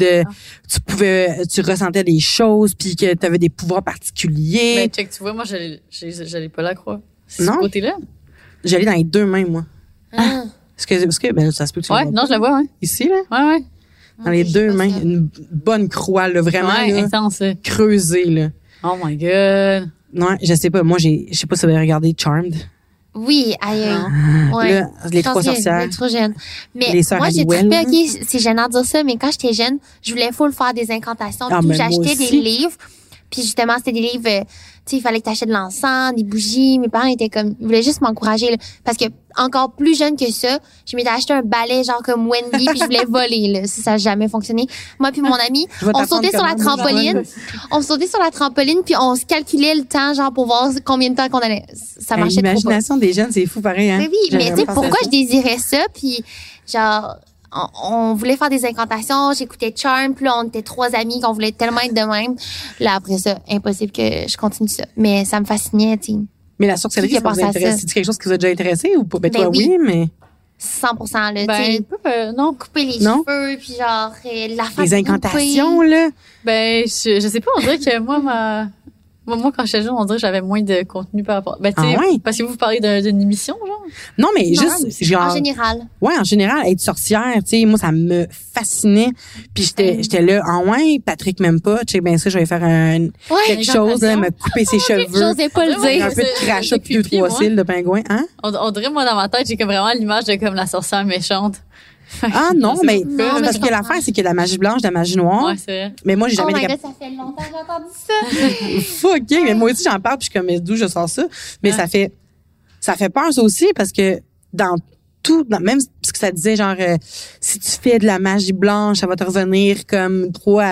tu ressentais des choses, puis que tu avais des pouvoirs particuliers. Ben, check, tu vois, moi, j'allais pas la croire. C'est Non. ce côté-là? J'allais dans les deux mains, moi. Ah. Est-ce que ben, ça se peut que tu le Ouais, vois non, pas. je la vois, ouais. Ici, là? Ouais, ouais. Dans les je sais deux pas mains. ça. Une bonne croix, là, vraiment, Ouais, là, intense, là. creusée, là. Oh my God. Non, je sais pas. Moi, je sais pas si vous avez regardé Charmed. Oui, aïe, aïe. Ouais. Là, les trois Je pense sorcières. que trop jeune. Mais Les sœurs moi, j'ai Halliwell, trippé, là. OK, c'est gênant de dire ça, mais quand j'étais jeune, je voulais full faire des incantations. Ah, tout. mais moi J'achetais des aussi. livres. Puis justement, c'était des livres, tu sais, il fallait que t'achètes de l'encens, des bougies. Mes parents étaient comme, ils voulaient juste m'encourager, là. Parce que, encore plus jeune que ça, je m'étais acheté un balai, genre comme Wendy, puis je voulais voler, là. Ça a jamais fonctionné. Moi puis mon ami, Je vais on t'apprendre sautait sur la comment, moi, trampoline. On sautait sur la trampoline, puis on se calculait le temps, genre, pour voir combien de temps qu'on allait. Ça marchait trop pas. L'imagination des jeunes, c'est fou, pareil, hein? Mais oui, J'avais mais tu sais, jamais pensé à pourquoi ça. je désirais ça? Puis, genre, on voulait faire des incantations, j'écoutais Charm, puis là, on était trois amis qu'on voulait tellement être de même. Là, après ça, impossible que je continue ça. Mais ça me fascinait, tu sais. Mais la sorcellerie, Qui a ça vous pensé à ça? intéresse? C'est quelque chose qui vous a déjà intéressé ou pas? Ben, Ben toi, oui. oui, mais 100%, là, tu Ben, sais. non. Couper les Non? cheveux, puis genre, la face les incantations, là. Ben, je sais pas, on dirait que moi, quand j'étais jeune, on dirait que j'avais moins de contenu par rapport. Ben, tu sais, Ah ouais? parce que vous parlez d'une émission, genre. Non, mais Non, juste, genre. En général. Ouais, en général, être sorcière, tu sais, moi, ça me fascinait. Puis j'étais là, ouais, Patrick m'aime pas, tu sais, ben ça, je vais faire quelque chose, là, me couper ses cheveux. J'osais pas le Ouais, dire. Un peu de c'est crachat puis deux, creepy, trois moi. cils de pingouin, hein? On dirait, moi, dans ma tête, j'ai comme vraiment l'image de comme la sorcière méchante. Ah, non, mais, Non, c'est mais parce je que l'affaire, comprends. c'est qu'il y a de la magie blanche, de la magie noire. Ouais, c'est vrai. Mais moi, j'ai Oh jamais my été God, ça fait longtemps que j'ai entendu ça. fucké, mais moi aussi, j'en parle puis je suis comme, d'où je sors ça? Mais ça fait peur, ça aussi, parce que même ce que ça disait, genre, si tu fais de la magie blanche, ça va te revenir comme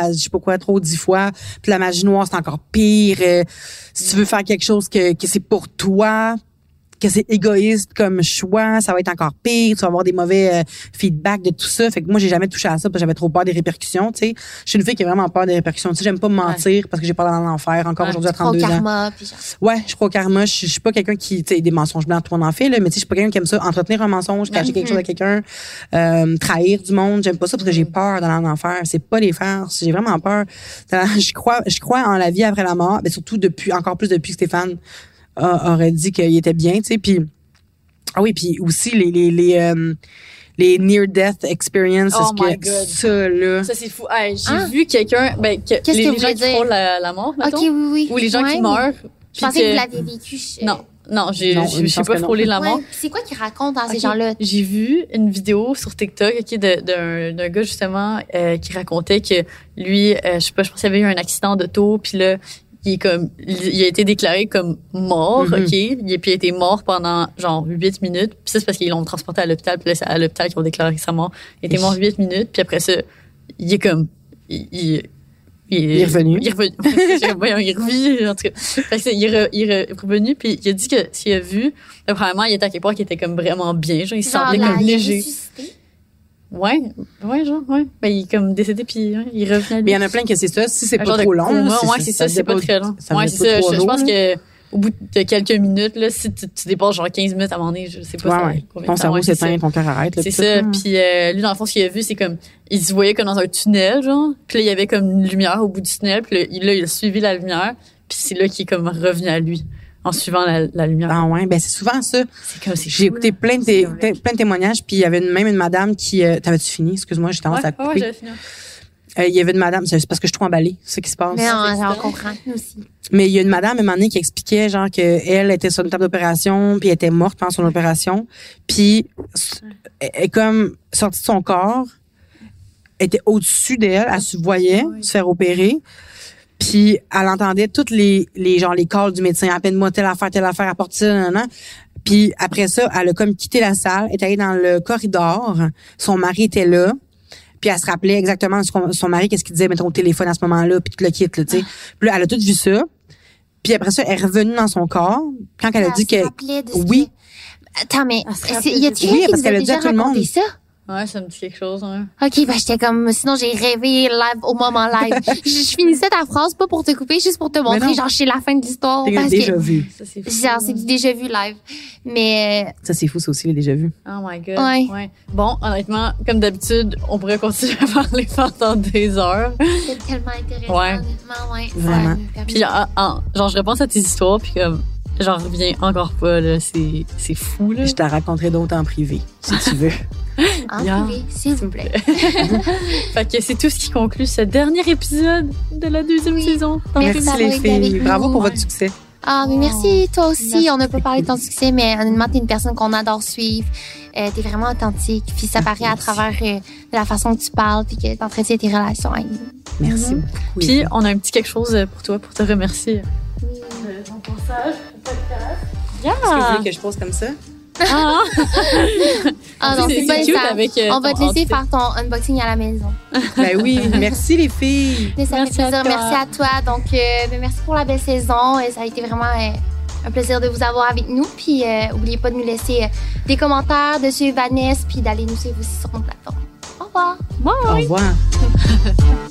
10 fois. Puis la magie noire, c'est encore pire. Si tu veux faire quelque chose que c'est pour toi, que c'est égoïste comme choix, ça va être encore pire. Tu vas avoir des mauvais feedbacks de tout ça. Fait que moi, j'ai jamais touché à ça parce que j'avais trop peur des répercussions, tu sais. Je suis une fille qui a vraiment peur des répercussions. Tu sais, j'aime pas me mentir parce que j'ai peur d'aller en enfer encore aujourd'hui à Trop 32 ans. karma, puis genre. Ouais, je crois au karma. Je suis pas quelqu'un qui, tu sais, des mensonges blancs, tout le monde en fait, là, mais tu sais, je suis pas quelqu'un qui aime ça, entretenir un mensonge, cacher quelque chose à quelqu'un, trahir du monde. J'aime pas ça parce que j'ai peur d'aller en enfer. C'est pas les faire. J'ai vraiment peur. Je crois en la vie après la mort, mais surtout encore plus depuis que Stéphane aurait dit qu'il était bien, tu sais, puis ah oui, puis aussi les near death experiences, Oh est-ce my que God. ça là, Ça, c'est fou. Hey, j'ai vu quelqu'un, Qu'est-ce que les vous gens voulez qui dire? frôlent la mort, mettons. OK, oui. ou les gens Ouais, qui mais meurent. Je pensais que vous l'aviez vécu. Non. Non, Non, je il me suis semble pas que non. frôlé la mort. Ouais, puis c'est quoi qu'ils racontent dans ces Ok. gens-là? J'ai vu une vidéo sur TikTok d'un gars justement qui racontait que lui, je sais pas, je pense qu'il y avait eu un accident d'auto, puis là, il a été déclaré comme mort, Mhm. OK? Puis il a été mort pendant genre 8 minutes. Puis ça, c'est parce qu'ils l'ont transporté à l'hôpital, puis là, c'est à l'hôpital qu'ils ont déclaré sa mort. Il était mort 8 minutes, puis après ça, il est comme... Il est revenu. Il est revenu. Voyons, il est revenu, en tout cas. Fait que il est revenu, puis il a dit que s'il a vu, premièrement, il était à quelque part qui était comme vraiment bien, genre, il se sentait comme il est léger. ressuscité. Ouais, genre, ouais. Ben, il est comme décédé, puis il revenait à lui. Mais il y en a plein que c'est ça. Si c'est Un pas genre trop de long, coma. là, Ouais, c'est ça, c'est pas très long. Ça Ouais, met c'est pas ça. 3 Je jours, pense là. que au bout de quelques minutes, là, si tu dépasses genre 15 minutes à un moment donné, je sais pas. ça, Ouais. combien Ton de temps, cerveau ouais, c'est s'éteint, ça. ton cœur arrête. là, C'est puis ça. tout, Puis lui, dans le fond, ce qu'il a vu, c'est comme il se voyait comme dans un tunnel, genre. Puis là, il y avait comme une lumière au bout du tunnel. Puis là, il a suivi la lumière. Puis c'est là qu'il est comme revenu à lui en suivant la lumière. Ah ouais, ben c'est souvent ça. C'est comme c'est J'ai fou, écouté là. plein de témoignages, puis il y avait même une madame qui... T'avais-tu fini? Excuse-moi, j'ai tendance à Ouais, couper. j'avais fini. Il y avait une madame, c'est parce que je suis trop emballée, c'est ce qui se passe. Mais c'est on ça. comprend, nous aussi. Mais il y a une madame, à un moment donné, qui expliquait, genre, qu'elle était sur une table d'opération, puis elle était morte pendant son opération, puis elle est comme sortie de son corps, elle était au-dessus d'elle, elle se voyait se faire opérer, puis elle entendait toutes les calls du médecin, appelle-moi telle affaire, apporte ça, nanana. Puis après ça, elle a comme quitté la salle, est allée dans le corridor, son mari était là, puis elle se rappelait exactement son mari, qu'est-ce qu'il disait, mettons, au téléphone à ce moment-là, puis tout le kit, là, tu sais. Puis là, elle a tout vu ça. Puis après ça, elle est revenue dans son corps. Quand elle a dit se que... rappelait de ce Oui. Attends, mais Elle se rappelait y a de- quelqu'un Oui, qui parce nous a qu'elle a dit déjà à tout le raconté monde. ça? Ouais, ça me dit quelque chose, hein. OK, ben j'étais comme... Sinon, j'ai rêvé live au moment live. je finissais ta phrase, pas pour te couper, juste pour te non. montrer, genre, chez la fin de l'histoire. T'as Parce déjà que, vu. Ça, c'est fou. genre, c'est du déjà vu live. Mais... Ça, c'est fou, ça aussi, les déjà vu. Oh my God. Ouais. Bon, honnêtement, comme d'habitude, on pourrait continuer à parler pendant des heures. C'est tellement intéressant, Ouais. honnêtement, ouais. Vraiment. Ça me permet- Puis, genre, je repense à tes histoires, puis comme, j'en reviens encore pas, là. C'est fou, là. Je te raconterai d'autres en privé, si tu veux. En Bien. privé, s'il vous plaît. Fait que c'est tout ce qui conclut ce dernier épisode de la deuxième saison. Merci Merci d'avoir les été avec filles. nous. Bravo pour Ouais. votre succès. Ah, mais merci, toi aussi. Merci. On n'a pas parlé de ton succès, mais honnêtement, t'es une personne qu'on adore suivre. T'es vraiment authentique. Puis ça paraît à travers de la façon que tu parles puis que t'entretiens tes relations avec nous. Merci Mhm. beaucoup. Puis, les on a un petit quelque chose pour toi, pour te remercier. Ton passage au podcast. filles. Est-ce que vous voulez que je pose comme ça? Ah! Ah non, C'est c'est pas cute ça. avec, On va ton te laisser outfit. faire ton unboxing à la maison. Ben oui, merci les filles. Mais ça Merci fait à plaisir. toi. Merci à toi. Donc, ben, merci pour la belle saison. Ça a été vraiment un plaisir de vous avoir avec nous. Puis, n'oubliez pas de nous laisser des commentaires, de suivre Vanessa, puis d'aller nous suivre aussi sur nos plateformes. Au revoir. Au revoir.